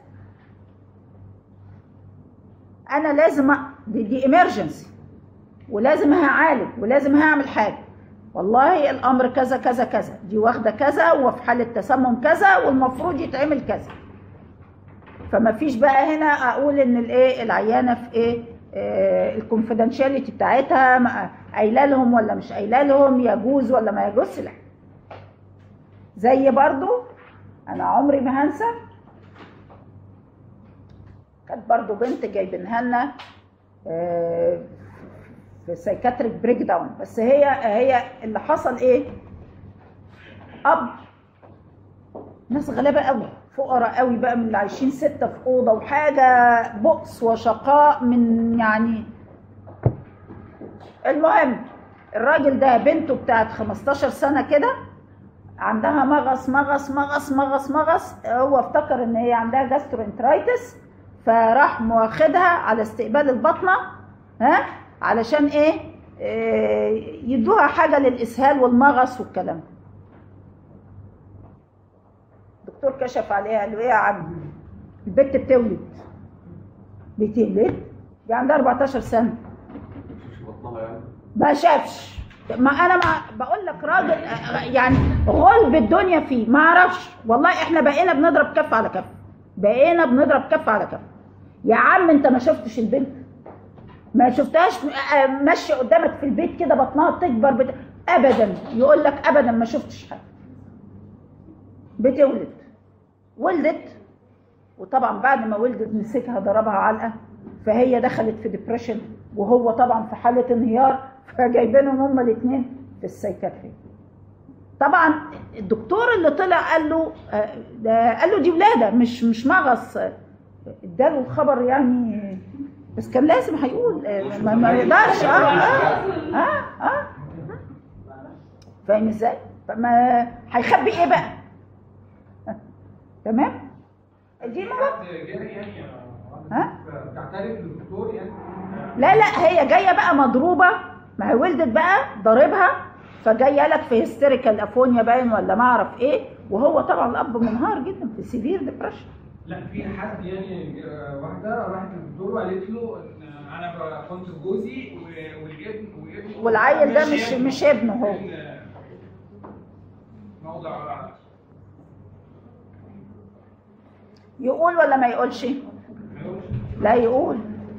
انا لازم دي امرجنسي ولازم هعالج ولازم هعمل حاجه. والله الامر كذا كذا كذا، دي واخده كذا وفي حاله تسمم كذا والمفروض يتعمل كذا. فما فيش بقى هنا اقول ان الايه العيانه في ايه الكونفيدنشاليتي بتاعتها قايله لهم ولا مش قايله لهم، يجوز ولا ما يجوزش. لا، زي برضو انا عمري ما هنسى، كانت برضو بنت جايبينها لنا في سايكاتريك بريك داون. بس هي اللي حصل ايه، اب ناس غلابه قوي فقراء قوي بقى من اللي عايشين 6 في اوضه وحاجه بؤس وشقاء من يعني. المهم الراجل ده بنته بتاعت 15 سنه كده عندها مغص مغص مغص مغص مغص، هو افتكر ان هي عندها جاسترونترايتس فراح واخدها على استقبال البطنه علشان ايه يدوها حاجه للاسهال والمغص والكلام ده. الدكتور كشف عليها قال له ايه يا عم البنت بتولد دي عندها 14 سنه ما شافش. ما انا ما بقول لك راجل يعني غلب الدنيا فيه ما اعرفش والله. احنا بقينا بنضرب كف على كف، بقينا بنضرب كف على كف. يا عم انت ما شفتش البنت، ما شفتهاش ماشيه قدامك في البيت كده بطنها تكبر ابدا، يقول لك ابدا ما شفتش حاجه. بتولد ولدت، وطبعا بعد ما ولدت مسكها ضربها علقه، فهي دخلت في ديبريشن وهو طبعا في حاله انهيار، فجايبينهم هما الاثنين في السايكاتري. طبعا الدكتور اللي طلع قال له دي ولاده مش مغص، اداله الخبر يعني، بس كان لازم هيقول ما يقدرش. فاهم ازاي؟ فما هيخبي ايه بقى؟ تمام؟ دي مرض تعترف للدكتور يعني؟ لا هي جايه بقى مضروبه، ما هي ولدت بقى ضاربها، فجايه لك في هيستيريكال افونيا باين ولا ما اعرف ايه، وهو طبعا الاب منهار جدا في سيفير ديبرشن. لا في حد يعني واحده راحت للدكتور وقالت له ان انا كنت جوزي والابن والعيل ده مش ابنه هو. موضع يقول ولا ما يقولش؟ لا يقول.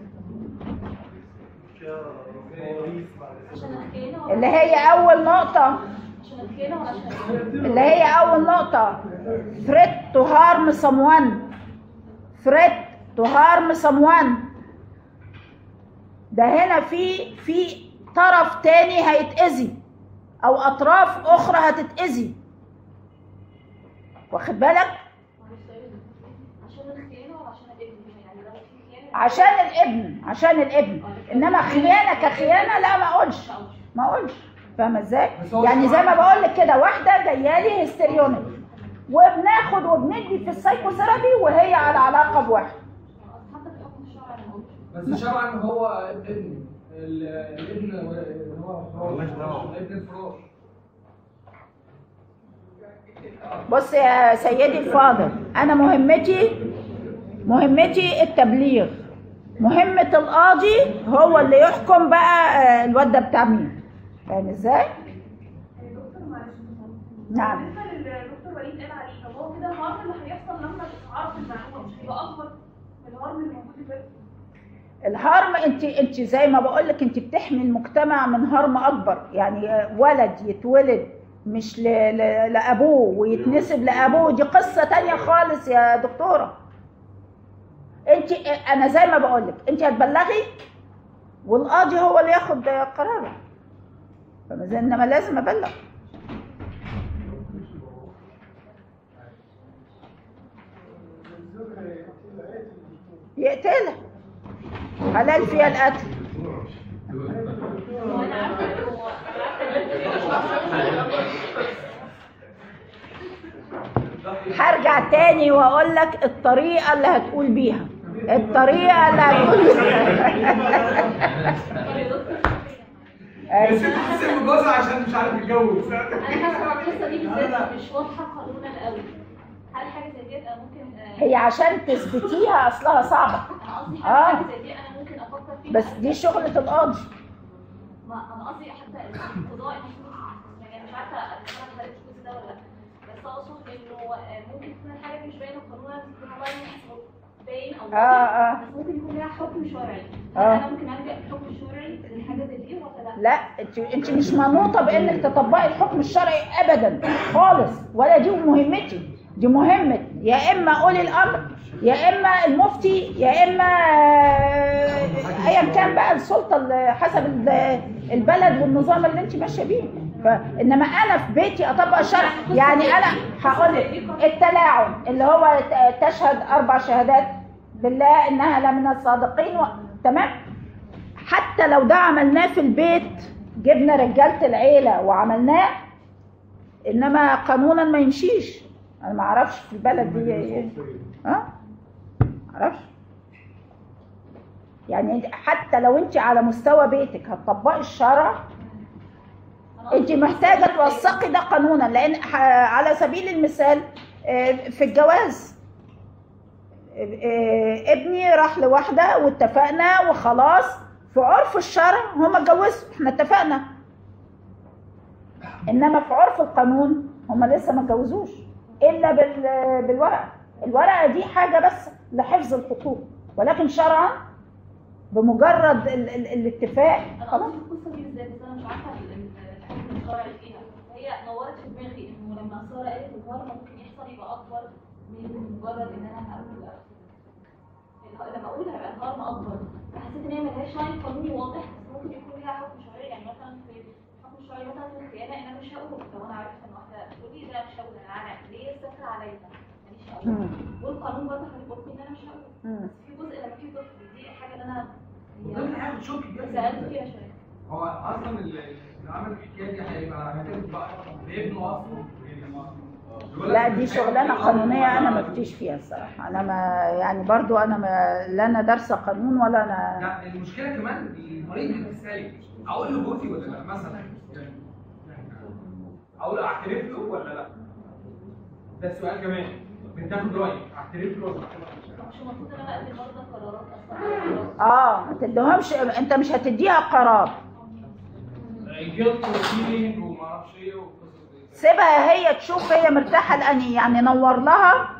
اللي هي اول نقطة، اللي هي اول نقطة threat to harm someone، threat to harm someone. ده هنا في طرف تاني هيتأذي او اطراف اخرى هتتأذي، واخد بالك؟ عشان الابن انما خيانه كخيانه لا ما اقولش فاهمه ازاي؟ يعني زي ما بقول لك كده، واحده جايه لي هيستريونيك وبناخد وبندي في السايكوثيرابي وهي على علاقه بواحد، بس شرعا هو ابن هو ابن الفراش. بص يا سيدي الفاضل، انا مهمتي التبليغ، مهمة القاضي هو اللي يحكم بقى الواد ده بتاع مين. فاهم ازاي؟ دكتور معلش. نعم. بالنسبه للدكتور وليد قال عليه، طب هو كده الهرم اللي هيحصل لما تتعرف المعلومه مش هيبقى اكبر من الهرم اللي موجود دلوقتي؟ الهرم انت زي ما بقول لك انت بتحمي المجتمع من هرم اكبر. يعني ولد يتولد مش لابوه ويتنسب لابوه، دي قصه تانية خالص يا دكتوره. انا زي ما بقول لك انت هتبلغي والقاضي هو اللي ياخد قراره. انما لازم ابلغ. يقتلها، حلال فيها القتل. هرجع تاني واقول لك الطريقه اللي هتقول بيها، الطريقه اللي هتقول بيها. بس انت بتسيب جوزها عشان مش عارف يتجوز. انا حاسه القصه دي بالذات مش واضحه قانونا قوي. هل حاجه زي دي ممكن هي عشان تثبتيها اصلها صعبه. انا قصدي حاجه زي دي انا ممكن افكر فيها، بس دي شغله القاضي. ما انا قصدي حتى القضاء يعني مش عارفه انا هل الجزء ده ولا لا، بس اقصد انه ممكن تكون الحاجه مش باينه قانونا باين او بس ممكن يكون لها حكم شرعي. انا ممكن الجا الحكم الشرعي لحاجه زي دي ولا لا؟ لا، انت مش منوطه بانك تطبقي الحكم الشرعي ابدا خالص، ولا دي مهمتي. دي مهمه يا اما اولي الامر يا اما المفتي يا اما ايا كان بقى السلطه حسب البلد والنظام اللي انت ماشيه بيه. فانما انا في بيتي اطبق الشرع. يعني انا هقول لك التلاعن اللي هو تشهد 4 شهادات بالله انها لمن الصادقين تمام. حتى لو ده عملناه في البيت، جبنا رجاله العيله وعملناه، انما قانونا ما يمشيش. انا ما اعرفش في البلد دي ما اعرفش. يعني حتى لو انت على مستوى بيتك هتطبقي الشرع، انت محتاجه توثقي ده قانونا. لان على سبيل المثال في الجواز، ابني راح لواحده واتفقنا وخلاص، في عرف الشرع هم اتجوزوا، احنا اتفقنا. انما في عرف القانون هم لسه ما اتجوزوش الا بالورقه. الورقه دي حاجه بس لحفظ الحقوق، ولكن شرعا بمجرد الاتفاق خلاص. القصه دي بالذات انا مش عارفه الحكم الشرعي فيها، هي نورت في دماغي انه لما ساره قالت الهرم ممكن يحصل يبقى اكبر من مجرد ان انا هقول لما اقول هيبقى الهرم اكبر. فحسيت ان هي ملهاش لاين قانوني واضح، بس ممكن يكون ليها حكم شرعي. يعني مثلا في الحكم الشرعي مثلا في الخيانه انا مش هقول، لو انا عرفت ان واحده تقول لي لا مش هقول، انا ليه الستر عليا ماليش هقول. والقانون برضه هيقول لي ان انا مش هقول. بس في جزء لما في طفل، دي الحاجه اللي انا سالت فيها شويه. هو اصلا اللي عمل الحكايه دي هيبقى هتبقى بابنه اصلا. لا دي شغلانه قانونيه انا ما فتيش فيها الصراحه. انا ما يعني برضو انا ما لا انا دارسه قانون ولا انا. لا المشكله كمان المريض اللي بتسالك اقول له جوزي ولا لا مثلا، اقول اعترف له ولا لا؟ ده السؤال كمان بتاخد رايك، اعترف له ولا لا؟ مش المفروض ان انا ادي برضه قرارات اصلا؟ ما تديهمش، انت مش هتديها قرار. جلد وفيلينج وما اعرفش ايه سيبها هي تشوف هي مرتاحه لاني يعني نور لها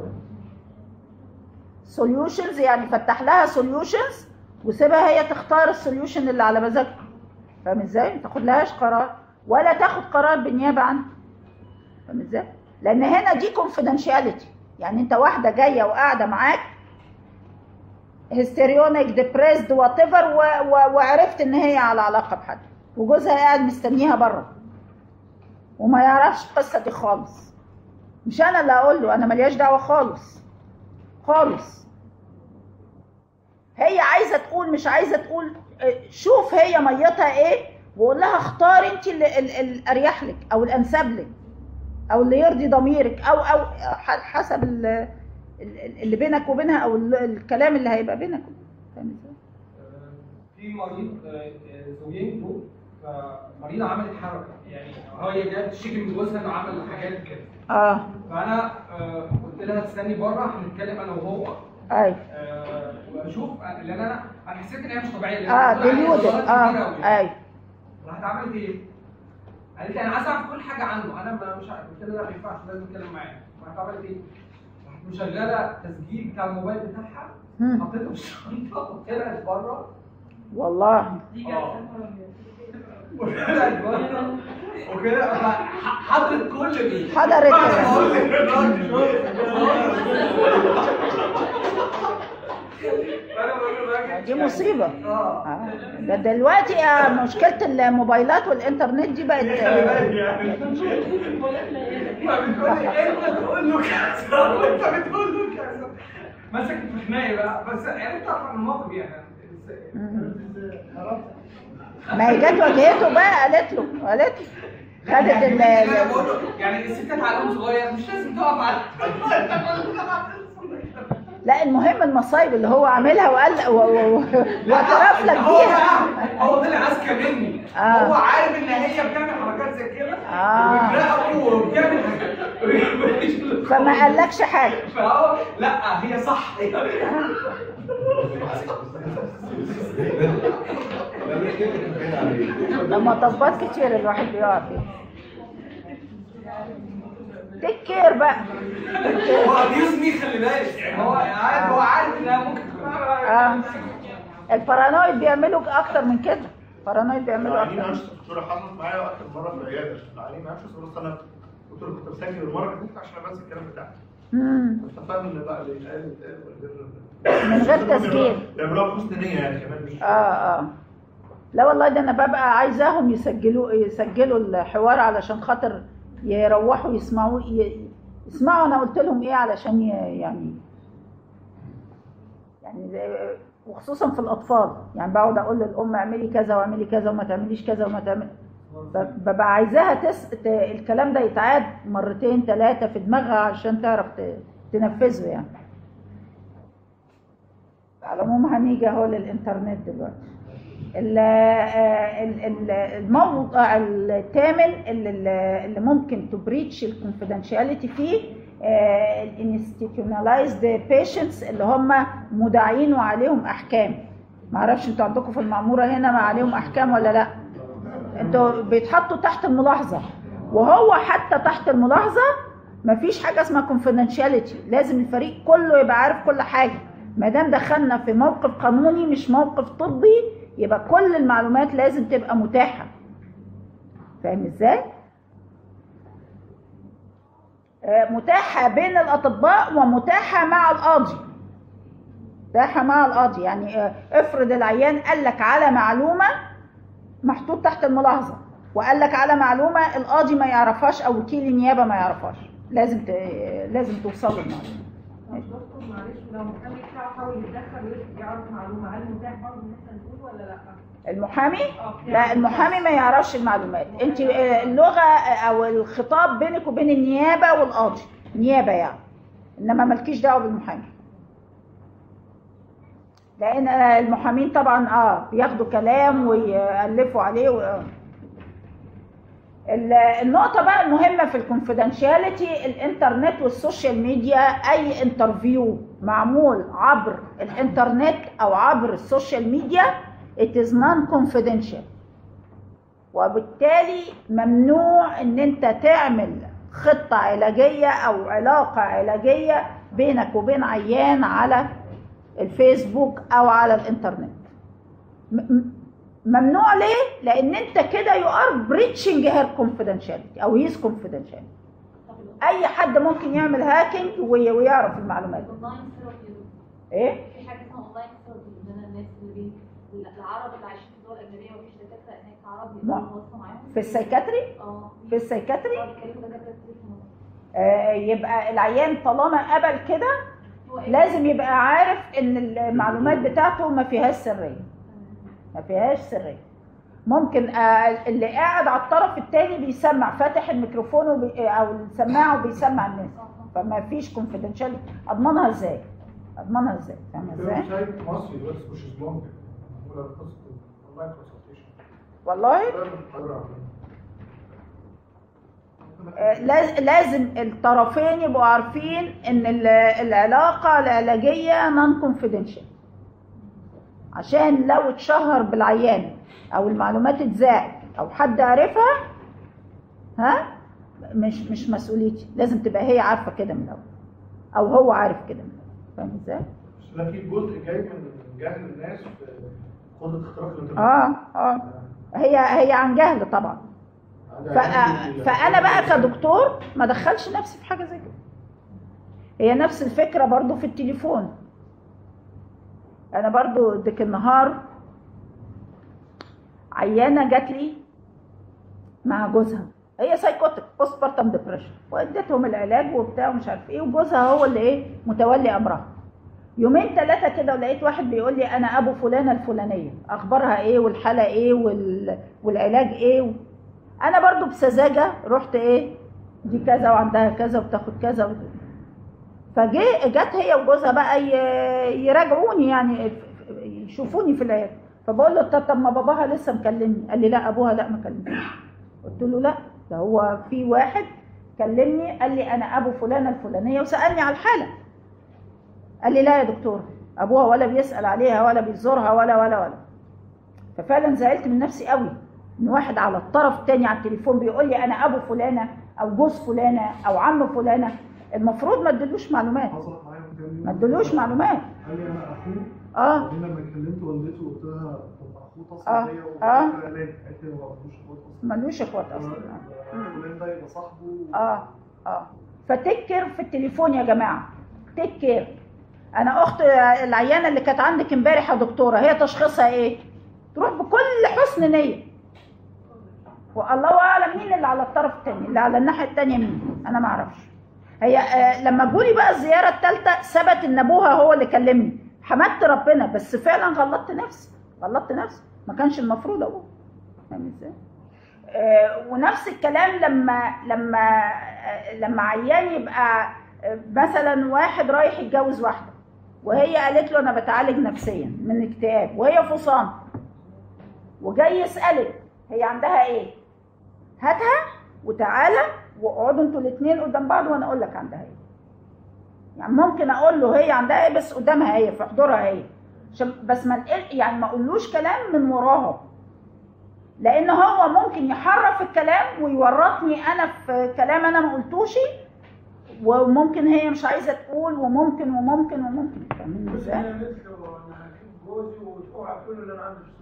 سوليوشنز، يعني فتح لها سوليوشنز وسيبها هي تختار السوليوشن اللي على مزاجها. فاهم ازاي؟ ما تاخدلهاش قرار ولا تاخد قرار بالنيابه عنها. فاهم ازاي؟ لان هنا دي كونفيدنشاليتي. يعني انت واحده جايه وقاعده معاك هيستيريونيك ديبريسد وات ايفر وعرفت ان هي على علاقه بحد وجوزها قاعد مستنيها بره وما يعرفش القصه دي خالص. مش انا اللي اقول له، انا ملياش دعوه خالص خالص. هي عايزه تقول مش عايزه تقول، شوف هي ميتها ايه وقول لها اختاري انت اللي الاريح لك او الانسب لك او اللي يرضي ضميرك او حسب اللي بينك وبينها او الكلام اللي هيبقى بينك. فاهم ازاي؟ في مريض زوجين دول، فمريضه عملت حركه، يعني هي جايه تشتكي من جوزها انه عمل حاجات كده. فانا قلت لها استني بره هنتكلم انا وهو. واشوف، لان انا حسيت ان هي مش طبيعيه. ديليودد. ايوه. راحت عملت ايه؟ قالت لي انا عايز اعرف كل حاجه عنه، انا مش عارف. قلت لها لا ما ينفعش، لازم اتكلم معاه. راحت عملت ايه؟ راحت مشغله تسجيل بتاع الموبايل بتاعها، حطيته في الشنطه وطلعت بره. والله. وطلعت بره وكده حضرت كل دي. حضرت دي مصيبة. ده دلوقتي مشكلة الموبايلات والإنترنت دي بقت انت بتقول له كذا وانت بتقول له كذا، مسكت في خناقي بقى. بس عرفت اعرف الموقف يعني. ما هي جت واجهته بقى، قالت له خدت يعني الستات عقلهم صغير، مش لازم تقف على لا المهم المصايب اللي هو عاملها وقال واعترف لك بيها. هو طلع اذكى مني. هو عارف ان هي بتعمل حركات زي كده وبتراقبه وبتعمل حاجات فما قالكش حاجه. فهو لا هي صح. لما طبات كتير الواحد بيقع فيها. تيك كير بقى. هو ابيوز مي، خلي بالك. يعني هو عارف انها ممكن تكون البارانويد بيعملوا اكتر من كده. البارانويد بيعملوا اكتر. يعني الدكتوره حصلت معايا اكتر مره في العياده. العيانين ما عرفش بس انا كنت بسجل المره اللي فاتت عشان بس الكلام بتاعي. استفدنا ان بقى اللي يتقال من غير تسجيل. بيعملوها بحسن نيه يعني كمان مش لا والله ده انا ببقى عايزاهم يسجلوا الحوار علشان خاطر يروحوا يسمعوا انا قلت لهم ايه علشان يعني وخصوصا في الاطفال. يعني بقعد اقول للام اعملي كذا واعملي كذا وما تعمليش كذا وما تعمل. ببقى عايزاها الكلام ده يتعاد مرتين 3 في دماغها عشان تعرف تنفذه يعني. على العموم هنيجي اهو للانترنت دلوقتي. الموضوع الثامن اللي ممكن تبريتش الكونفيدنشاليتي فيه الانستيتيوناليزد بيشنتس اللي هم مدعين وعليهم احكام. معرفش انتوا عندكم في المعموره هنا ما عليهم احكام ولا لا؟ انتوا بيتحطوا تحت الملاحظه، وهو حتى تحت الملاحظه مفيش حاجه اسمها كونفيدنشاليتي. لازم الفريق كله يبقى عارف كل حاجه. ما دام دخلنا في موقف قانوني مش موقف طبي، يبقى كل المعلومات لازم تبقى متاحه. فاهم ازاي؟ متاحه بين الاطباء ومتاحه مع القاضي. متاحه مع القاضي يعني افرض العيان قال لك على معلومه محطوط تحت الملاحظه، وقال لك على معلومه القاضي ما يعرفهاش او وكيل النيابه ما يعرفهاش، لازم توصل له المعلومه. دكتور معلش، لو المحامي بتاعه حاول يتدخل ويعرف معلومه، هل متاح برضه ان احنا نقول ولا لا؟ المحامي؟ لا المحامي ما يعرفش المعلومات. انت اللغه او الخطاب بينك وبين النيابه والقاضي، نيابه يعني، انما مالكيش دعوه بالمحامي. لان المحامين طبعا بياخدوا كلام ويألفوا عليه النقطة بقى المهمة في الكونفيدنشاليتي، الانترنت والسوشيال ميديا. اي انترفيو معمول عبر الانترنت او عبر السوشيال ميديا it is non-confidential، وبالتالي ممنوع ان انت تعمل خطة علاجية او علاقة علاجية بينك وبين عيان على الفيسبوك او على الانترنت. ممنوع ليه؟ لان انت كده you are breaching her confidentiality او his confidentiality. اي حد ممكن يعمل هاكينج ويعرف المعلومات. ايه؟ في حاجه اسمها اونلاين ثيرابي، ان الناس اللي العرب اللي عايشين في الدول الاجنبيه ومفيش دكاتره هناك عرب يقدروا يتواصلوا معاهم. في السايكاتري؟ في السايكاتري؟ بيتكلموا دكاتره كتير. يبقى العيان طالما قبل كده لازم يبقى عارف ان المعلومات بتاعته ما فيهاش سريه. ما فيهاش سريه. ممكن اللي قاعد على الطرف الثاني بيسمع، فاتح الميكروفون او السماعه وبيسمع الناس، فما فيش كونفيدنشاليتي. اضمنها ازاي؟ فاهمه ازاي؟ في مصري دلوقتي اسمه شيزلونج، معموله قصه اونلاين كونسلتيشن. والله لازم الطرفين يبقوا عارفين ان العلاقه العلاجيه نون كونفيدنشال. عشان لو اتشهر بالعيان او المعلومات اتذاعت او حد عرفها مش مسؤوليتي، لازم تبقى هي عارفه كده من الاول او هو عارف كده من الاول. فاهم ازاي؟ بس ده في جزء جاي من جهل الناس في قدره اختراق الانترنت. هي عن جهل طبعا. فانا بقى كدكتور ما ادخلش نفسي في حاجه زي كده. هي نفس الفكره برضو في التليفون. انا برضو ديك النهار عيانه جات لي مع جوزها، هي سايكوتيك بوست بارتم ديبريشن، واديتهم العلاج وبتاع ومش عارف ايه، وجوزها هو اللي متولي امرها. يومين 3 كده ولقيت واحد بيقول لي انا ابو فلانه الفلانيه، اخبارها ايه والحاله ايه والعلاج ايه. انا برضو بسذاجه رحت دي كذا وعندها كذا وبتاخد كذا جت هي وجوزها بقى يراجعوني، يعني يشوفوني في العياده. فبقول له طب ما باباها لسه مكلمني. قال لي لا ابوها لا ما كلمنيش. قلت له لا، ده هو في واحد كلمني قال لي انا ابو فلانه الفلانيه وسالني على الحاله. قال لي لا يا دكتور، ابوها ولا بيسال عليها ولا بيزورها ولا. ففعلا زعلت من نفسي قوي ان واحد على الطرف الثاني على التليفون بيقول لي انا ابو فلانه او جوز فلانه او عم فلانه. المفروض ما ادلوش معلومات. ما ادلوش معلومات. قال لي انا اخوه. لما كلمت والدته وقلت لها طب اخوه اتصل بيا وقلت لها قالت لي هو ملوش اخوات اصلا. فلان ده يبقى صاحبه. فتكر في التليفون يا جماعه، تكر. انا اخت العيانه اللي كانت عندك امبارح يا دكتوره، هي تشخيصها ايه؟ تروح بكل حسن نيه، والله اعلم مين اللي على الطرف الثاني، اللي على الناحيه الثانيه مين، انا ما اعرفش. هي لما جولي بقى الزياره الثالثه ثبت ان ابوها هو اللي كلمني. حمدت ربنا، بس فعلا غلطت نفسي ما كانش المفروض ابوها. فاهم ازاي؟ ونفس الكلام لما عيان يبقى مثلا واحد رايح يتجوز واحده وهي قالت له انا بتعالج نفسيا من اكتئاب، وهي فصام، وجاي يسالك هي عندها ايه، هاتها وتعالى واقعدوا انتوا الاثنين قدام بعض وانا اقول لك عندها ايه. يعني ممكن اقول له هي عندها ايه بس قدامها هي، في حضورها هي، بس ما يعني ما اقولوش كلام من وراها، لان هو ممكن يحرف الكلام ويورطني انا في كلام انا ما قلتوش، وممكن هي مش عايزه تقول، وممكن فاهمين ازاي؟ انا هجيب جوزي وتقع كل اللي انا عندي في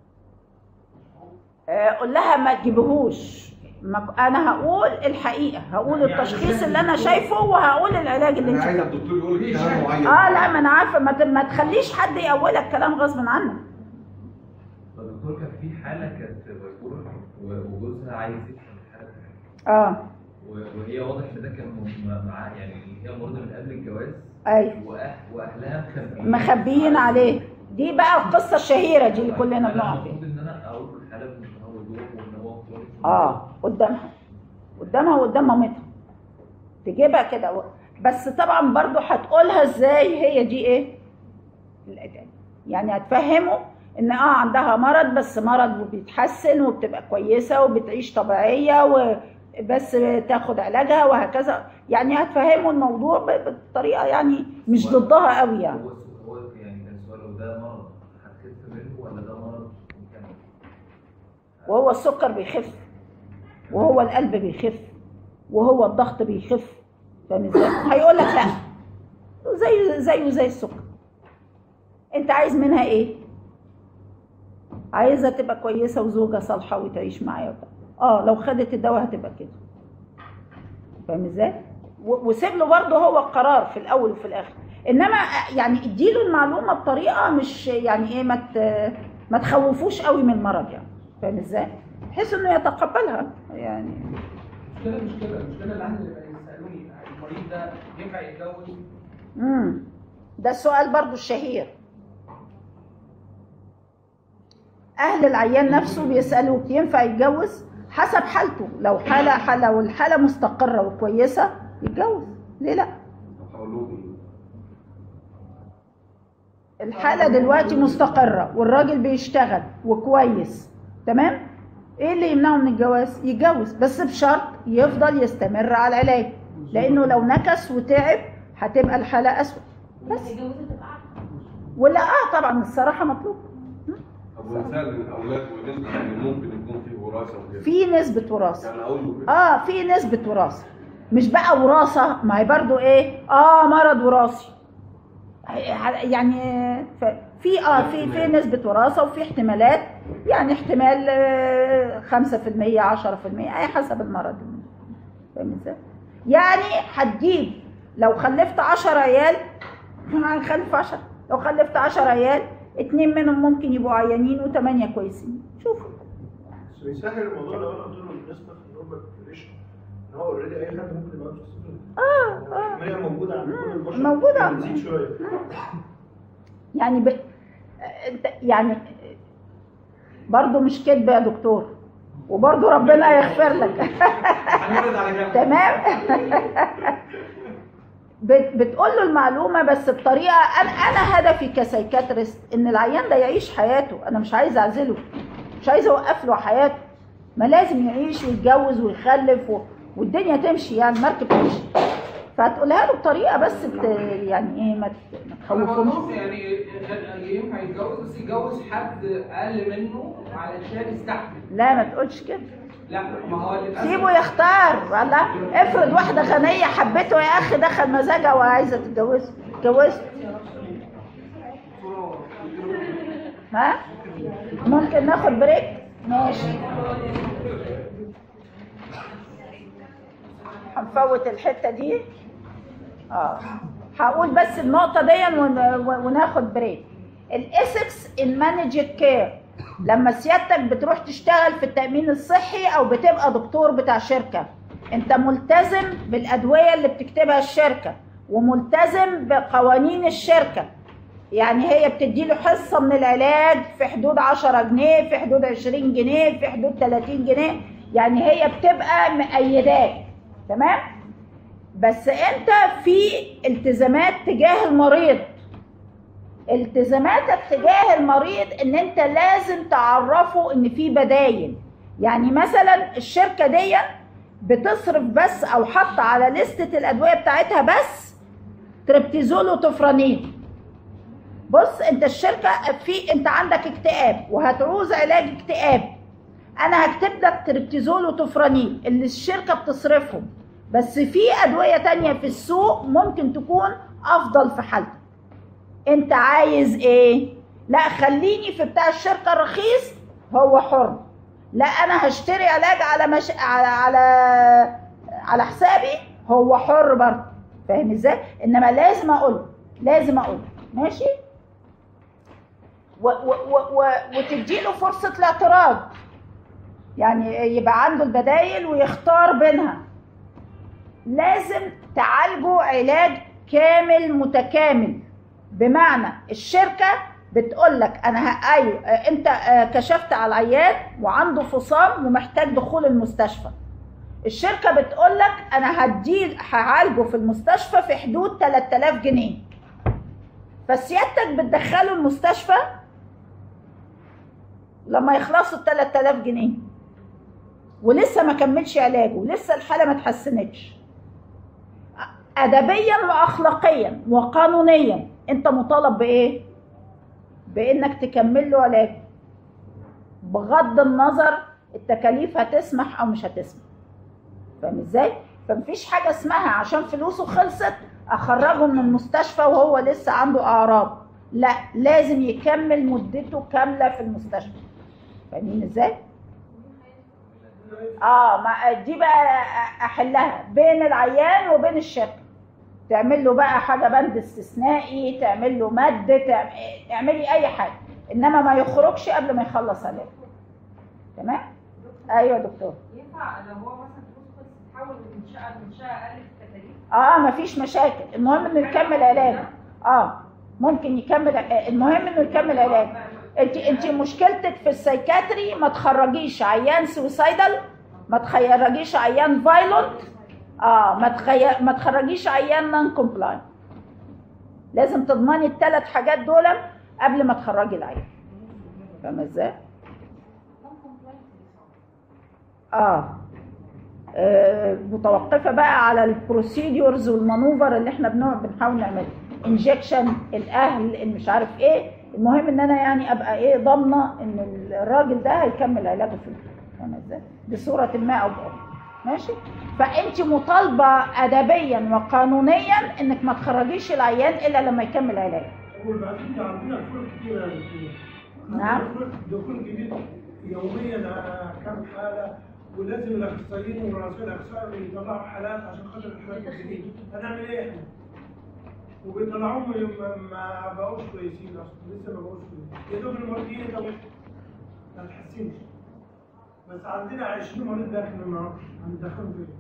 الصوم. قول لها ما تجيبهوش، انا هقول الحقيقه، هقول التشخيص اللي انا شايفه وهقول العلاج اللي انت عايزه الدكتور يقول لك كلام معين. لا ما انا عارفه، ما تخليش حد يقولك كلام غصب عنك. الدكتور كان في حاله كانت مذكوره وجوزها عايز يفهم الحاله وهي واضح ان ده كان معاه، يعني هي مريضه من قبل الجواز. ايوه. واهلها مخبيين عليه. دي بقى القصه الشهيره دي اللي كلنا بنقع فيها. المفروض ان انا اقول له الحاله ان هو يروح وان هو قدامها وقدام مامتها، تجيبها كده. بس طبعا برضو هتقولها ازاي هي دي ايه يعني، هتفهمه ان عندها مرض، بس مرض وبيتحسن وبتبقى كويسه وبتعيش طبيعيه وبس تاخد علاجها وهكذا. يعني هتفهموا الموضوع بطريقه يعني مش ضدها قوي. يعني هو يعني السؤال ده مرض هتخف منه ولا ده مرض مكمل؟ وهو السكر بيخف، وهو القلب بيخف، وهو الضغط بيخف. فاهم ازاي؟ هيقول لك لا، زي السكر. انت عايز منها ايه؟ عايزه تبقى كويسه وزوجه صالحه وتعيش معايا. لو خدت الدواء هتبقى كده. فاهم ازاي؟ وسيب له برضه هو القرار في الاول وفي الاخر. انما يعني اديله المعلومه بطريقه مش يعني ايه، ما تخوفوش قوي من المرض يعني. فاهم ازاي؟ بحيث انه يتقبلها يعني. مش كده الاهل اللي يسالوني المريض ده ينفع يتجوز؟ ده السؤال برضو الشهير. اهل العيان نفسه بيسالوك ينفع يتجوز؟ حسب حالته. لو حاله والحاله مستقره وكويسه يتجوز، ليه لا؟ الحاله دلوقتي مستقره والراجل بيشتغل وكويس، تمام؟ ايه اللي يمنعه من الجواز؟ يتجوز، بس بشرط يفضل يستمر على العلاج، لانه لو نكس وتعب هتبقى الحاله اسوء. بس ولا طبعا الصراحه مطلوب. طب ومثال للاولاد ونسبه يعني ممكن يكون في وراثه وكده؟ في نسبه وراثه يعني اقول له في نسبه وراثه، مش بقى وراثه، ما هي برضو ايه مرض وراثي يعني في نسبه وراثه وفي احتمالات، يعني احتمال 5% 10% اي حسب المرض. فاهم ازاي؟ يعني هتجيب لو خلفت 10 عيال هنخلف 10، لو خلفت 10 عيال 2 منهم ممكن يبقوا عيانين و8 كويسين. شوفوا بس بيسهل الموضوع لو انا قلت له بالنسبه للنورمال بوبيوليشن ان هو اوريدي اي حد ممكن يبقى عنده صفر. هي موجوده عند كل البشر، موجوده بتزيد شويه يعني يعني برضه مش كذب يا دكتور، وبرضه ربنا يغفر لك. تمام. بتقول له المعلومه بس بطريقه انا هدفي كسايكاتريست ان العيان ده يعيش حياته، انا مش عايزه اعزله، مش عايزه اوقف له حياته، ما لازم يعيش ويتجوز ويخلف والدنيا تمشي، يعني المركب تمشي. فهتقولها له بطريقه بس يعني ايه ما تخوفهمش. يعني ينفع يتجوز بس يتجوز حد اقل منه علشان يستحمل. لا ما تقولش كده. لا ما هو سيبه يختار. والله افرض واحده غنيه حبته يا اخي، دخل مزاجها وعايزه تتجوزه، اتجوزت. ها ممكن ناخد بريك؟ ماشي. هنفوت الحته دي. هقول بس النقطه دي وناخد بريك. الاسكس ان مانجد كير، لما سيادتك بتروح تشتغل في التامين الصحي او بتبقى دكتور بتاع شركه، انت ملتزم بالادويه اللي بتكتبها الشركه وملتزم بقوانين الشركه. يعني هي بتديله حصه من العلاج في حدود 10 جنيه، في حدود 20 جنيه، في حدود 30 جنيه، يعني هي بتبقى مقيداك. تمام؟ بس انت في التزامات تجاه المريض. التزاماتك تجاه المريض ان انت لازم تعرفه ان في بدايل. يعني مثلا الشركه دي بتصرف بس او حاطه على لستة الادويه بتاعتها بس تريبتيزول وتوفرانين. بص انت الشركه انت عندك اكتئاب وهتعوز علاج اكتئاب، انا هكتب لك تريبتيزول وتوفرانين اللي الشركه بتصرفهم، بس في ادويه تانية في السوق ممكن تكون افضل في حالتك. انت عايز ايه؟ لا خليني في بتاع الشركه الرخيص، هو حر. لا انا هشتري علاج على حسابي، هو حر برضه. فاهم ازاي؟ انما لازم اقول ماشي، وتديله فرصه الاعتراض، يعني يبقى عنده البدايل ويختار بينها. لازم تعالجه علاج كامل متكامل، بمعنى الشركه بتقول لك ايوه انت كشفت على العيان وعنده فصام ومحتاج دخول المستشفى، الشركه بتقول لك انا هعالجه في المستشفى في حدود 3000 جنيه، فسيادتك بتدخله المستشفى لما يخلصوا 3000 جنيه ولسه ما كملش علاجه ولسه الحاله ما اتحسنتش. ادبيا واخلاقيا وقانونيا انت مطالب بايه؟ بانك تكمل له علاجه بغض النظر التكاليف هتسمح او مش هتسمح. فاهم ازاي؟ فمفيش حاجه اسمها عشان فلوسه خلصت اخرجه من المستشفى وهو لسه عنده اعراض، لا لازم يكمل مدته كامله في المستشفى. فاهمين ازاي؟ ما دي بقى احلها بين العيان وبين الشركه، تعمل له بقى حاجه بند استثنائي، تعمل له ماده، تعملي اي حاجه، انما ما يخرجش قبل ما يخلص علاج. تمام؟ ايوه يا دكتور. ينفع لو هو مثلا فلوس تحول من شقه اقل في التكاليف؟ مفيش مشاكل، المهم انه يكمل علاجه. ممكن يكمل، المهم انه يكمل علاجه. انت مشكلتك في السايكاتري ما تخرجيش عيان سويسايدال، ما تخرجيش عيان فايلنت، ما تخرجيش عيان نون كومبلاين. لازم تضمني الثلاث حاجات دول قبل ما تخرجي العيان. فاهمه ازاي؟ متوقفه بقى على البروسيدورز والمانوفر اللي احنا بنحاول نعملها. انجكشن، الاهل، مش عارف ايه. المهم ان انا يعني ابقى ايه ضامنه ان الراجل ده هيكمل علاجه في البيت، فاهمه ازاي؟ بصوره ما او باخرى. ماشي؟ فانت مطالبه ادبيا وقانونيا انك ما تخرجيش العيان الا لما يكمل علاجه. وبعدين عندنا فروق كتير يا دكتور. نعم. دكتور جديد يوميا كم حاله، ولازم الاخصائيين ورؤساء الاقسام يطلعوا حالات عشان خاطر الحالات الجديده. هنعمل ايه احنا؟ وبيطلعوهم ما بقوش كويسين اصلا، لسه ما بقوش كويسين. يا دوب المرضيين ده ما تحسنش. بس عندنا 20 مريض داخل النهارده، هندخلهم فين؟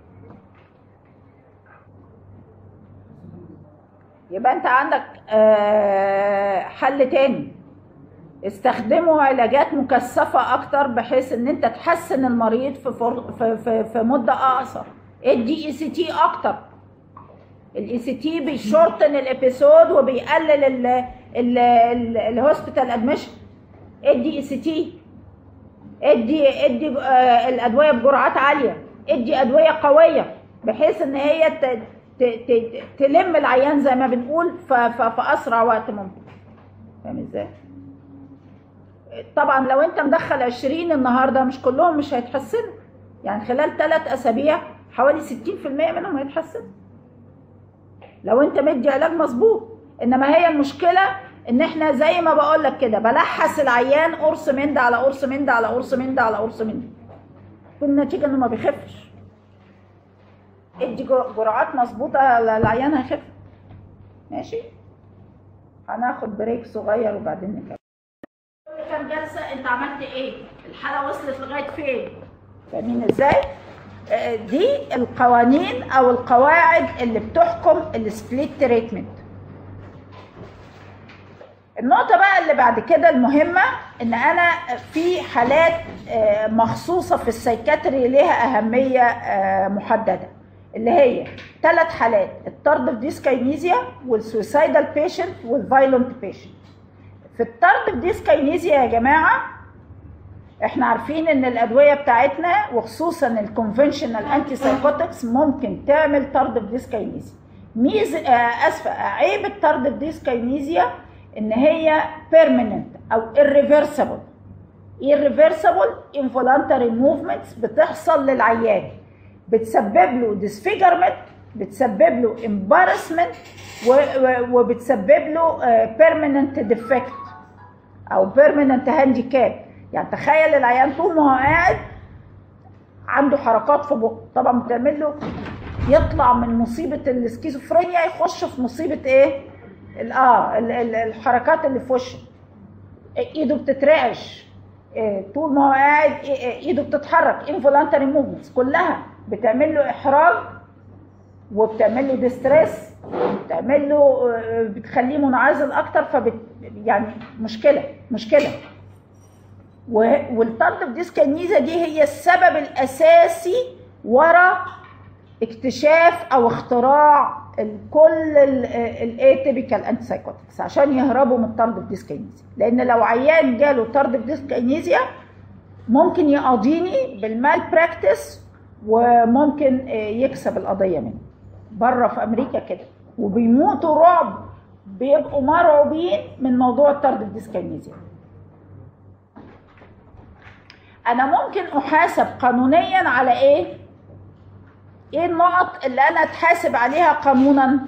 يبقى انت عندك حل تاني، استخدموا علاجات مكثفه اكتر بحيث ان انت تحسن المريض في مده اقصر. ادي اي سي تي اكتر. الاي سي تي بيشورتن الابيسود وبيقلل الهوسبيتال ادميشن. ادي اي سي تي، ادي الادويه بجرعات عاليه، ادي ادويه قويه بحيث ان هي تلم العيان زي ما بنقول في اسرع وقت ممكن. فاهم ازاي؟ طبعا لو انت مدخل 20 النهارده مش كلهم مش هيتحسنوا، يعني خلال 3 اسابيع حوالي 60% منهم هيتحسنوا لو انت مدي علاج مظبوط. انما هي المشكله ان احنا زي ما بقول لك كده بلحس العيان قرص من ده على قرص من ده على قرص من ده على قرص من ده، والنتيجه انه ما بيخفش. ادي جرعات مظبوطه العيان هيخف. ماشي؟ هناخد بريك صغير وبعدين نكمل. كام جلسه انت عملت ايه؟ الحاله وصلت لغايه فين؟ فاهمين ازاي؟ دي القوانين او القواعد اللي بتحكم السبليت تريتمنت. النقطه بقى اللي بعد كده المهمه ان انا في حالات مخصوصه في السايكاتري ليها اهميه محدده، اللي هي 3 حالات: التاردف ديسكاينيزيا والسويسايدال بيشنت والفايلنت بيشنت. في التاردف ديسكاينيزيا يا جماعه احنا عارفين ان الادويه بتاعتنا وخصوصا الكونفنشنال انتي سايكوتكس ممكن تعمل تاردف ديسكاينيزيا. عيب التاردف ديسكاينيزيا ان هي بيرمننت او irreversible involuntary movements بتحصل للعيان، بتسبب له disfigurement، بتسبب له embarrassment، وبتسبب له permanent defect او permanent handicap. يعني تخيل العيان طول ما هو قاعد عنده حركات في بقه، طبعا بتعمل له يطلع من مصيبه السكيزوفرينيا يخش في مصيبه ايه؟ الحركات اللي في وشه. ايده بتترعش طول ما هو قاعد، ايده بتتحرك، involuntary movements كلها بتعمل له احراج وبتعمل له ديستريس، بتعمل له بتخليه منعزل اكتر، يعني مشكله. والتاردف ديسكاينيزيا دي هي السبب الاساسي ورا اكتشاف او اختراع كل الاتيبيكال انتي سايكوتكس عشان يهربوا من التاردف ديسكاينيزيا. لان لو عيان جاله تاردف ديسكاينيزيا ممكن يقاضيني بالمال براكتس وممكن يكسب القضيه مني. بره في امريكا كده وبيموتوا رعب، بيبقوا مرعوبين من موضوع التاردف ديسكاينيزيا. انا ممكن احاسب قانونيا على ايه النقط اللي انا اتحاسب عليها قانونا؟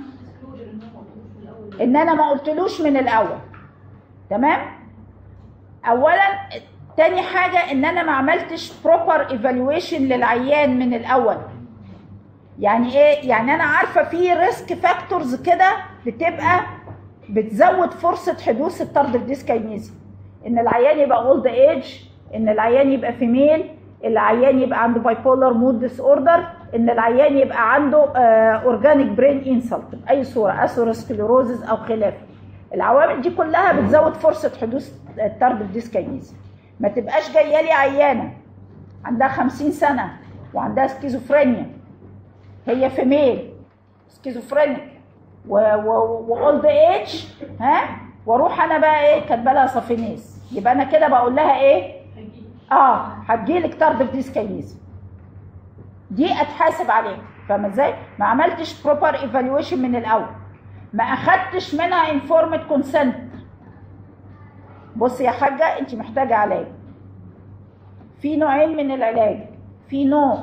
ان انا ما قلتلوش من الاول. تمام؟ اولا. تاني حاجه ان انا ما عملتش بروبر ايفالويشن للعيان من الاول. يعني ايه؟ يعني انا عارفه في ريسك فاكتورز كده بتبقى بتزود فرصه حدوث التاردف ديسكاينيزيا. ان العيان يبقى اولد ايج، ان العيان يبقى فيميل، العيان يبقى عنده بايبولار مود ديس اوردر، ان العيان يبقى عنده اورجانيك برين انسلت باي صوره، اثيروسكليروزز او خلافه. العوامل دي كلها بتزود فرصه حدوث التاردف ديسكاينيزيا. ما تبقاش جايه لي عيانه عندها 50 سنه وعندها سكيزوفرينيا، هي فيميل سكيزوفرينيك واولد ايج، واروح انا بقى ايه كاتبه لها صافينيز، يبقى انا كده بقول لها ايه؟ هتجيلك تاردف ديسكاينيزيا. دي اتحاسب عليها. فاهمه ازاي؟ ما عملتش بروبر ايفالويشن من الاول. ما اخدتش منها انفورمد كونسنت. بصي يا حاجه، انت محتاجه علاج. في نوعين من العلاج، في نوع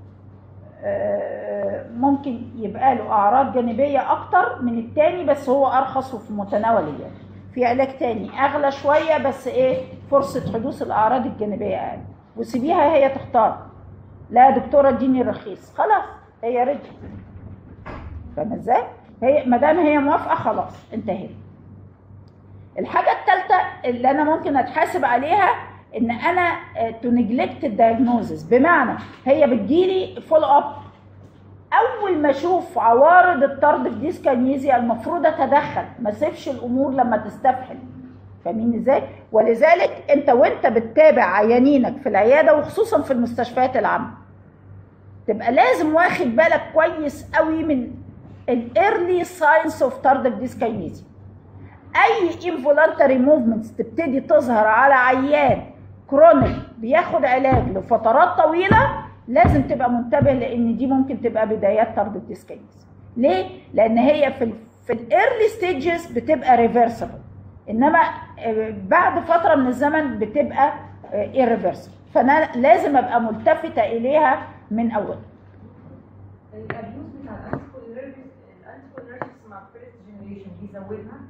ممكن يبقى له اعراض جانبيه اكتر من التاني بس هو ارخص وفي متناول اليد. في علاج تاني اغلى شويه بس ايه فرصه حدوث الاعراض الجانبيه اقل، وسيبيها هي تختار. لا يا دكتوره اديني الرخيص، خلاص هي رجعت. فاهمه ازاي؟ هي ما دام هي موافقه خلاص انتهينا. الحاجه الثالثه اللي انا ممكن اتحاسب عليها ان انا تو نيجلكت الدايجنوزس، بمعنى هي بتجيلي فول اب، اول ما اشوف عوارض الطرد في ديسكينيزيا المفروض اتدخل، ما اسيبش الامور لما تستفحل. فاهمين ازاي؟ ولذلك انت وانت بتتابع عيانينك في العياده وخصوصا في المستشفيات العامه تبقى لازم واخد بالك كويس قوي من الايرلي ساينس اوف طرد ديسكينيزيا. اي انفولانتري موفمنتس تبتدي تظهر على عيان كرونيك بياخد علاج لفترات طويله لازم تبقى منتبه، لان دي ممكن تبقى بدايات طرد الديسكينيزيا. ليه؟ لان هي في الايرلي ستيجز بتبقى ريفرسبل، انما بعد فتره من الزمن بتبقى irreversible، فانا لازم ابقى ملتفته اليها من اول. الابيوز بتاع الانتيكولينرجيس مع الفيرست جنريشن بيزودها؟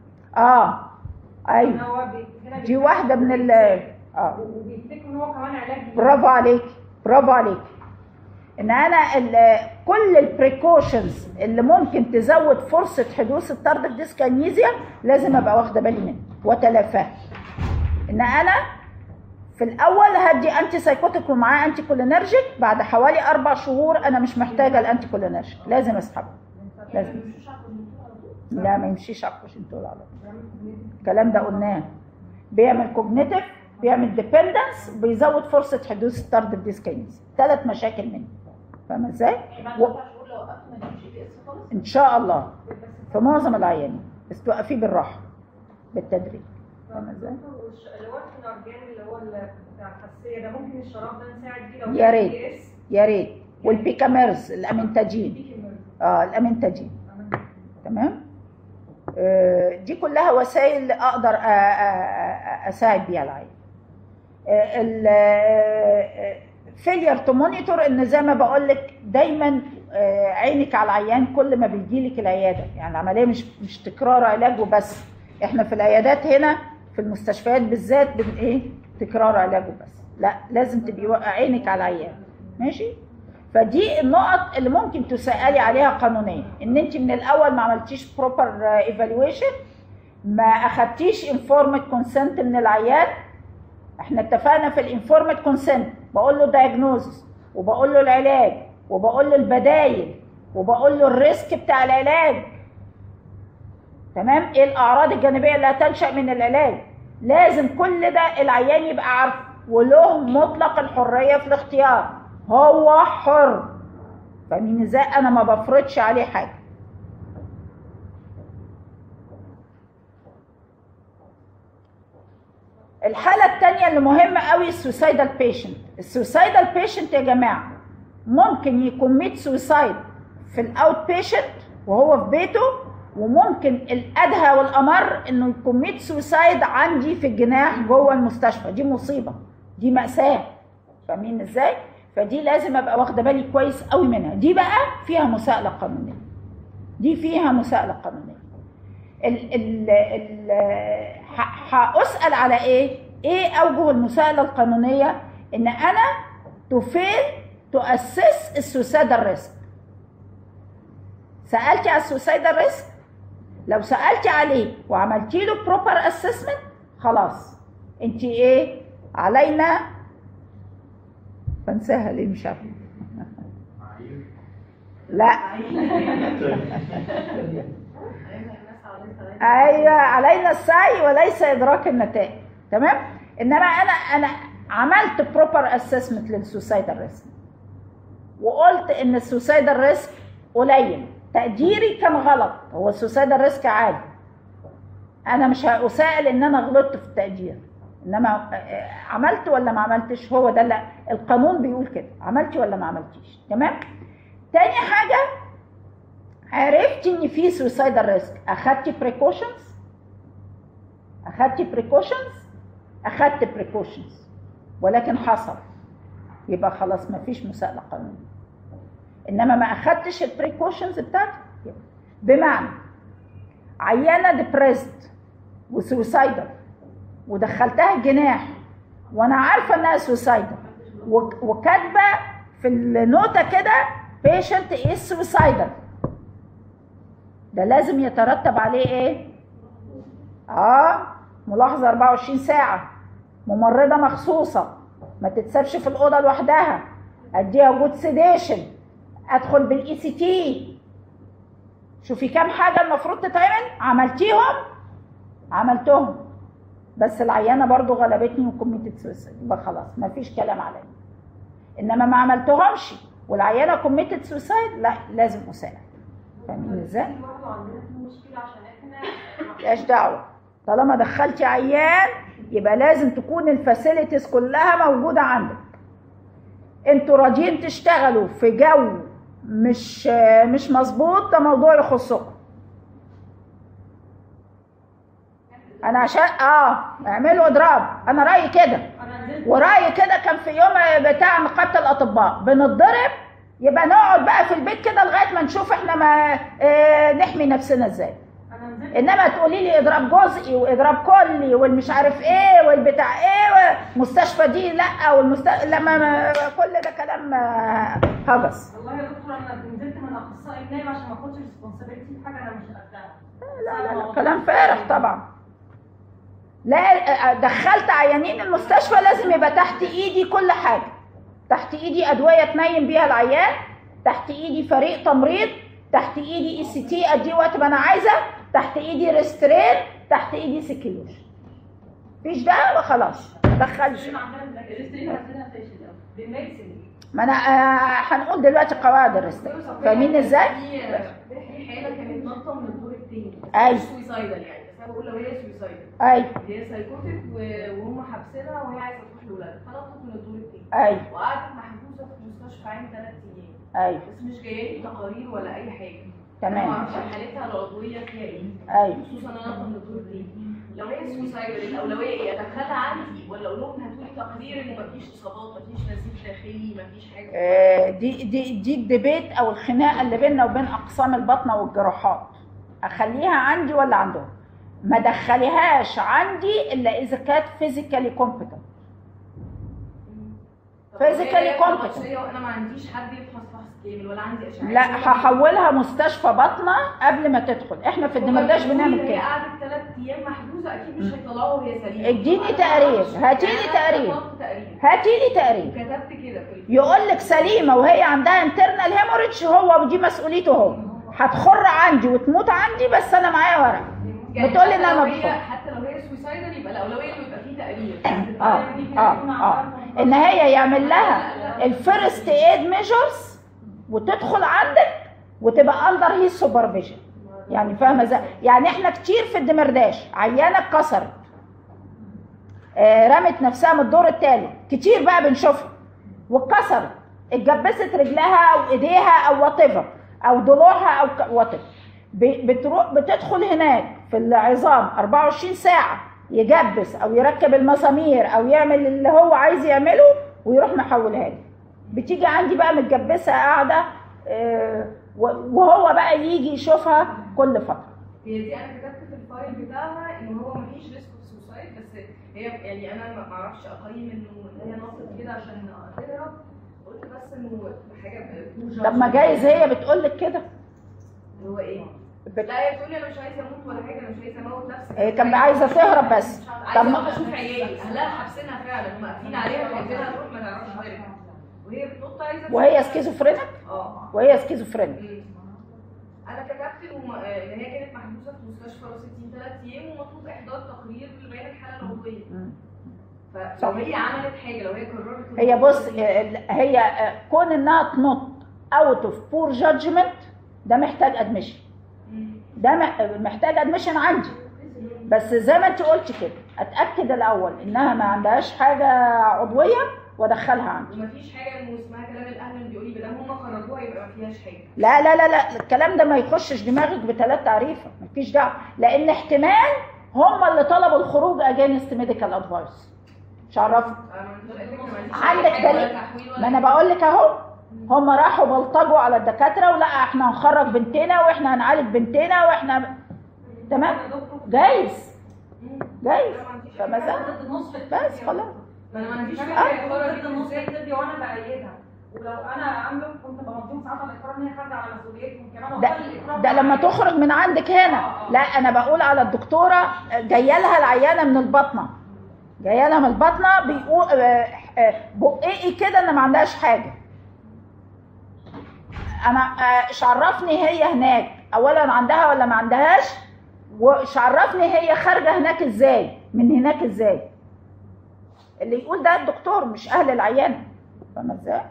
ايوه دي واحده من وبيفتكروا ان هو كمان علاج. برافو عليك، برافو عليك. ان انا كل البريكوشنز اللي ممكن تزود فرصه حدوث الطرد في ديسكينيزيا لازم ابقى واخده بالي منها واتلافاها. ان انا في الاول هدي انتي سايكوتيك ومعاه انتي كولينرجيك، بعد حوالي 4 شهور انا مش محتاجه الانتي كولينرجيك، لازم اسحبه. لازم. لا ما يمشيش على الكوشنتول على طول. الكلام ده قلناه. بيعمل كوجنيتيف، بيعمل ديبندنس، بيزود فرصه حدوث الطرد في ديسكينيزيا. 3 مشاكل منه. فاهمه ازاي؟ ان شاء الله في معظم العيانين، بس توقفيه بالراحه بالتدريج. فاهمه ازاي؟ الورفينارجين اللي هو بتاع الحساسيه ده ممكن الشراب ده نساعد فيه لو يا ريت يا ريت. والبيكاميرز الامنتاجين، الامنتاجين تمام. دي كلها وسائل اقدر اساعد بيها العيان. فيلير تو مونيتور، ان زي ما بقول لك دايما عينك على العيان كل ما بيجي لك العياده، يعني العمليه مش تكرار علاج وبس. احنا في العيادات هنا في المستشفيات بالذات تكرار علاج وبس، لا لازم تبقي عينك على العيان. ماشي؟ فدي النقط اللي ممكن تسألي عليها قانونيا، ان انت من الاول ما عملتيش بروبر ايفالويشن، ما اخدتيش انفورمد كونسنت من العيان. احنا اتفقنا في الانفورمد كونسنت بقول له دايجنوزس، وبقول له العلاج، وبقول له البدايل، وبقول له الريسك بتاع العلاج. تمام؟ ايه الاعراض الجانبيه اللي هتنشأ من العلاج؟ لازم كل ده العيان يبقى عارف، وله مطلق الحريه في الاختيار، هو حر. فاهمين ازاي؟ انا ما بفرضش عليه حاجه. الحاله الثانيه اللي مهمه قوي السوسايدال بيشنت. السوسايدال بيشنت يا جماعه ممكن يكميت سوسايد في الاوت بيشنت وهو في بيته، وممكن الادهى والامر انه يكميت سوسايد عندي في الجناح جوه المستشفى. دي مصيبه، دي مأساة. فاهمين ازاي؟ فدي لازم ابقى واخده بالي كويس قوي منها. دي بقى فيها مساءله قانونيه، دي فيها مساءله قانونيه. هاسال على ايه اوجه المساءله القانونيه؟ ان انا تفيل تؤسس السوسايدال ريسك. سالتي على السوسايدال ريسك، لو سالتي عليه وعملتي له بروبر اسسمنت خلاص انت علينا بنساها ليه مش عارفه. لا ايوه علينا السعي وليس ادراك النتائج. تمام؟ انما انا عملت بروبر اسسمنت للسوسايدال ريسك وقلت ان السوسايدال ريسك قليل، تقديري كان غلط، هو السوسايدال ريسك عادي، انا مش هأسائل ان انا غلطت في التقدير، انما عملت ولا ما عملتش، هو ده اللي القانون بيقول كده، عملتي ولا ما عملتيش. تمام؟ تاني حاجه عرفت ان في سويسايدال ريسك، اخدتي بريكوشنز؟ اخدت بريكوشنز ولكن حصل، يبقى خلاص مفيش مساءلة قانونية. انما ما اخدتش البريكوشنز بتاعتك، بمعنى عيانة ديبريسد وسويسايدال ودخلتها الجناح وانا عارفة انها سويسايدال وكاتبة في النوتة كده patient is suicidal، ده لازم يترتب عليه ايه؟ ملاحظة 24 ساعة، ممرضة مخصوصة، ما تتسابش في الأوضة لوحدها، اديها وجود سيديشن، ادخل بالاي سي تي. شوفي كام حاجة المفروض تتعمل، عملتهم، بس العيانة برضو غلبتني وكوميتد سويسايد، يبقى خلاص مفيش كلام عليا. انما ما عملتهمش والعيانة كوميتد سويسايد، لا لازم اساعد. فاهمين ازاي؟ ملهاش دعوة، طالما دخلتي عيان يبقى لازم تكون الفاسيلتيز كلها موجودة عندك. انتوا راضيين تشتغلوا في جو مش مظبوط، ده موضوع يخصكم. انا عشان اعملوا اضراب، انا رايي كده، ورايي كده كان في يوم بتاع نقابه الاطباء بنضرب، يبقى نقعد بقى في البيت كده لغايه ما نشوف احنا ما نحمي نفسنا ازاي. انما تقولي لي اضراب جزئي واضراب كلي والمش عارف ايه والبتاع ايه والمستشفى دي لا لما كل ده كلام هجس. والله يا دكتور انا نزلت من اخصائي النايم عشان ما اخدش ريسبونسابيلتي في حاجه انا مش قدها. لا كلام فارغ طبعا. لا دخلت عيانين المستشفى لازم يبقى تحت ايدي كل حاجه، تحت ايدي ادويه تنيم بيها العيان، تحت ايدي فريق تمريض، تحت ايدي اي سي تي اديه وقت ما انا عايزه، تحت ايدي ريسترين، تحت ايدي سكيلوش. مفيش ده وخلاص ما دخلش. ما انا هنقول دلوقتي قواعد الريسترين، فاهمين ازاي؟ في حاله كانت نطه من الدور الثاني، ايوه سويسايدال يعني، بس انا بقول لو هي سويسايدال ايوه هي سايكوتيك وهم حابسينها وهي عايزه تروح لاولادها، فنطت من الدور الثاني ايوه وقعدت محبوسه في المستشفى عين 3 ايام. ايوه بس مش جايه لي تقارير ولا اي حاجه. تمام. ما اعرفش حالتها العضويه فيها ايه. ايوه خصوصا انا نطت من الدور الثاني. لو هي سويسايدال الاولويه ايه؟ ادخلها عندي ولا اقول لهم هاتوا لي تقرير ان مفيش اصابات، مفيش نزيف داخلي، مفيش حاجه؟ دي الديبيت او الخناقه اللي بيننا وبين اقسام الباطنه والجراحات. اخليها عندي ولا عندهم؟ ما دخليهاش عندي الا اذا كانت فيزيكالي كومبتنت. فيزيكالي كومبتنت. انا ما عنديش حد يفحص فحص كامل ولا عندي اشعه. لا هحولها مستشفى باطنه قبل ما تدخل، احنا في الدمرداش بنعمل كده. هي قعدت 3 ايام محجوزه، اكيد مش هيطلعوها وهي سليمه. اديني تقرير، هاتي لي تقرير كتبت كده يقول لك سليمه وهي عندها انترنال هيموريدج، هو دي مسؤوليته هو، هتخر عندي وتموت عندي، بس انا معايا ورق بتقولي ان انا بدخل. حتى لو هي سويسايدال يبقى الاولويه انه يبقى فيه تقرير. ان هي يعمل لها الفيرست ايد ميجرز وتدخل عندك وتبقى اندر هي سوبرفيجن. يعني فاهمه ازاي؟ يعني احنا كتير في الدمرداش عيانه اتكسرت، رمت نفسها من الدور الثالث، كتير بقى بنشوفها واتكسرت، اتجبست رجلها او ايديها او وات ايفر او ضلوعها او وات ايفر، بتروح بتدخل هناك في العظام 24 ساعه يجبس او يركب المسامير او يعمل اللي هو عايز يعمله ويروح محولها لي. بتيجي عندي بقى متجبسه قاعده، وهو بقى يجي يشوفها كل فتره. هي دي انا كتبت في الفايل بتاعها ان هو مفيش ريسك اوف سوسايد، بس هي يعني انا ما اعرفش اقيم انه هي نطت كده عشان تهرب، قلت بس انه حاجه. طب ما جايز هي بتقول لك كده. هو ايه؟ لا هي بتقول لي انا مش عايزه اموت ولا حاجه، انا مش عايزه اموت نفسي. هي كانت عايزه تهرب بس. طب ما اشوف عيالي، اهلها حابسينها فعلا، هم قافلين عليها وعايزينها تروح ما تعرفش تهرب، وهي بتنط عايزه. وهي سكيزوفرينك؟ وهي سكيزوفرينك. انا كتبت ان هي كانت محبوسه في مستشفى 60 3 ايام ومطلوب احضار تقرير لبيان الحاله العضويه. فلو هي عملت حاجه، لو هي قررت، هي بص، هي كون انها تنط اوت اوف بور جادجمنت ده محتاج ادميشن، ده محتاج ادميشن عندي. بس زي ما انت قلت كده اتاكد الاول انها ما عندهاش حاجه عضويه، وادخلها عندي. ومفيش حاجه انه اسمها كلام الاهل اللي بيقول لي بدل هم خرجوها يبقى ما فيهاش حاجه. لا لا لا لا، الكلام ده ما يخشش دماغك بثلاث تعريفه، مفيش دعوه، لان احتمال هم اللي طلبوا الخروج اجينست ميديكال ادفايس. مش عرفك عندك دليل؟ ما انا بقول لك اهو، هم راحوا بلطجوا على الدكاتره ولا احنا هنخرج بنتنا واحنا هنعالج بنتنا واحنا تمام، جايز فمثلا بس خلاص. ما انا ما عنديش فكره ضد النص الطبي وانا بايدها، ولو انا املك كنت بمضيهم ساعات على الاقرار ان هي خارجه على مسؤوليتهم كمان. ده لما تخرج من عندك هنا. لا انا بقول على الدكتوره جايه لها العيانه من البطنه، جايه لها من البطنه بيقول بقي كده ان ما عندهاش حاجه. انا ايش عرفني هي هناك اولا عندها ولا ما عندهاش، وايش عرفني هي خارجه هناك ازاي من هناك ازاي. اللي يقول ده الدكتور مش اهل العيانه. فاهمه ازاي؟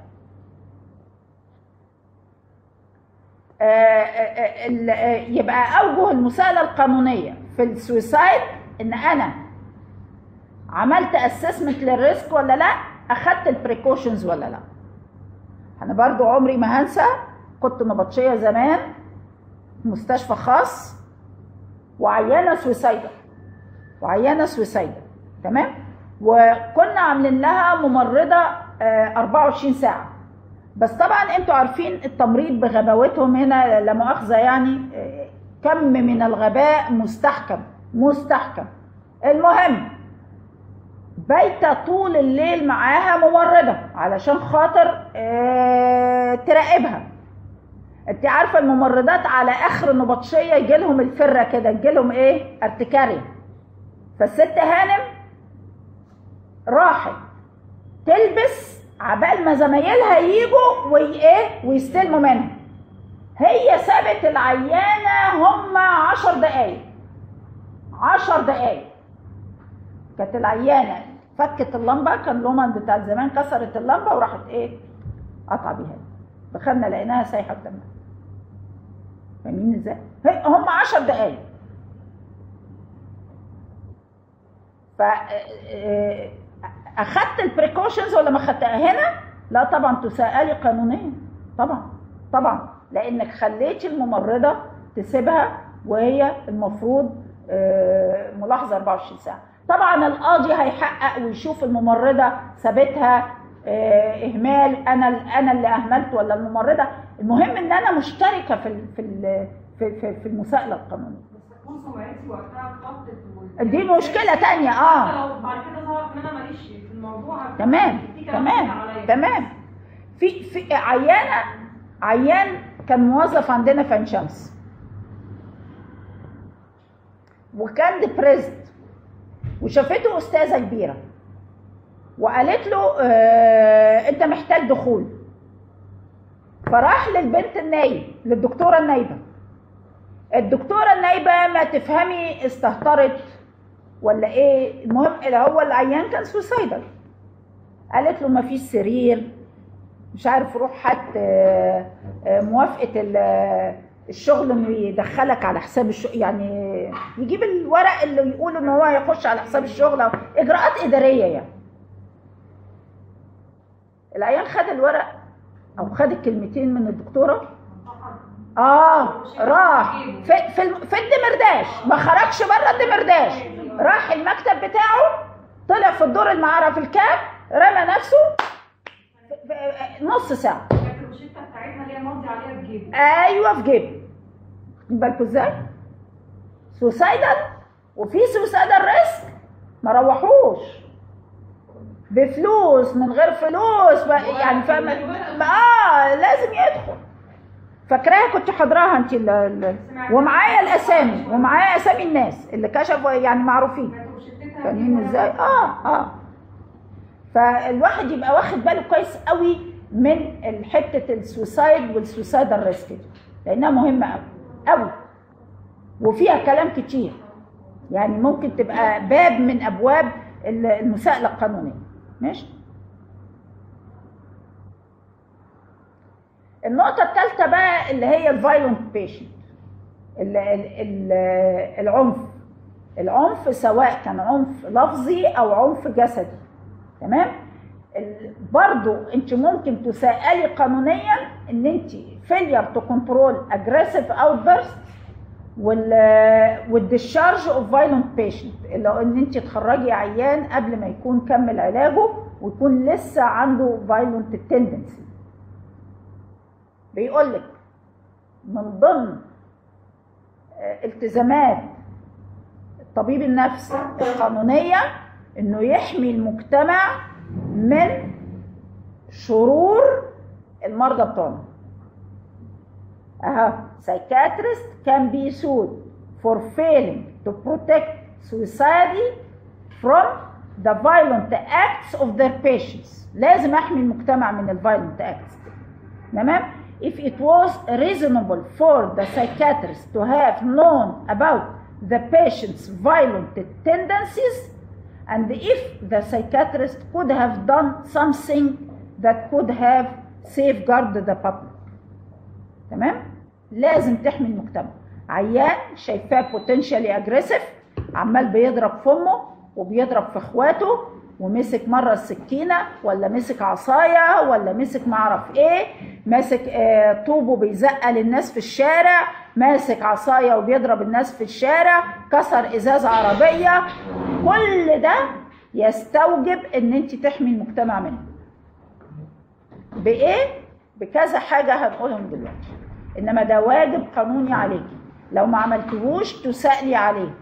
يبقى اوجه المساءله القانونيه في السويسايد ان انا عملت اسسمنت للريسك ولا لا، اخدت البريكوشنز ولا لا. انا برضو عمري ما هنسى، كنت نبطشيه زمان في مستشفى خاص وعيانه سويسايده تمام، وكنا عاملين لها ممرضه 24 ساعه. بس طبعا انتوا عارفين التمريض بغباوتهم هنا لا مؤاخذه يعني، كم من الغباء مستحكم. المهم بايته طول الليل معاها ممرضه علشان خاطر تراقبها. انت عارفه الممرضات على اخر النبطشيه يجي لهم الفره كده، يجي لهم ايه؟ ارتكاريا. فالست هانم راحت تلبس عبال ما زمايلها يجوا ويستلموا منها. هي سابت العيانه هم 10 دقايق. كانت العيانه فكت اللمبه، كان لومان بتاع زمان، كسرت اللمبه وراحت قطع بيها. دخلنا لقيناها سايحه قدامنا. فاهمين ازاي؟ هم 10 دقايق. ف اخدت البريكوشنز ولا ما اخدتها هنا؟ لا طبعا تساءلي قانونيا، طبعا لانك خليتي الممرضه تسيبها وهي المفروض ملاحظه 24 ساعه. طبعا القاضي هيحقق ويشوف الممرضه سابتها اهمال، انا اللي اهملت ولا الممرضه. المهم ان انا مشتركه في المساءله القانونيه. دي مشكله تانية. لو بعد كده ظهرت ان انا ماليش في الموضوع تمام. في عيان كان موظف عندنا في عين شمس وكان ديبريسد، وشافته استاذه كبيره وقالت له انت محتاج دخول. فراح للبنت النايب، للدكتوره النايبه. الدكتوره النايبه ما تفهمي استهترت ولا ايه، المهم هو العيان كان سوسايدال. قالت له ما فيش سرير، مش عارف روح هات موافقه الشغل انه يدخلك على حساب الشغل، يعني يجيب الورق اللي يقول ان هو يخش على حساب الشغل او اجراءات اداريه يعني. العيان خد الورق او خد الكلمتين من الدكتوره، راح في الدمرداش، ما خرجش بره الدمرداش، راح المكتب بتاعه، طلع في الدور المعرة في الكاب، رمى نفسه نص ساعه. الروشته بتاعتها اللي هي ماضي عليها في جيبه. ايوه في جيبه. بالكوا ازاي؟ سوسايدال، وفي سوسايدال ريسك ما روحوش بفلوس من غير فلوس يعني فاهمه. لازم يدخل. فاكراها كنت حاضراها انت ومعايا الاسامي، ومعايا اسامي الناس اللي كشفوا يعني معروفين. فاهمين ازاي؟ فالواحد يبقى واخد باله كويس قوي من حته السوسايد والسوسايدال ريسك، لانها مهمه قوي وفيها كلام كتير، يعني ممكن تبقى باب من ابواب المساءله القانونيه. ماشي. النقطه الثالثه بقى اللي هي الفايلنت بيشنت، العنف سواء كان عنف لفظي او عنف جسدي. تمام. برضو انت ممكن تسألي قانونيا ان انت failure to control aggressive outbursts والdischarge of violent patient، اللي هو ان انت تخرجي عيان قبل ما يكون كمل علاجه ويكون لسه عنده violent tendency. بيقولك من ضمن التزامات الطبيب النفسي القانونية انه يحمي المجتمع من شرور المرضى بتوعنا. psychiatrist can be sued for failing to protect suicide from the violent acts of their patients. لازم احمي المجتمع من violent acts. تمام؟ If it was reasonable for the psychiatrist to have known about the patient's violent tendencies, and if the psychiatrist could have done something that could have safeguarded the public. تمام؟ لازم تحمي المجتمع. عيان شايفاه potentially aggressive، عمال بيضرب في امه وبيضرب في اخواته، ومسك مره السكينه ولا مسك عصايه ولا مسك معرف ايه، ماسك طوبه بيزقل الناس في الشارع، ماسك عصايه وبيضرب الناس في الشارع، كسر ازاز عربيه، كل ده يستوجب ان انت تحمي المجتمع منه. بايه؟ بكذا حاجه هنقولهم دلوقتي. انما ده واجب قانوني عليكي، لو ما عملتهوش تسألي عليه.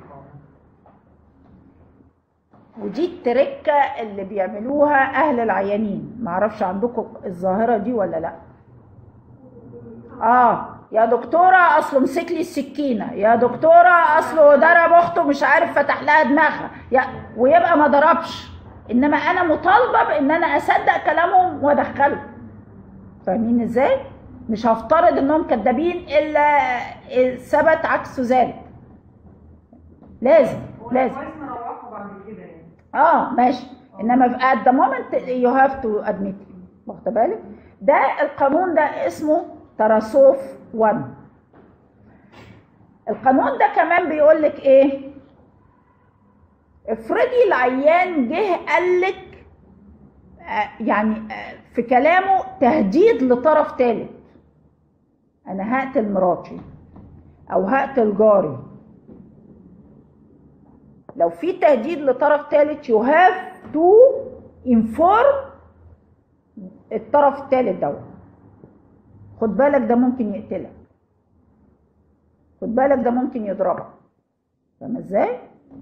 ودي التركه اللي بيعملوها اهل العيانين، معرفش عندكم الظاهره دي ولا لا. يا دكتوره اصله مسك لي السكينه، يا دكتوره اصله ضرب اخته مش عارف فتح لها دماغها، ويبقى ما ضربش، انما انا مطالبه بان انا اصدق كلامهم وادخله. فاهمين ازاي؟ مش هفترض انهم كذابين الا ثبت عكس ذلك. لازم ماشي، انما at the moment you have to admit. واخد بالك؟ ده القانون ده اسمه تراسوف 1. القانون ده كمان بيقول لك ايه؟ افرضي العيان جه قال لك يعني في كلامه تهديد لطرف ثالث، انا هقتل مراتي او هقتل جاري. لو في تهديد لطرف ثالث you have to inform الطرف الثالث دوت. خد بالك ده ممكن يقتلك، خد بالك ده ممكن يضربك. فاهم ازاي؟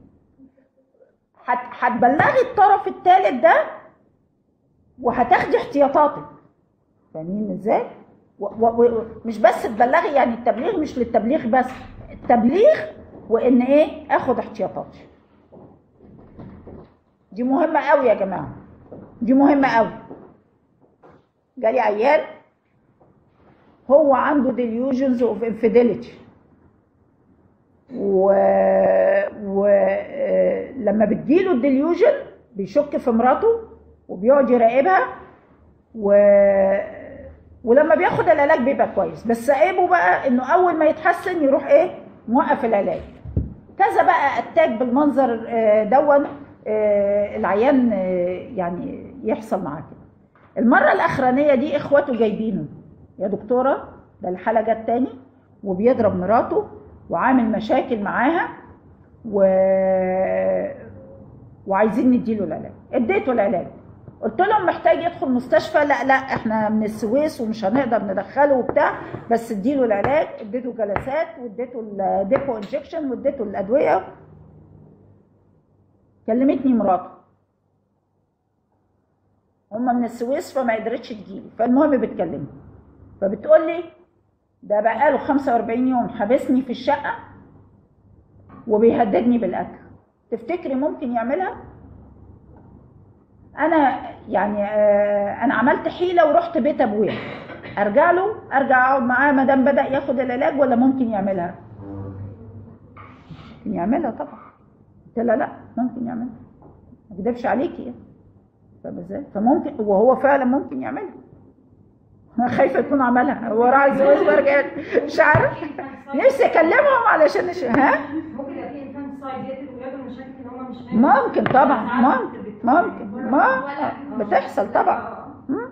هتبلغي الطرف الثالث ده وهتاخدي احتياطاتك. فاهمين ازاي؟ مش بس تبلغي، يعني التبليغ مش للتبليغ بس، التبليغ وان ايه؟ اخد احتياطاتي. دي مهمه قوي يا جماعه، دي مهمه قوي. جالي عيال هو عنده delusions of infidelity، ولما بتجيله الديليوجن بيشك في مراته وبيقعد يراقبها، ولما بياخد العلاج بيبقى كويس، بس عيبه بقى انه اول ما يتحسن يروح ايه؟ موقف العلاج. كذا بقى اتاك بالمنظر دون العيان يعني يحصل معاه كده. المره الاخرانيه دي اخواته جايبينه، يا دكتوره ده الحاله جت تاني وبيضرب مراته وعامل مشاكل معاها وعايزين نديله العلاج. اديته العلاج، قلت لهم محتاج يدخل مستشفى، لا احنا من السويس ومش هنقدر ندخله وبتاع، بس اديله العلاج. اديته جلسات واديته الديبو انجكشن واديته الادويه. كلمتني مراته، هما من السويس فما قدرتش تجيلي، فالمهم بتكلمني فبتقول لي ده بقاله 45 يوم حابسني في الشقه وبيهددني بالقتل. تفتكري ممكن يعملها؟ انا يعني انا عملت حيله ورحت بيت ابويا، ارجع اقعد معاه ما دام بدا ياخد العلاج، ولا ممكن يعملها؟ ممكن يعملها طبعا. قلت لها لا ممكن يعملها، ما اكذبش عليكي يعني. فاهمه ازاي؟ فممكن، وهو فعلا ممكن يعملها. انا خايفه يكون عملها، هو راح الزواج ورجع مش عارف. نفسي اكلمهم علشان ممكن يبقى في انسان سايد يقتل ولاده المشاكل ان هم مش ممكن طبعا، ممكن بتحصل طبعا.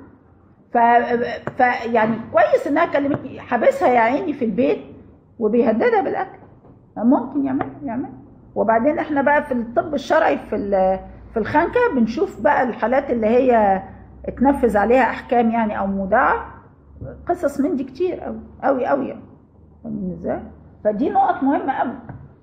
يعني كويس انها كلمتني، حابسها يا عيني في البيت وبيهددها بالاكل. ممكن يعمل. وبعدين احنا بقى في الطب الشرعي في الخنكه بنشوف بقى الحالات اللي هي اتنفذ عليها احكام يعني او مودعه، قصص من دي كتير قوي قوي قوي يعني. فاهمين ازاي؟ فدي نقط مهمه قوي.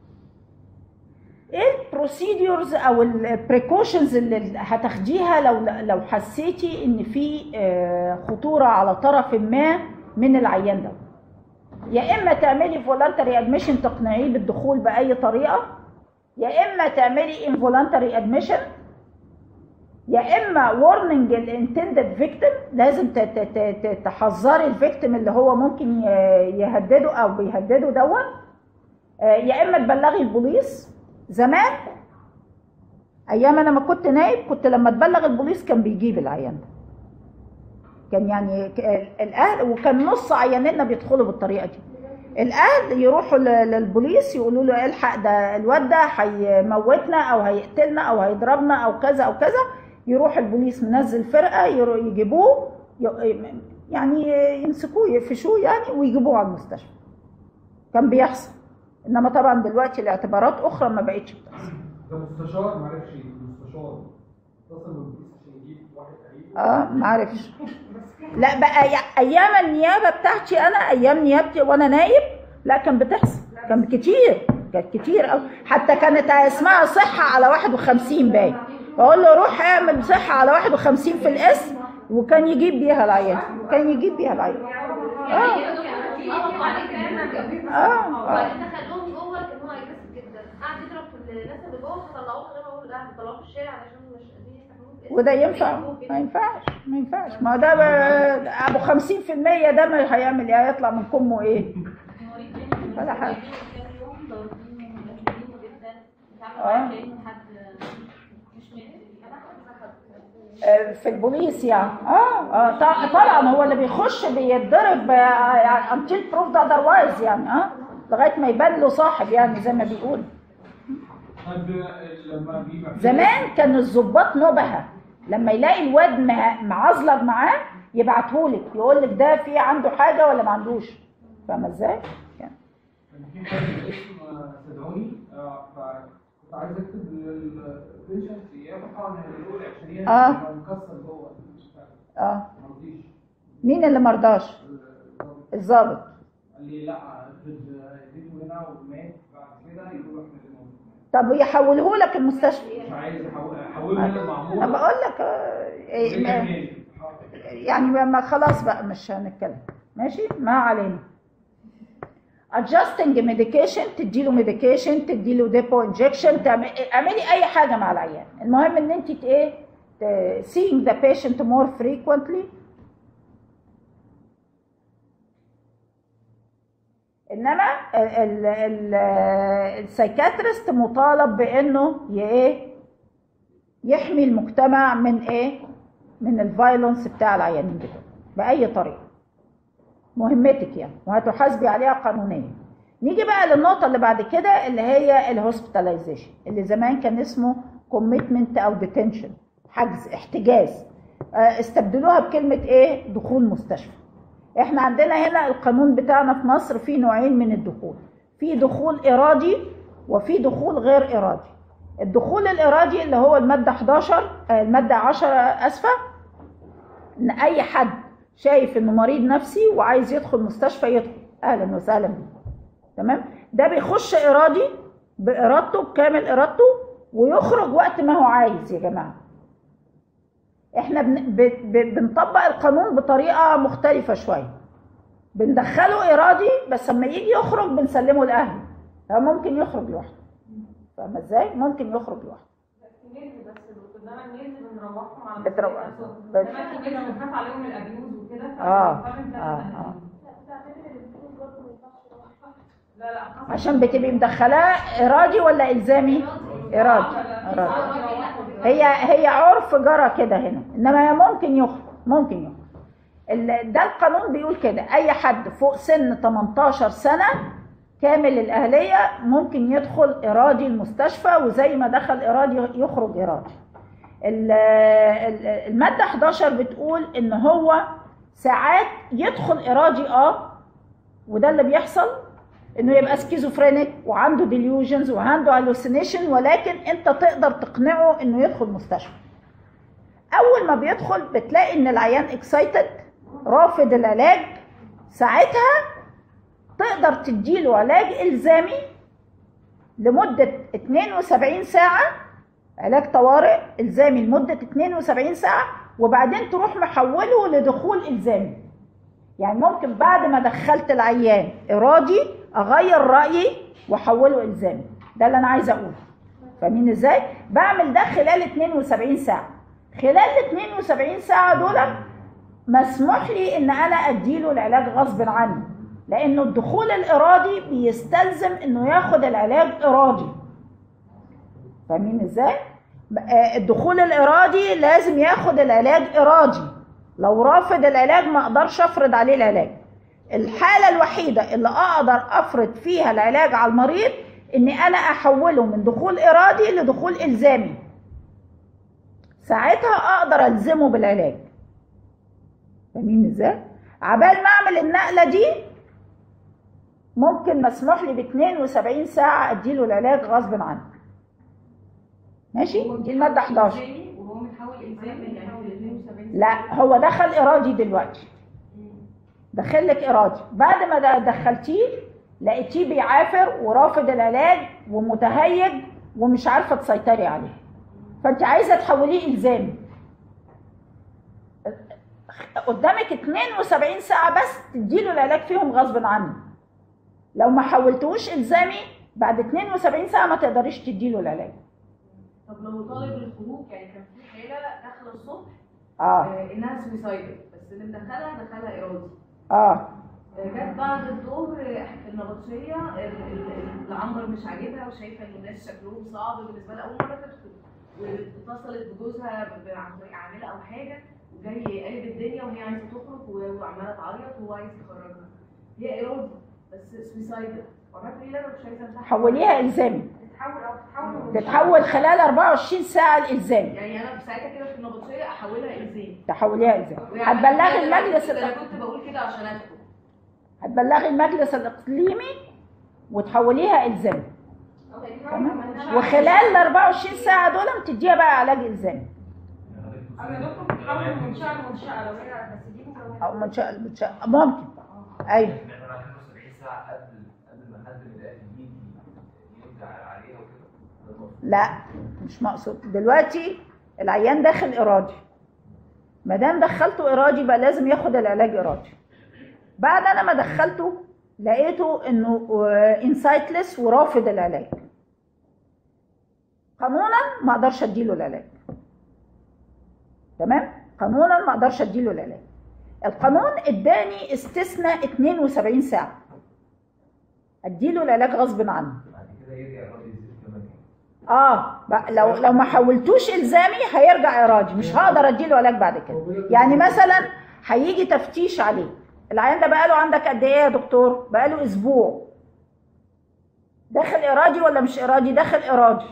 ايه البروسيدورز او البريكوشنز اللي هتاخديها لو حسيتي ان في خطوره على طرف ما من العيان ده؟ يا اما تعملي فولنتري ادميشن تقنعيه بالدخول باي طريقه، يا اما تعملي انفولنتري ادميشن، يا اما وارنينج الانتندد فيكتيم، لازم تحذري الفيكتيم اللي هو ممكن يهدده او بيهدده دوت، يا اما تبلغي البوليس. زمان ايام انا ما كنت نايب، كنت لما تبلغ البوليس كان بيجيب العيان ده، كان يعني الاهل، وكان نص عياننا بيدخلوا بالطريقه دي. الاهل يروحوا للبوليس يقولوا له الحق ده الواد ده هيموتنا او هيقتلنا او هيضربنا او كذا او كذا، يروح البوليس منزل فرقه يجيبوه، يعني يمسكوه يقفشوه يعني ويجيبوه على المستشفى. كان بيحصل. انما طبعا دلوقتي لاعتبارات اخرى ما بقتش بتحصل. ده مستشار ما عرفش المستشار اتصل بالبوليس عشان يجيب واحد قريب. ما عرفش. لا بقى ايام النيابه بتاعتي انا، ايام نيابتي وانا نايب، لا كان بتحصل، كان كتير، كانت كتير قوي. حتى كانت اسمها صحه على 51 باين، اقول له روح اعمل صحه على 51 في الاسم، وكان يجيب بيها العيان، كان يجيب بيها العيان. وبعدين دخلهم جوه كان هو اجريسيف جدا، قعد يضرب في الناس اللي جوه فطلعوه غير ما اقول لا طلعوه في الشارع علشان مش قادرين يستحملوه. وده ينفع؟ ما ينفعش. ما ده ابو 50% ده ما هيعمل ايه؟ هيطلع من كمه ايه؟ ولا حاجه. في البوليس يعني طبعا هو اللي بيخش بيتضرب until proved otherwise يعني لغايه ما يبان له صاحب يعني زي ما بيقول. زمان كان الضباط نبهه لما يلاقي الواد معزلر معاه يبعتهولك يقول لك ده في عنده حاجه ولا ما عندوش. فاهمه ازاي؟ يعني في حد اسمه صدعوني فكنت عايز اكتب للبيشنت يفتحوا ان الاولى عشان مكسر جوه. مرضيش. مين اللي مرضاش؟ الضابط. قال لي لا اديته هنا ومات، بعد كده يروح من الموت. طب يحوله لك المستشفى؟ مش عايز احوله من المعموره. انا بقول لك يعني ما خلاص بقى مش هنتكلم. ماشي؟ ما علينا. adjusting medication، تديله medication، تديله ديبو انجكشن، اعملي اي حاجه مع العيان. المهم ان انت seeing the patient more frequently. انما السايكاتريست مطالب بانه يحمي المجتمع من من الفايلنس بتاع العيانين بتوعه باي طريقه. مهمتك يعني، وهتحاسبي عليها قانونيا. نيجي بقى للنقطه اللي بعد كده اللي هي الهوسبيتاليزيشن، اللي زمان كان اسمه كوميتمنت او ديتنشن، حجز، احتجاز. استبدلوها بكلمه دخول مستشفى. احنا عندنا هنا القانون بتاعنا في مصر فيه نوعين من الدخول، في دخول ارادي وفي دخول غير ارادي. الدخول الارادي اللي هو الماده 11 الماده 10 اسفه، ان اي حد شايف انه مريض نفسي وعايز يدخل مستشفى يدخل، اهلا وسهلا بيه. تمام؟ ده بيخش ارادي بارادته، بكامل ارادته، ويخرج وقت ما هو عايز. يا جماعه احنا بنطبق القانون بطريقه مختلفه شويه، بندخله ارادي بس لما يجي يخرج بنسلمه لاهله، ممكن يخرج لوحده. فاهمه ازاي؟ ممكن يخرج لوحده. بس قدام الناس بنروحهم على بتروح دلوقتي كده بنخاف عليهم الابيوز وكده. لا عشان بتبقي مدخلاه ارادي ولا الزامي؟ ارادي. هي عرف جرى كده هنا، انما هي ممكن يخرج. ده القانون بيقول كده، اي حد فوق سن 18 سنه كامل الاهليه ممكن يدخل ارادي المستشفى، وزي ما دخل ارادي يخرج ارادي. الماده 11 بتقول ان هو ساعات يدخل ارادي وده اللي بيحصل، انه يبقى سكيزوفرينيك وعنده ديليوجنز وعنده هالوسينيشن، ولكن انت تقدر تقنعه انه يدخل مستشفى. اول ما بيدخل بتلاقي ان العيان اكسايتد رافض العلاج، ساعتها تقدر تديله علاج الزامي لمده 72 ساعه، علاج طوارئ الزامي لمده 72 ساعه، وبعدين تروح محوله لدخول الزامي. يعني ممكن بعد ما دخلت العيان ارادي اغير رايي واحوله الزامي. ده اللي انا عايزه اقوله. فاهمين ازاي؟ بعمل ده خلال 72 ساعه. خلال ال 72 ساعه دول مسموح لي ان انا اديله العلاج غصب عنه، لانه الدخول الارادي بيستلزم انه ياخد العلاج ارادي. فاهمين ازاي؟ الدخول الارادي لازم ياخد العلاج ارادي. لو رافض العلاج ما اقدرش افرض عليه العلاج. الحاله الوحيده اللي اقدر افرض فيها العلاج على المريض اني انا احوله من دخول ارادي لدخول الزامي. ساعتها اقدر الزمه بالعلاج. فاهمين ازاي؟ عبال ما اعمل النقله دي ممكن مسموح لي ب 72 ساعه اديله العلاج غصب عنه. ماشي؟ دي الماده 11. وهو متحول الزامي يعني في 72 لا، هو دخل ارادي دلوقتي. دخل لك ارادي، بعد ما دخلتيه لقيتيه بيعافر ورافض العلاج ومتهيج ومش عارفه تسيطري عليه، فانت عايزه تحوليه الزامي. قدامك 72 ساعه بس تديله العلاج فيهم غصب عنه. لو ما حولتوش الزامي بعد 72 ساعه ما تقدريش تديله العلاج. طب لو طالب الخروج، يعني كان في حاله داخله الصبح انها سويسايدر، بس اللي دخلها ارادي. جت بعد الظهر في النبطشيه العنبر مش عاجبها وشايفه ان الناس شكلهم صعب بالنسبه لها، اول مره تدخل واتصلت بجوزها عن طريق عامله او حاجه، وجاي قلب الدنيا وهي عايزه تخرج وعماله تعيط وهو عايز يخرجها. هي ارادي بس سويسايدر، وعملت ايه؟ لا مش عايزه انتحر. حوليها الزامي. تتحول خلال 24 ساعه الالزامي. يعني انا في ساعتها كده في النبطشيه احولها الزامي. تحوليها الزامي. هتبلغي المجلس انا كنت بقول كده عشان ادخل. هتبلغي المجلس الاقليمي وتحوليها الزامي. وخلال ال 24 ساعه دول تديها بقى علاج الزامي. انا دكتور بتحول من منشاه لمنشاه، لو هي بس دي او منشاه لمنشاه ممكن. ايوه. 72 ساعه قبل ما حد من الاهل يجي يرجع عليها وكده. لا مش مقصود. دلوقتي العيان داخل ارادي، ما دام دخلته ارادي بقى لازم ياخد العلاج ارادي. بعد انا ما دخلته لقيته انه انسايتلس ورافض العلاج، قانونا ما اقدرش اديله العلاج. تمام؟ قانونا ما اقدرش اديله العلاج. القانون اداني استثناء 72 ساعه اديله العلاج غصب عنه. لو ما حولتوش الزامي هيرجع ارادي، مش هقدر اديله علاج بعد كده. يعني مثلا هيجي تفتيش عليه، العيان ده بقاله عندك قد ايه يا دكتور؟ بقاله اسبوع. داخل ارادي ولا مش ارادي؟ داخل ارادي.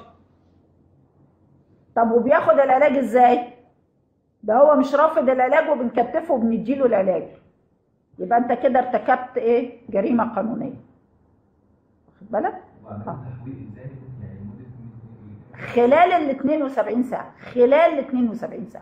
طب وبياخد العلاج ازاي؟ ده هو مش رافض العلاج وبنكتفه وبنديله العلاج. يبقى انت كده ارتكبت ايه؟ جريمه قانونيه. واخد بالك؟ خلال ال 72 ساعه، خلال ال 72 ساعه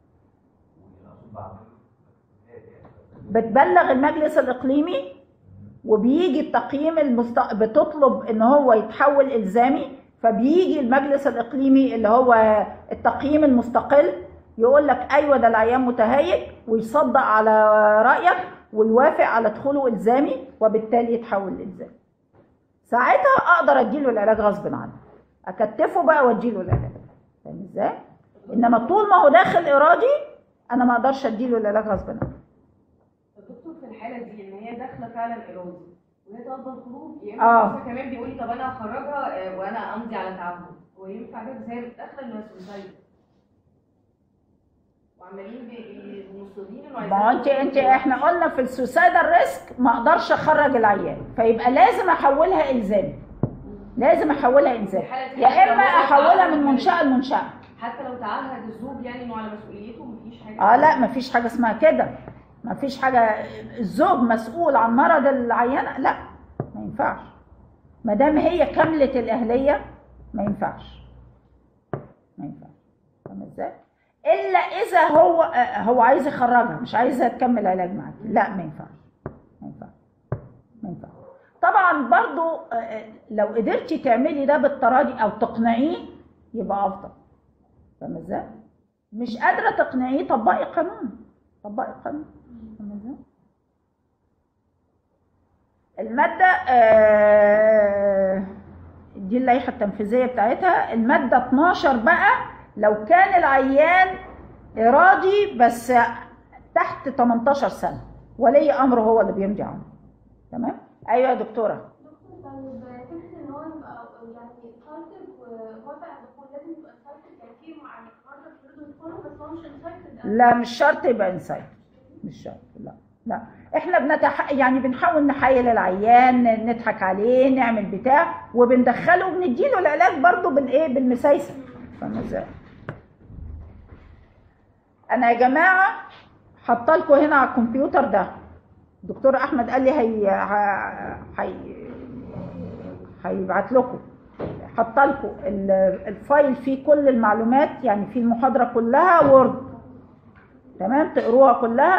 بتبلغ المجلس الاقليمي وبيجي التقييم بتطلب ان هو يتحول الزامي، فبيجي المجلس الاقليمي اللي هو التقييم المستقل يقول لك ايوه ده العيان متهيج، ويصدق على رايك ويوافق على دخوله الزامي، وبالتالي يتحول للزامي. ساعتها اقدر اديله العلاج غصب عنه، اكتفه بقى واديله العلاج. فاهم ازاي؟ انما طول ما هو داخل ارادي انا ما اقدرش اديله العلاج غصب عنه. الدكتور في الحاله دي ان هي داخله فعلا ارادي وهي طالبه الخروج، يا اما كمان بيقول لي طب انا هخرجها وانا امضي على تعبد، هو ينفع ده؟ بس هي داخله انها سوسايد وعمالين مصرين انه عايزين. ما انت احنا قلنا في السوسايدال ريسك ما اقدرش اخرج العيان، فيبقى لازم احولها الزامي. لازم احولها الزامي، يا اما احولها من منشاه لمنشاه. حتى لو تعهد الزوج يعني انه على مسؤوليته مفيش حاجه؟ لا مفيش حاجه اسمها كده، مفيش حاجه الزوج مسؤول عن مرض العيانه، لا ما ينفعش. ما دام هي كامله الاهليه ما ينفعش، ما ينفعش. فاهم ازاي؟ الا اذا هو عايز يخرجها، مش عايزها تكمل علاج معاك، لا ما ينفعش، ما ينفعش، ما ينفعش. طبعا برضو لو قدرتي تعملي ده بالتراضي او تقنعيه يبقى افضل. فاهمه ازاي؟ مش قادره تقنعيه، طبقي قانون، طبقي قانون. فاهمه ازاي؟ الماده دي اللائحه التنفيذيه بتاعتها. الماده 12 بقى لو كان العيان راضي بس تحت 18 سنه، ولي امره هو اللي بيمضي عنه. تمام؟ ايوه يا دكتوره. دكتور طيب فكره ان هو يبقى يعني انسايتد ووافق على الدخول، لازم يبقى انسايتد يعني في مع القرار يريدوا يدخلوا بس هو مش انسايتد؟ لا مش شرط يبقى انسايتد، مش شرط، لا لا. احنا يعني بنحاول نحايل العيان، نضحك عليه، نعمل بتاع، وبندخله وبنديله العلاج برضه بالايه؟ بالمسايسه. فاهمه ازاي؟ انا يا جماعه حاطه لكم هنا على الكمبيوتر ده، دكتور احمد قال لي هيبعت لكم، حاطه لكم الفايل فيه كل المعلومات، يعني فيه المحاضره كلها وورد، تمام؟ تقروها كلها،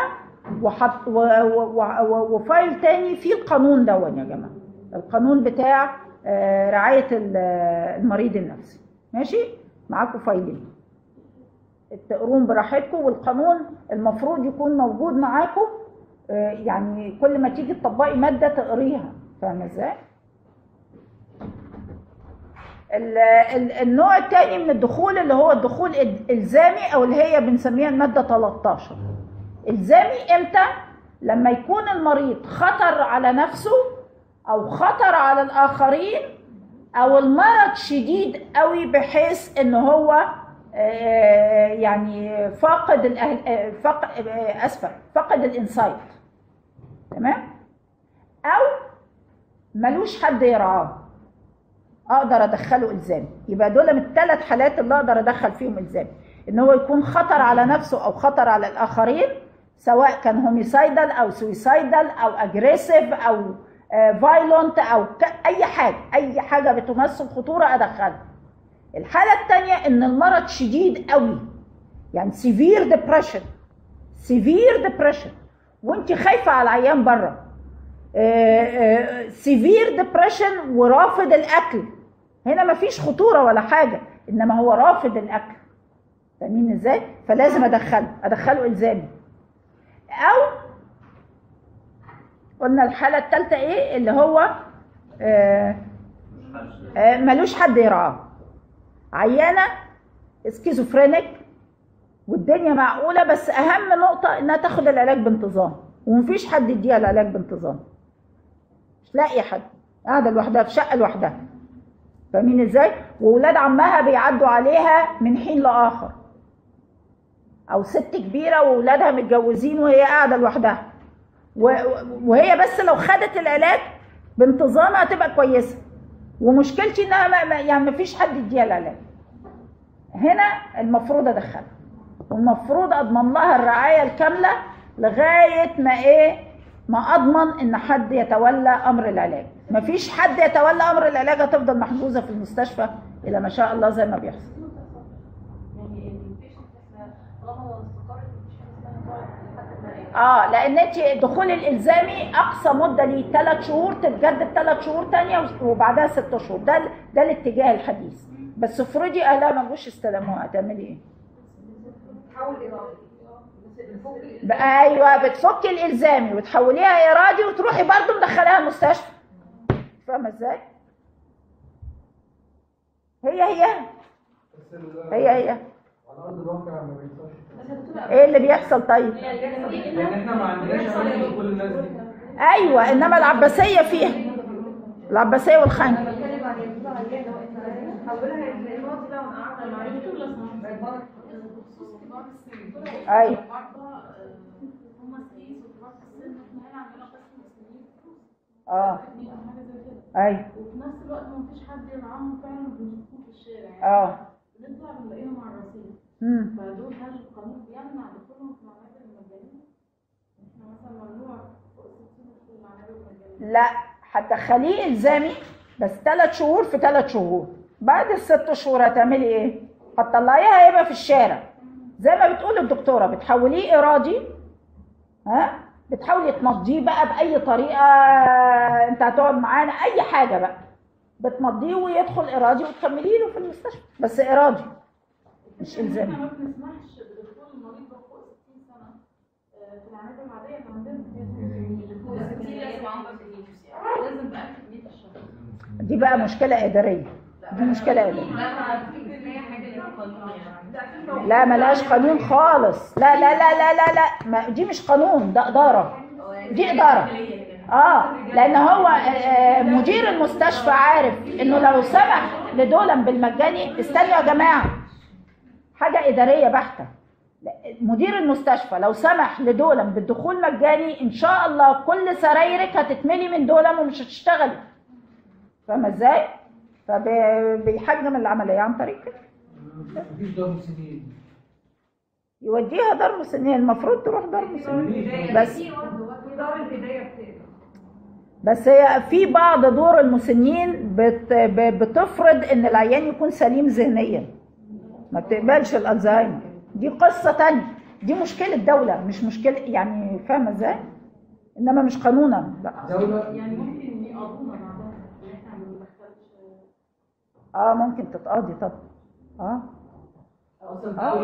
وفايل تاني فيه القانون ده يا جماعه، القانون بتاع رعايه المريض النفسي. ماشي؟ معاكم فايلين تقروهم براحتكم، والقانون المفروض يكون موجود معاكم، يعني كل ما تيجي تطبقي ماده تقريها. فاهمه ازاي؟ النوع الثاني من الدخول اللي هو الدخول الالزامي، او اللي هي بنسميها الماده 13. الزامي امتى؟ لما يكون المريض خطر على نفسه او خطر على الاخرين، او المرض شديد قوي بحيث ان هو يعني فقد الانسايت. تمام؟ او ملوش حد يرعاه، اقدر ادخله الزامي. يبقى دول من الثلاث حالات اللي اقدر ادخل فيهم الزامي، ان هو يكون خطر على نفسه او خطر على الاخرين، سواء كان هوميسايدال او سويسايدال او اجريسيف او فايلونت او اي حاجه بتمثل خطوره ادخلها. الحاله الثانيه ان المرض شديد قوي، يعني سيفير ديبريشن وانت خايفه على العيان بره، سيفير ديبريشن ورافض الاكل. هنا مفيش خطوره ولا حاجه، انما هو رافض الاكل. فاهمين ازاي؟ فلازم ادخله الزامي. او قلنا الحاله الثالثه ايه؟ اللي هو ملوش حد يرعاه، عيانه سكيزوفرينيك والدنيا معقوله، بس اهم نقطه انها تاخد العلاج بانتظام، ومفيش حد يديها العلاج بانتظام، مش لاقي حد، قاعده لوحدها في شقه لوحدها. فاهمين ازاي؟ واولاد عمها بيعدوا عليها من حين لاخر، او ست كبيره واولادها متجوزين وهي قاعده لوحدها، وهي بس لو خدت العلاج بانتظام هتبقى كويسه. ومشكلتي انها يعني مفيش حد يديها العلاج. هنا المفروض ادخلها، والمفروض اضمن لها الرعايه الكامله لغايه ما اضمن ان حد يتولى امر العلاج. مفيش حد يتولى امر العلاج، هتفضل محجوزه في المستشفى الى ما شاء الله زي ما بيحصل. لان انت الدخول الالزامي اقصى مده ليه 3 شهور، تتجدد 3 شهور ثانيه وبعدها 6 شهور. ده الاتجاه الحديث. بس افرضي اهلها ما جوش استلموها، هتعملي ايه؟ ايوه، بتفكي الالزامي وتحوليها ارادي وتروحي برضه مدخلاها المستشفى. فاهمه ازاي؟ هي على ارض الواقع ما بيحصلش. ايه اللي بيحصل طيب؟ لان احنا ما عندناش امل كل الناس دي. ايوه، انما العباسيه فيها، العباسيه والخنجة. ايوه ايوه، وفي نفس الوقت ما فيش حد يرعاهم فعلا، بنشوفهم في الشارع يعني. بنطلع بنلاقيهم على الرصيف. فدول هل القانون بيمنع دخولهم في المعامل المجانيه؟ احنا مثلا ممنوع فوق 60 في المعامل المجانيه. لا، هتدخليه الزامي بس 3 شهور في 3 شهور. بعد ال6 شهور هتعملي ايه؟ هتطلعيه هيبقى في الشارع زي ما بتقول الدكتوره، بتحوليه ارادي. بتحاولي تمضيه بقى باي طريقه، انت هتقعد معانا اي حاجه بقى، بتمضيه ويدخل ارادي وتكملي له في المستشفى، بس ارادي مش الزامي. احنا ما بنسمحش بدخول المريض فوق 60 سنه في العمليات العاديه. احنا عندنا لازم بقى كميه الشهر. دي بقى مشكله اداريه، دي مشكله اداريه. لا ملهاش قانون خالص، لا لا لا لا لا لا، دي مش قانون، ده اداره، دي اداره. لان هو مدير المستشفى عارف انه لو سمح لدول بالمجاني، استنوا يا جماعه، حاجه اداريه بحته. مدير المستشفى لو سمح لدول بالدخول مجاني، ان شاء الله كل سرايرك هتتملي من دول ومش هتشتغلي. فاهمه ازاي؟ فبيحجم العمليه عن طريق كده. مفيش دار مسنين، يوديها دار مسنين، المفروض تروح دار مسنين. بس هي في بعض دور المسنين بتفرض ان العيان يكون سليم ذهنيا، ما بتقبلش الالزهايمر. دي قصه تانية، دي مشكله دوله مش مشكله، يعني فاهمه ازاي؟ انما مش قانونا. لا دوله يعني ممكن يقضونا مع بعض، احنا ما بندخلش. ممكن تتقاضي طبعا. اصلا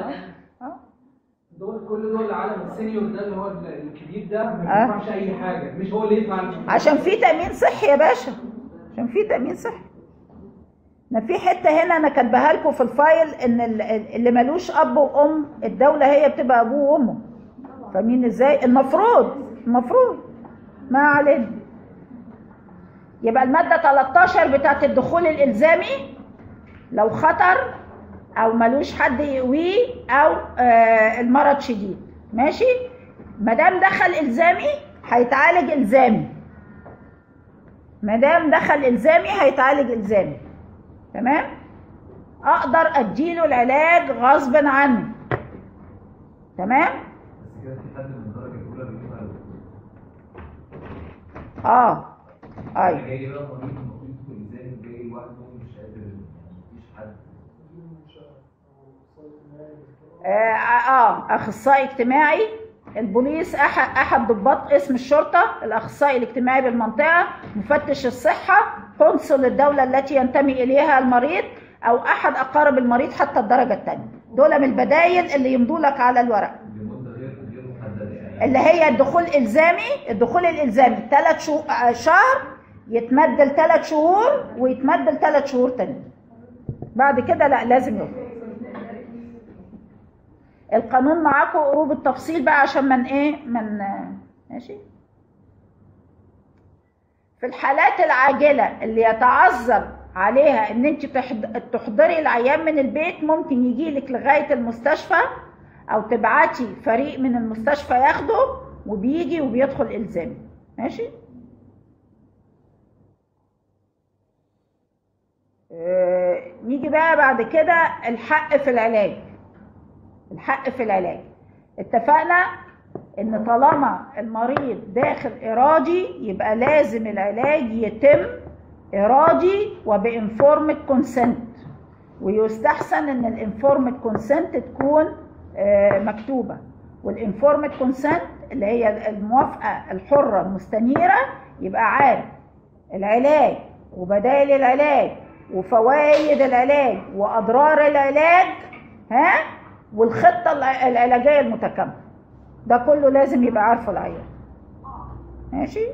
كل دول العالم السينيور ده اللي هو الكبير ده ما ينفعش اي حاجه، مش هو اللي يدفع عشان في تامين صحي يا باشا، عشان في تامين صحي. في حته هنا انا كاتباها لكم في الفايل ان اللي ملوش اب وام، الدوله هي بتبقى ابوه وامه. فاهمين ازاي؟ المفروض ما علينا. يبقى الماده 13 بتاعت الدخول الالزامي، لو خطر او ملوش حد يقويه او المرض شديد، ماشي؟ ما دام دخل الزامي هيتعالج الزامي، ما دام دخل الزامي هيتعالج الزامي. تمام؟ اقدر اديله العلاج غصب عنه. تمام؟ بس كده في حد من الدرجه الاولى بيجيبها. ايوه جاي بقى مريض المفروض يكون ازاي، جاي لوحده مش قادر، مفيش حد. اخصائي اجتماعي، البوليس، احد ضباط اسم الشرطه، الاخصائي الاجتماعي بالمنطقه، مفتش الصحه، قنصل الدوله التي ينتمي اليها المريض، او احد اقارب المريض حتى الدرجه الثانيه. دول من البدايل اللي يمضوا لك على الورق، اللي هي الدخول الالزامي 3 شهر يتمد ل3 شهور ويتمد ل3 شهور تاني. بعد كده لا، لازم يخرج. القانون معاكم قروب التفصيل بقى عشان ماشي. في الحالات العاجله اللي يتعذر عليها ان انت تحضري العيان من البيت، ممكن يجي لك لغايه المستشفى او تبعتي فريق من المستشفى ياخده وبيجي وبيدخل الزامي. ماشي؟ نيجي بقى بعد كده الحق في العلاج. اتفقنا ان طالما المريض داخل ارادي يبقى لازم العلاج يتم ارادي وبانفورمد كونسنت، ويستحسن ان الانفورمد كونسنت تكون مكتوبه. والانفورمد كونسنت اللي هي الموافقه الحره المستنيره، يبقى عارف العلاج وبدائل العلاج وفوائد العلاج واضرار العلاج، والخطه العلاجيه المتكامله. ده كله لازم يبقى عارفه العيان. ماشي؟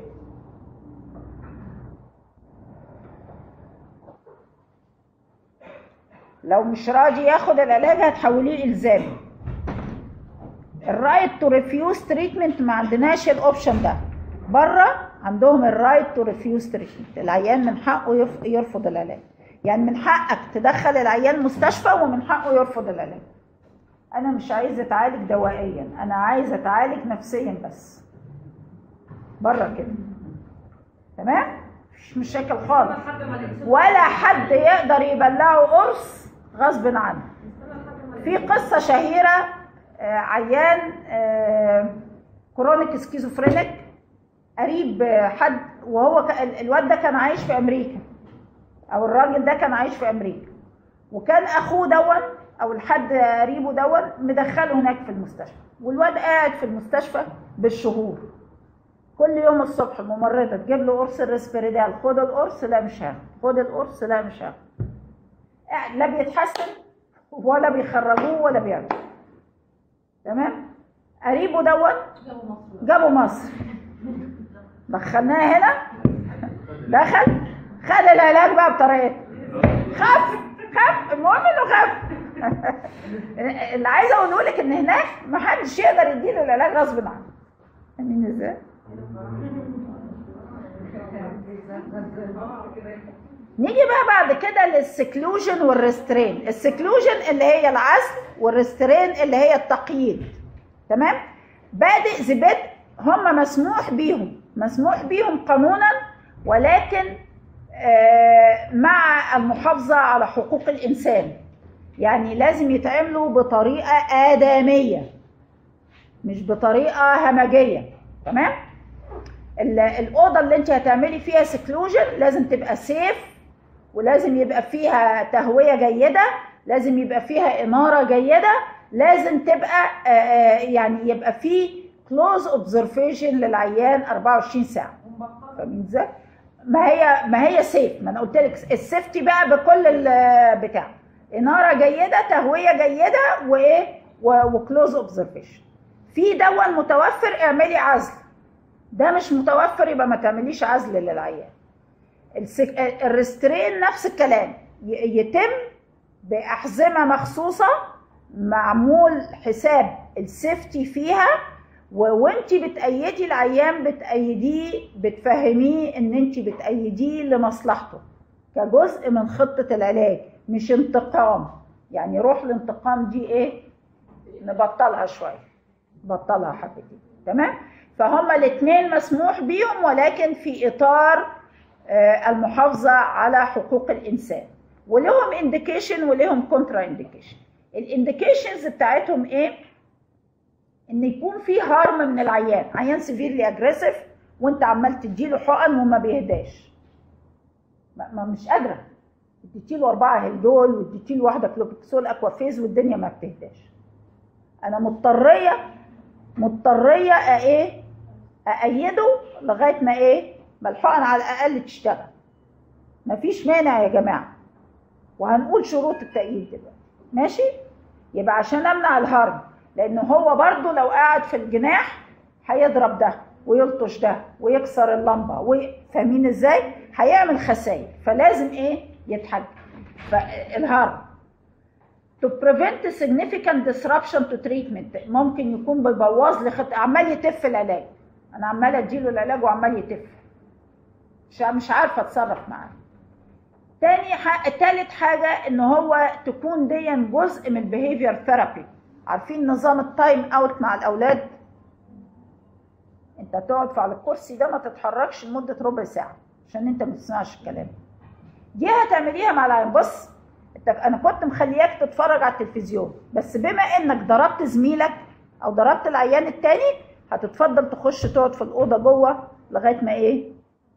لو مش راضي ياخد العلاج هتحوليه الزامي. الرايت تو ريفيوز تريتمنت ما عندناش الاوبشن ده. بره عندهم الرايت تو ريفيوز تريتمنت، العيان من حقه يرفض العلاج. يعني من حقك تدخل العيان مستشفى ومن حقه يرفض العلاج. انا مش عايز اتعالج دوائيا، انا عايز اتعالج نفسيا بس. بره كده. تمام؟ مفيش مشاكل خالص، ولا حد يقدر يبلعه قرص غصب عنه. في قصه شهيره، عيان كرونيك سكيزوفرينيك، قريب حد، وهو الواد ده كان عايش في امريكا، او الراجل ده كان عايش في امريكا، وكان اخوه دون او الحد قريبه دون مدخله هناك في المستشفى، والواد قاعد في المستشفى بالشهور. كل يوم الصبح الممرضه تجيب له قرص الريسبيريدال، خد القرص، لا مش هاخد، خد القرص، لا مش هاخد. لا بيتحسن ولا بيخرجوه ولا بيعمل. تمام؟ قريبه دون جابوا مصر، دخلناه هنا، دخل خد العلاج بقى بطريقته، خف، المهم انه خف. اللي عايزه اقوله لك ان هناك ما حدش يقدر يديله العلاج غصب عنه. فاهمين ازاي؟ نيجي بقى بعد كده للسكلوجن والريسترين. السكلوجن اللي هي العزل، والريسترين اللي هي التقييد. تمام؟ بادئ بدء هم مسموح بيهم قانونا، ولكن مع المحافظة على حقوق الإنسان. يعني لازم يتعملوا بطريقة آدمية مش بطريقة همجية. تمام؟ الأوضة اللي انت هتعملي فيها سكلوجن لازم تبقى سيف، ولازم يبقى فيها تهوية جيدة، لازم يبقى فيها إنارة جيدة، لازم تبقى يعني يبقى فيه كلوز اوبزرفيشن للعيان 24 ساعة. فاهمين ازاي؟ ما هي سيف، ما انا قلت لك السيفتي بقى بكل البتاع، إنارة جيدة، تهوية جيدة، وايه وكلوز اوبزرفيشن. في دون متوفر اعملي عزل، ده مش متوفر يبقى ما تعمليش عزل للعيان. الريسترين نفس الكلام، يتم بأحزمة مخصوصة معمول حساب السيفتي فيها، وانت بتأيدي العيان بتأيديه، بتفهميه ان انت بتأيديه لمصلحته كجزء من خطة العلاج، مش انتقام. يعني روح الانتقام دي ايه؟ نبطلها شوية، بطلها حبتين. تمام؟ فهما الاثنين مسموح بيهم، ولكن في اطار المحافظة على حقوق الانسان، ولهم انديكيشن ولهم كونترا انديكيشن. الانديكيشنز بتاعتهم ايه؟ ان يكون في هارم من العيان، عيان سيفيرلي اجريسيف وانت عمال تديله حقن وما بيهداش، ما مش قادره، اديتيله 4 هيلدول واديتيله 1 كلوبيكسول اكوافيز والدنيا ما بتهداش. انا مضطريه ايه؟ اأيده لغايه ما ايه؟ ما الحقن على الاقل تشتغل. مفيش مانع يا جماعه، وهنقول شروط التأييد دلوقتي. ماشي؟ يبقى عشان امنع الهرم، لان هو برضو لو قاعد في الجناح هيضرب ده ويلطش ده ويكسر اللمبه، فاهمين ازاي؟ هيعمل خسائر، فلازم ايه؟ يتحجم. فالهرم to prevent significant disruption to treatment، ممكن يكون بيبوظ لي عمال يتف العلاج، انا عمال اديله العلاج وعمال يتف، مش عارفه اتصرف معاه. تالت حاجه ان هو تكون دي جزء من البيهيفير ثيرابي. عارفين نظام التايم اوت مع الاولاد؟ انت تقعد على الكرسي ده ما تتحركش لمده ربع ساعه عشان انت ما بتسمعش الكلام. دي هتعمليها مع العيان. بص، انا كنت مخلياك تتفرج على التلفزيون، بس بما انك ضربت زميلك او ضربت العيان التاني، هتتفضل تخش تقعد في الاوضه جوه لغايه ما ايه؟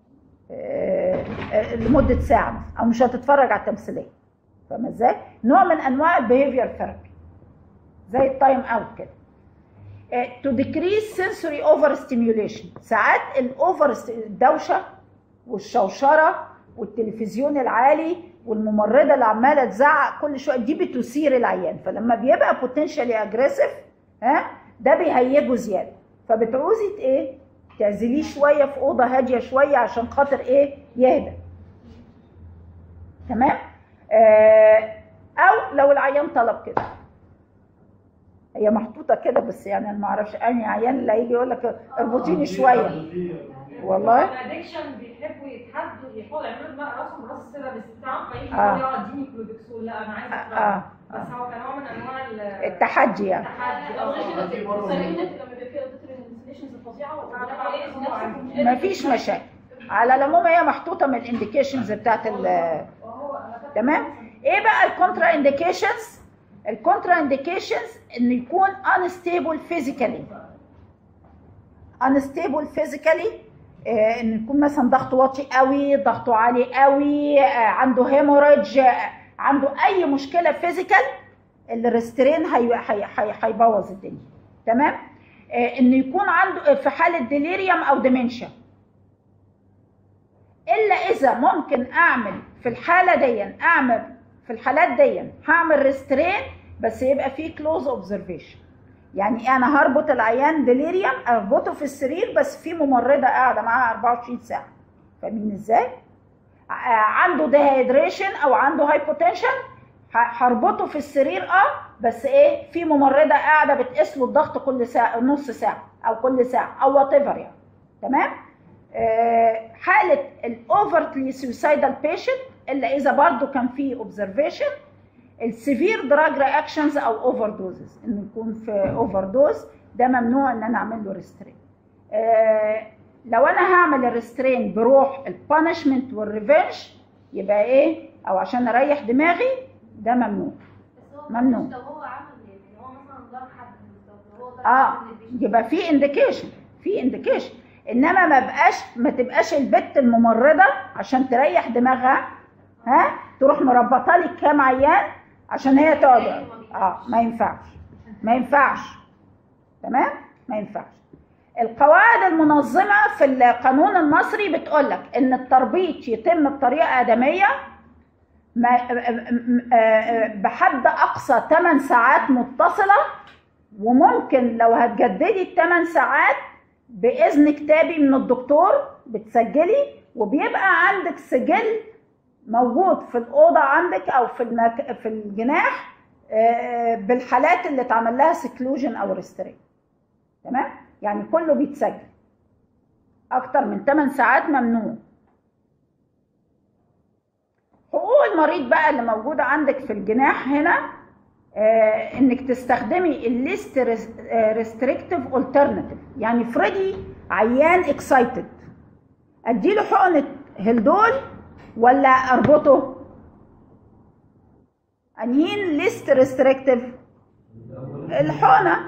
لمده ساعه، او مش هتتفرج على التمثيليه. فاهمه ازاي؟ نوع من انواع البيهيفير ثيرابي زي التايم اوت كده. to decrease sensory overstimulation. ساعات الدوشه والشوشره والتلفزيون العالي والممرضه اللي عماله تزعق كل شويه دي بتثير العيان، فلما بيبقى بوتنشالي اجريسيف ده بيهيجه زياده، فبتعوزي ايه؟ تعزليه شويه في اوضه هاديه شويه عشان خاطر ايه؟ يهدى. تمام؟ او لو العيان طلب كده، هي محطوطه كده بس يعني انا ما اعرفش انهي عيان اللي هيجي يقول لك اربطيني شويه. والله الادكشن بيحبوا يتحدوا يحطوا يعملوا دماغ راسهم راس كده بس بتاع فايق يقعد اديني كلودكسول، لا انا عايزه بس هو كنوع من انواع التحدي يعني. مفيش مشاكل. على العموم هي محطوطه من الانديكيشنز بتاعت تمام. ايه بقى الكونترا انديكيشنز؟ الكونترا انديكيشنز انه يكون unstable physically. unstable physically انه يكون مثلا ضغطه واطي قوي، ضغطه عالي قوي، عنده هيموريدج، عنده اي مشكله فيزيكال، الريسترين هيبوظ الدنيا. تمام؟ انه يكون عنده في حاله ديليريوم او ديمنشيا. الا اذا ممكن اعمل في الحاله دي، في الحالات دي هعمل ريسترين بس يبقى فيه كلوز اوبزرفيشن. يعني انا هربط العيان ديليريوم، اربطه في السرير بس في ممرضه قاعده معاه 24 ساعه. فاهمين ازاي؟ عنده ديهايدريشن او عنده هايبوتنشن، هربطه في السرير بس ايه، في ممرضه قاعده بتقيس له الضغط كل ساعه، نص ساعه او كل ساعه او وات ايفر يعني. تمام؟ حاله الاوفرتلي سويسايدال بيشنت الا اذا برضو كان في اوبزرفيشن. السيفير دراج رياكشنز او اوفر دوزز، انه يكون في اوفر دوز ده ممنوع ان انا اعمل له ريسترين. لو انا هعمل الريسترين بروح البانشمنت والريفنج يبقى ايه، او عشان اريح دماغي، ده ممنوع. ممنوع. لو هو عمل ان هو مثلا ضرب حد بالظبط، هو يبقى في انديكيشن، في انديكيشن. انما ما تبقاش البت الممرضه عشان تريح دماغها تروح مربطه لي كام عيان عشان هي تقعد. ما ينفعش، ما ينفعش. تمام؟ ما ينفعش. القواعد المنظمه في القانون المصري بتقول لك ان التربيط يتم بطريقه ادميه بحد اقصى 8 ساعات متصله، وممكن لو هتجددي ال8 ساعات باذن كتابي من الدكتور بتسجلي، وبيبقى عندك سجل موجود في الاوضه عندك او في الجناح بالحالات اللي اتعمل لها سكلوجن او ريسترين. تمام؟ يعني كله بيتسجل. اكتر من 8 ساعات ممنوع. حقوق المريض بقى اللي موجوده عندك في الجناح هنا، انك تستخدمي الليست ريستريكتيف اولترناتيف. يعني افرضي عيان اكسايتد، اديله حقنه هلدول ولا اربطه؟ انهين ليست ريستريكتيف؟ الحقنه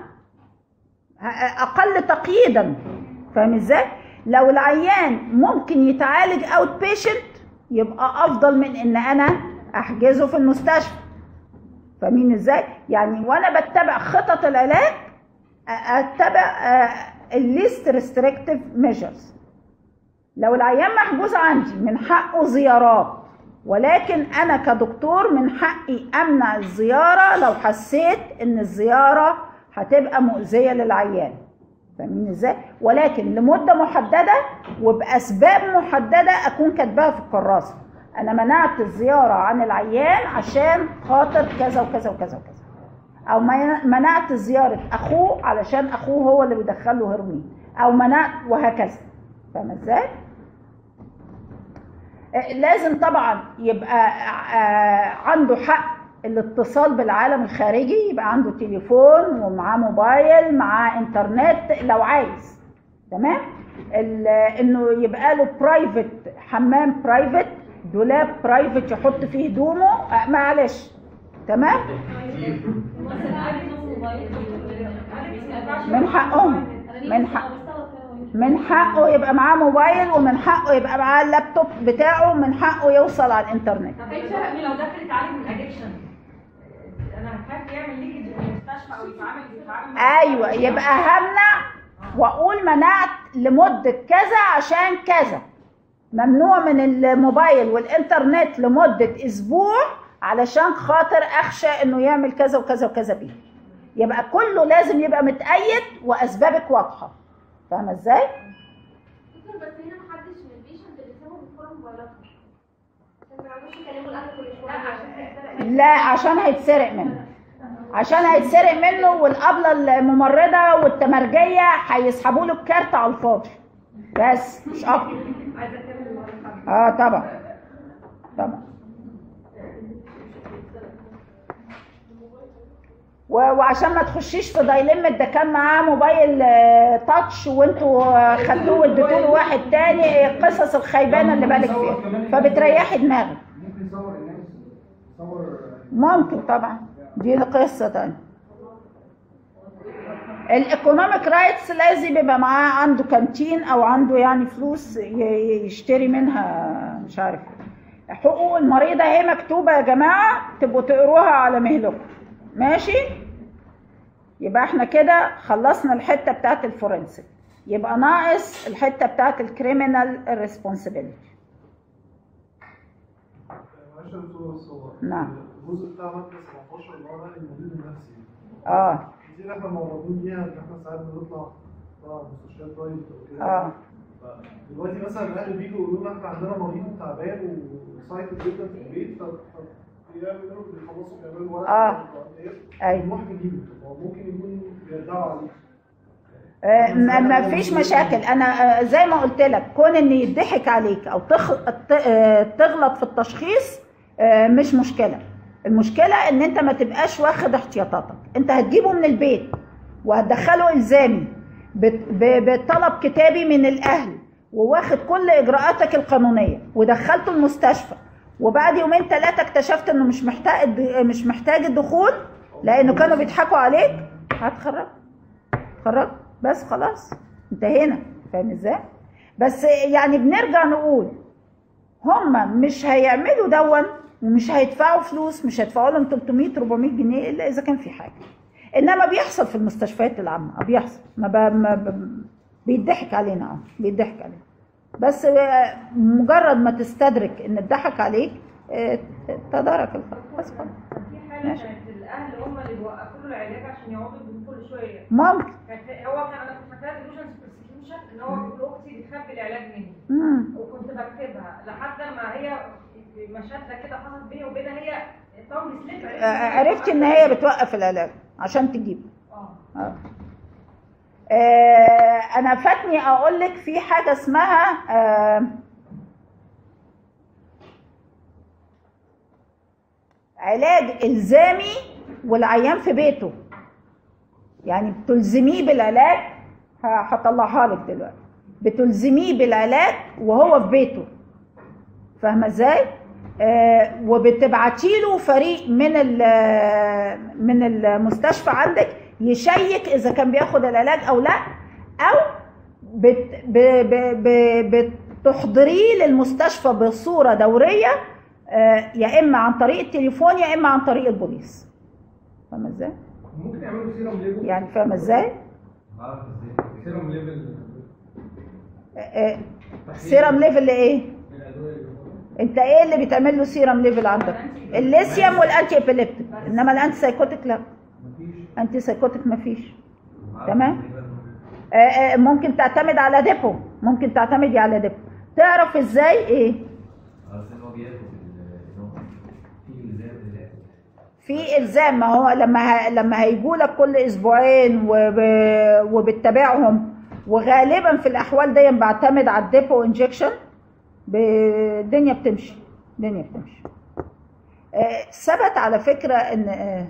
اقل تقييدا. فاهم ازاي؟ لو العيان ممكن يتعالج اوت بيشنت يبقى افضل من ان انا احجزه في المستشفى. فاهمين ازاي؟ يعني وانا بتبع خطط العلاج اتبع الليست ريستريكتيف ميجرز. لو العيان محجوز عندي من حقه زيارات، ولكن انا كدكتور من حقي امنع الزياره لو حسيت ان الزياره هتبقى مؤذيه للعيان. فاهمين ازاي؟ ولكن لمده محدده وباسباب محدده اكون كاتباها في الكراسه. انا منعت الزياره عن العيان عشان خاطر كذا وكذا وكذا وكذا، او منعت زياره اخوه علشان اخوه هو اللي بيدخله هيروين، او منعت، وهكذا. فاهم ازاي؟ لازم طبعا يبقى عنده حق الاتصال بالعالم الخارجي، يبقى عنده تليفون ومعاه موبايل معاه انترنت لو عايز. تمام؟ انه يبقى له برايفت، حمام برايفت، دولاب برايفت يحط فيه هدومه، معلش. تمام؟ من حقهم، من حقه يبقى معاه موبايل، ومن حقه يبقى معاه اللابتوب بتاعه، ومن حقه يوصل على الانترنت. طب ايه شرط لو دخل يتعالج من الادكشن؟ انا هخاف يعمل ليكج في المستشفى او يتعامل ايوه، يبقى همنع واقول منعت لمده كذا عشان كذا. ممنوع من الموبايل والانترنت لمده اسبوع علشان خاطر اخشى انه يعمل كذا وكذا وكذا بيه. يبقى كله لازم يبقى متأيد واسبابك واضحه. فاهمه ازاي؟ بس هنا محدش من البيشنت اللي سابوا بيدخلوا موبايلاتهم عشان ما يقعدوش يكلموا الاهل كل شويه. لا، عشان هيتسرق منه، عشان هيتسرق منه، والابله الممرضه والتمرجيه هيسحبوا له الكارت على الفاضي بس، مش اكتر. طبعا طبعا. وعشان ما تخشيش في دايلمة ده كان معاه موبايل تاتش وانتوا خدوه واديتوه لواحد تاني، القصص الخيبانه اللي بالك فيها، فبتريحي دماغك. ممكن يصور الناس، يصور ممكن طبعا، دي قصه تانية. الايكونوميك رايتس لازم يبقى معاه عنده كانتين او عنده يعني فلوس يشتري منها مش عارف. حقوق المريضه هي مكتوبه يا جماعه، تبقوا تقروها على مهلكم. ماشي؟ يبقى احنا كده خلصنا الحته بتاعت الفورنسيك، يبقى ناقص الحته بتاعت الكريمنال ريسبونسبيلتي. نعم. الجزء بتاع ماده 17 اللي هو نقل المريض النفسي. كتير احنا معرضين ليها ان احنا ساعات بنطلع مستشفيات برايفت وكده. دلوقتي مثلا الاهل بيجوا يقولوا لنا احنا عندنا مريض تعبان وسايكل جدا في البيت، فبيعملوا بيخلصوا بيعملوا ورقه نروح نجيبه. ممكن يكون بيرجعوا عليه. ما فيش مشاكل. انا زي ما قلت لك، كون ان يضحك عليك او تغلط في التشخيص مش مشكله. المشكله ان انت ما تبقاش واخد احتياطاتك. انت هتجيبه من البيت وهتدخله الزامي بطلب كتابي من الاهل، وواخد كل اجراءاتك القانونيه، ودخلته المستشفى، وبعد يومين 3 اكتشفت انه مش محتاج الدخول لانه كانوا بيضحكوا عليك، هتخرج بس خلاص انتهينا. فاهم ازاي؟ بس يعني بنرجع نقول هما مش هيعملوا دون ومش هيدفعوا فلوس، مش هيدفعوا لهم 300 400 جنيه الا اذا كان في حاجه. انما بيحصل في المستشفيات العامه، بيحصل بيضحك علينا. بيضحك علينا، بس مجرد ما تستدرك ان اتضحك عليك تدارك الخطأ. بس خلاص. في حاله كانت الاهل هم اللي بيوقفوا له العلاج عشان يقعدوا كل شويه. ممكن. هو كان انا كنت فاكره ديلوجنز برسكيوشن ان هو بيقول اختي بتخبي العلاج مني. وكنت بكتبها لحد ما هي مشاكل كده حصلت بيني وبينها، هي طعم سليب عرفت ان هي بتوقف العلاج عشان تجيبه. انا فاتني اقول لك في حاجه اسمها علاج الزامي والعيان في بيته. يعني بتلزميه بالعلاج، هطلعها لك دلوقتي، بتلزميه بالعلاج وهو في بيته. فاهمه ازاي؟ وبتبعتي له فريق من المستشفى عندك يشيك اذا كان بياخد العلاج او لا، او بتحضريه للمستشفى بصوره دوريه، يا اما عن طريق التليفون يا اما عن طريق البوليس. فاهمه ازاي؟ ممكن يعملوا سيرم ليفل. يعني فاهمه ازاي؟ سيرم ليفل. سيرم ليفل لايه؟ انت ايه اللي بيتعمل له سيرم ليفل عندك؟ الليثيوم والانتي ابيليبتيك، انما الانتي سايكوتيك لا. انتي سايكوتيك مفيش. تمام؟ ممكن تعتمد على ديبو، ممكن تعتمدي على ديبو. تعرف ازاي ايه؟ في الزام. ما هو لما هيجوا لك كل اسبوعين وبتتابعهم، وغالبا في الاحوال دي بعتمد على الديبو انجكشن، الدنيا بتمشي. ثبت على فكره ان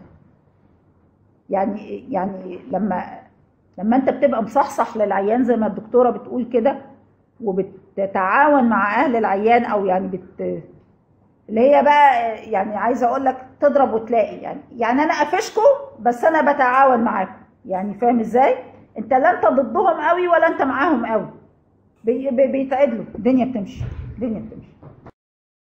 يعني لما انت بتبقى مصحصح للعيان زي ما الدكتوره بتقول كده، وبتتعاون مع اهل العيان، او يعني اللي هي بقى يعني عايزه اقول لك تضرب وتلاقي، يعني انا قافشكم بس انا بتعاون معاكم. يعني فاهم ازاي؟ انت لا انت ضدهم قوي ولا انت معاهم قوي، بيتعدلوا. الدنيا بتمشي.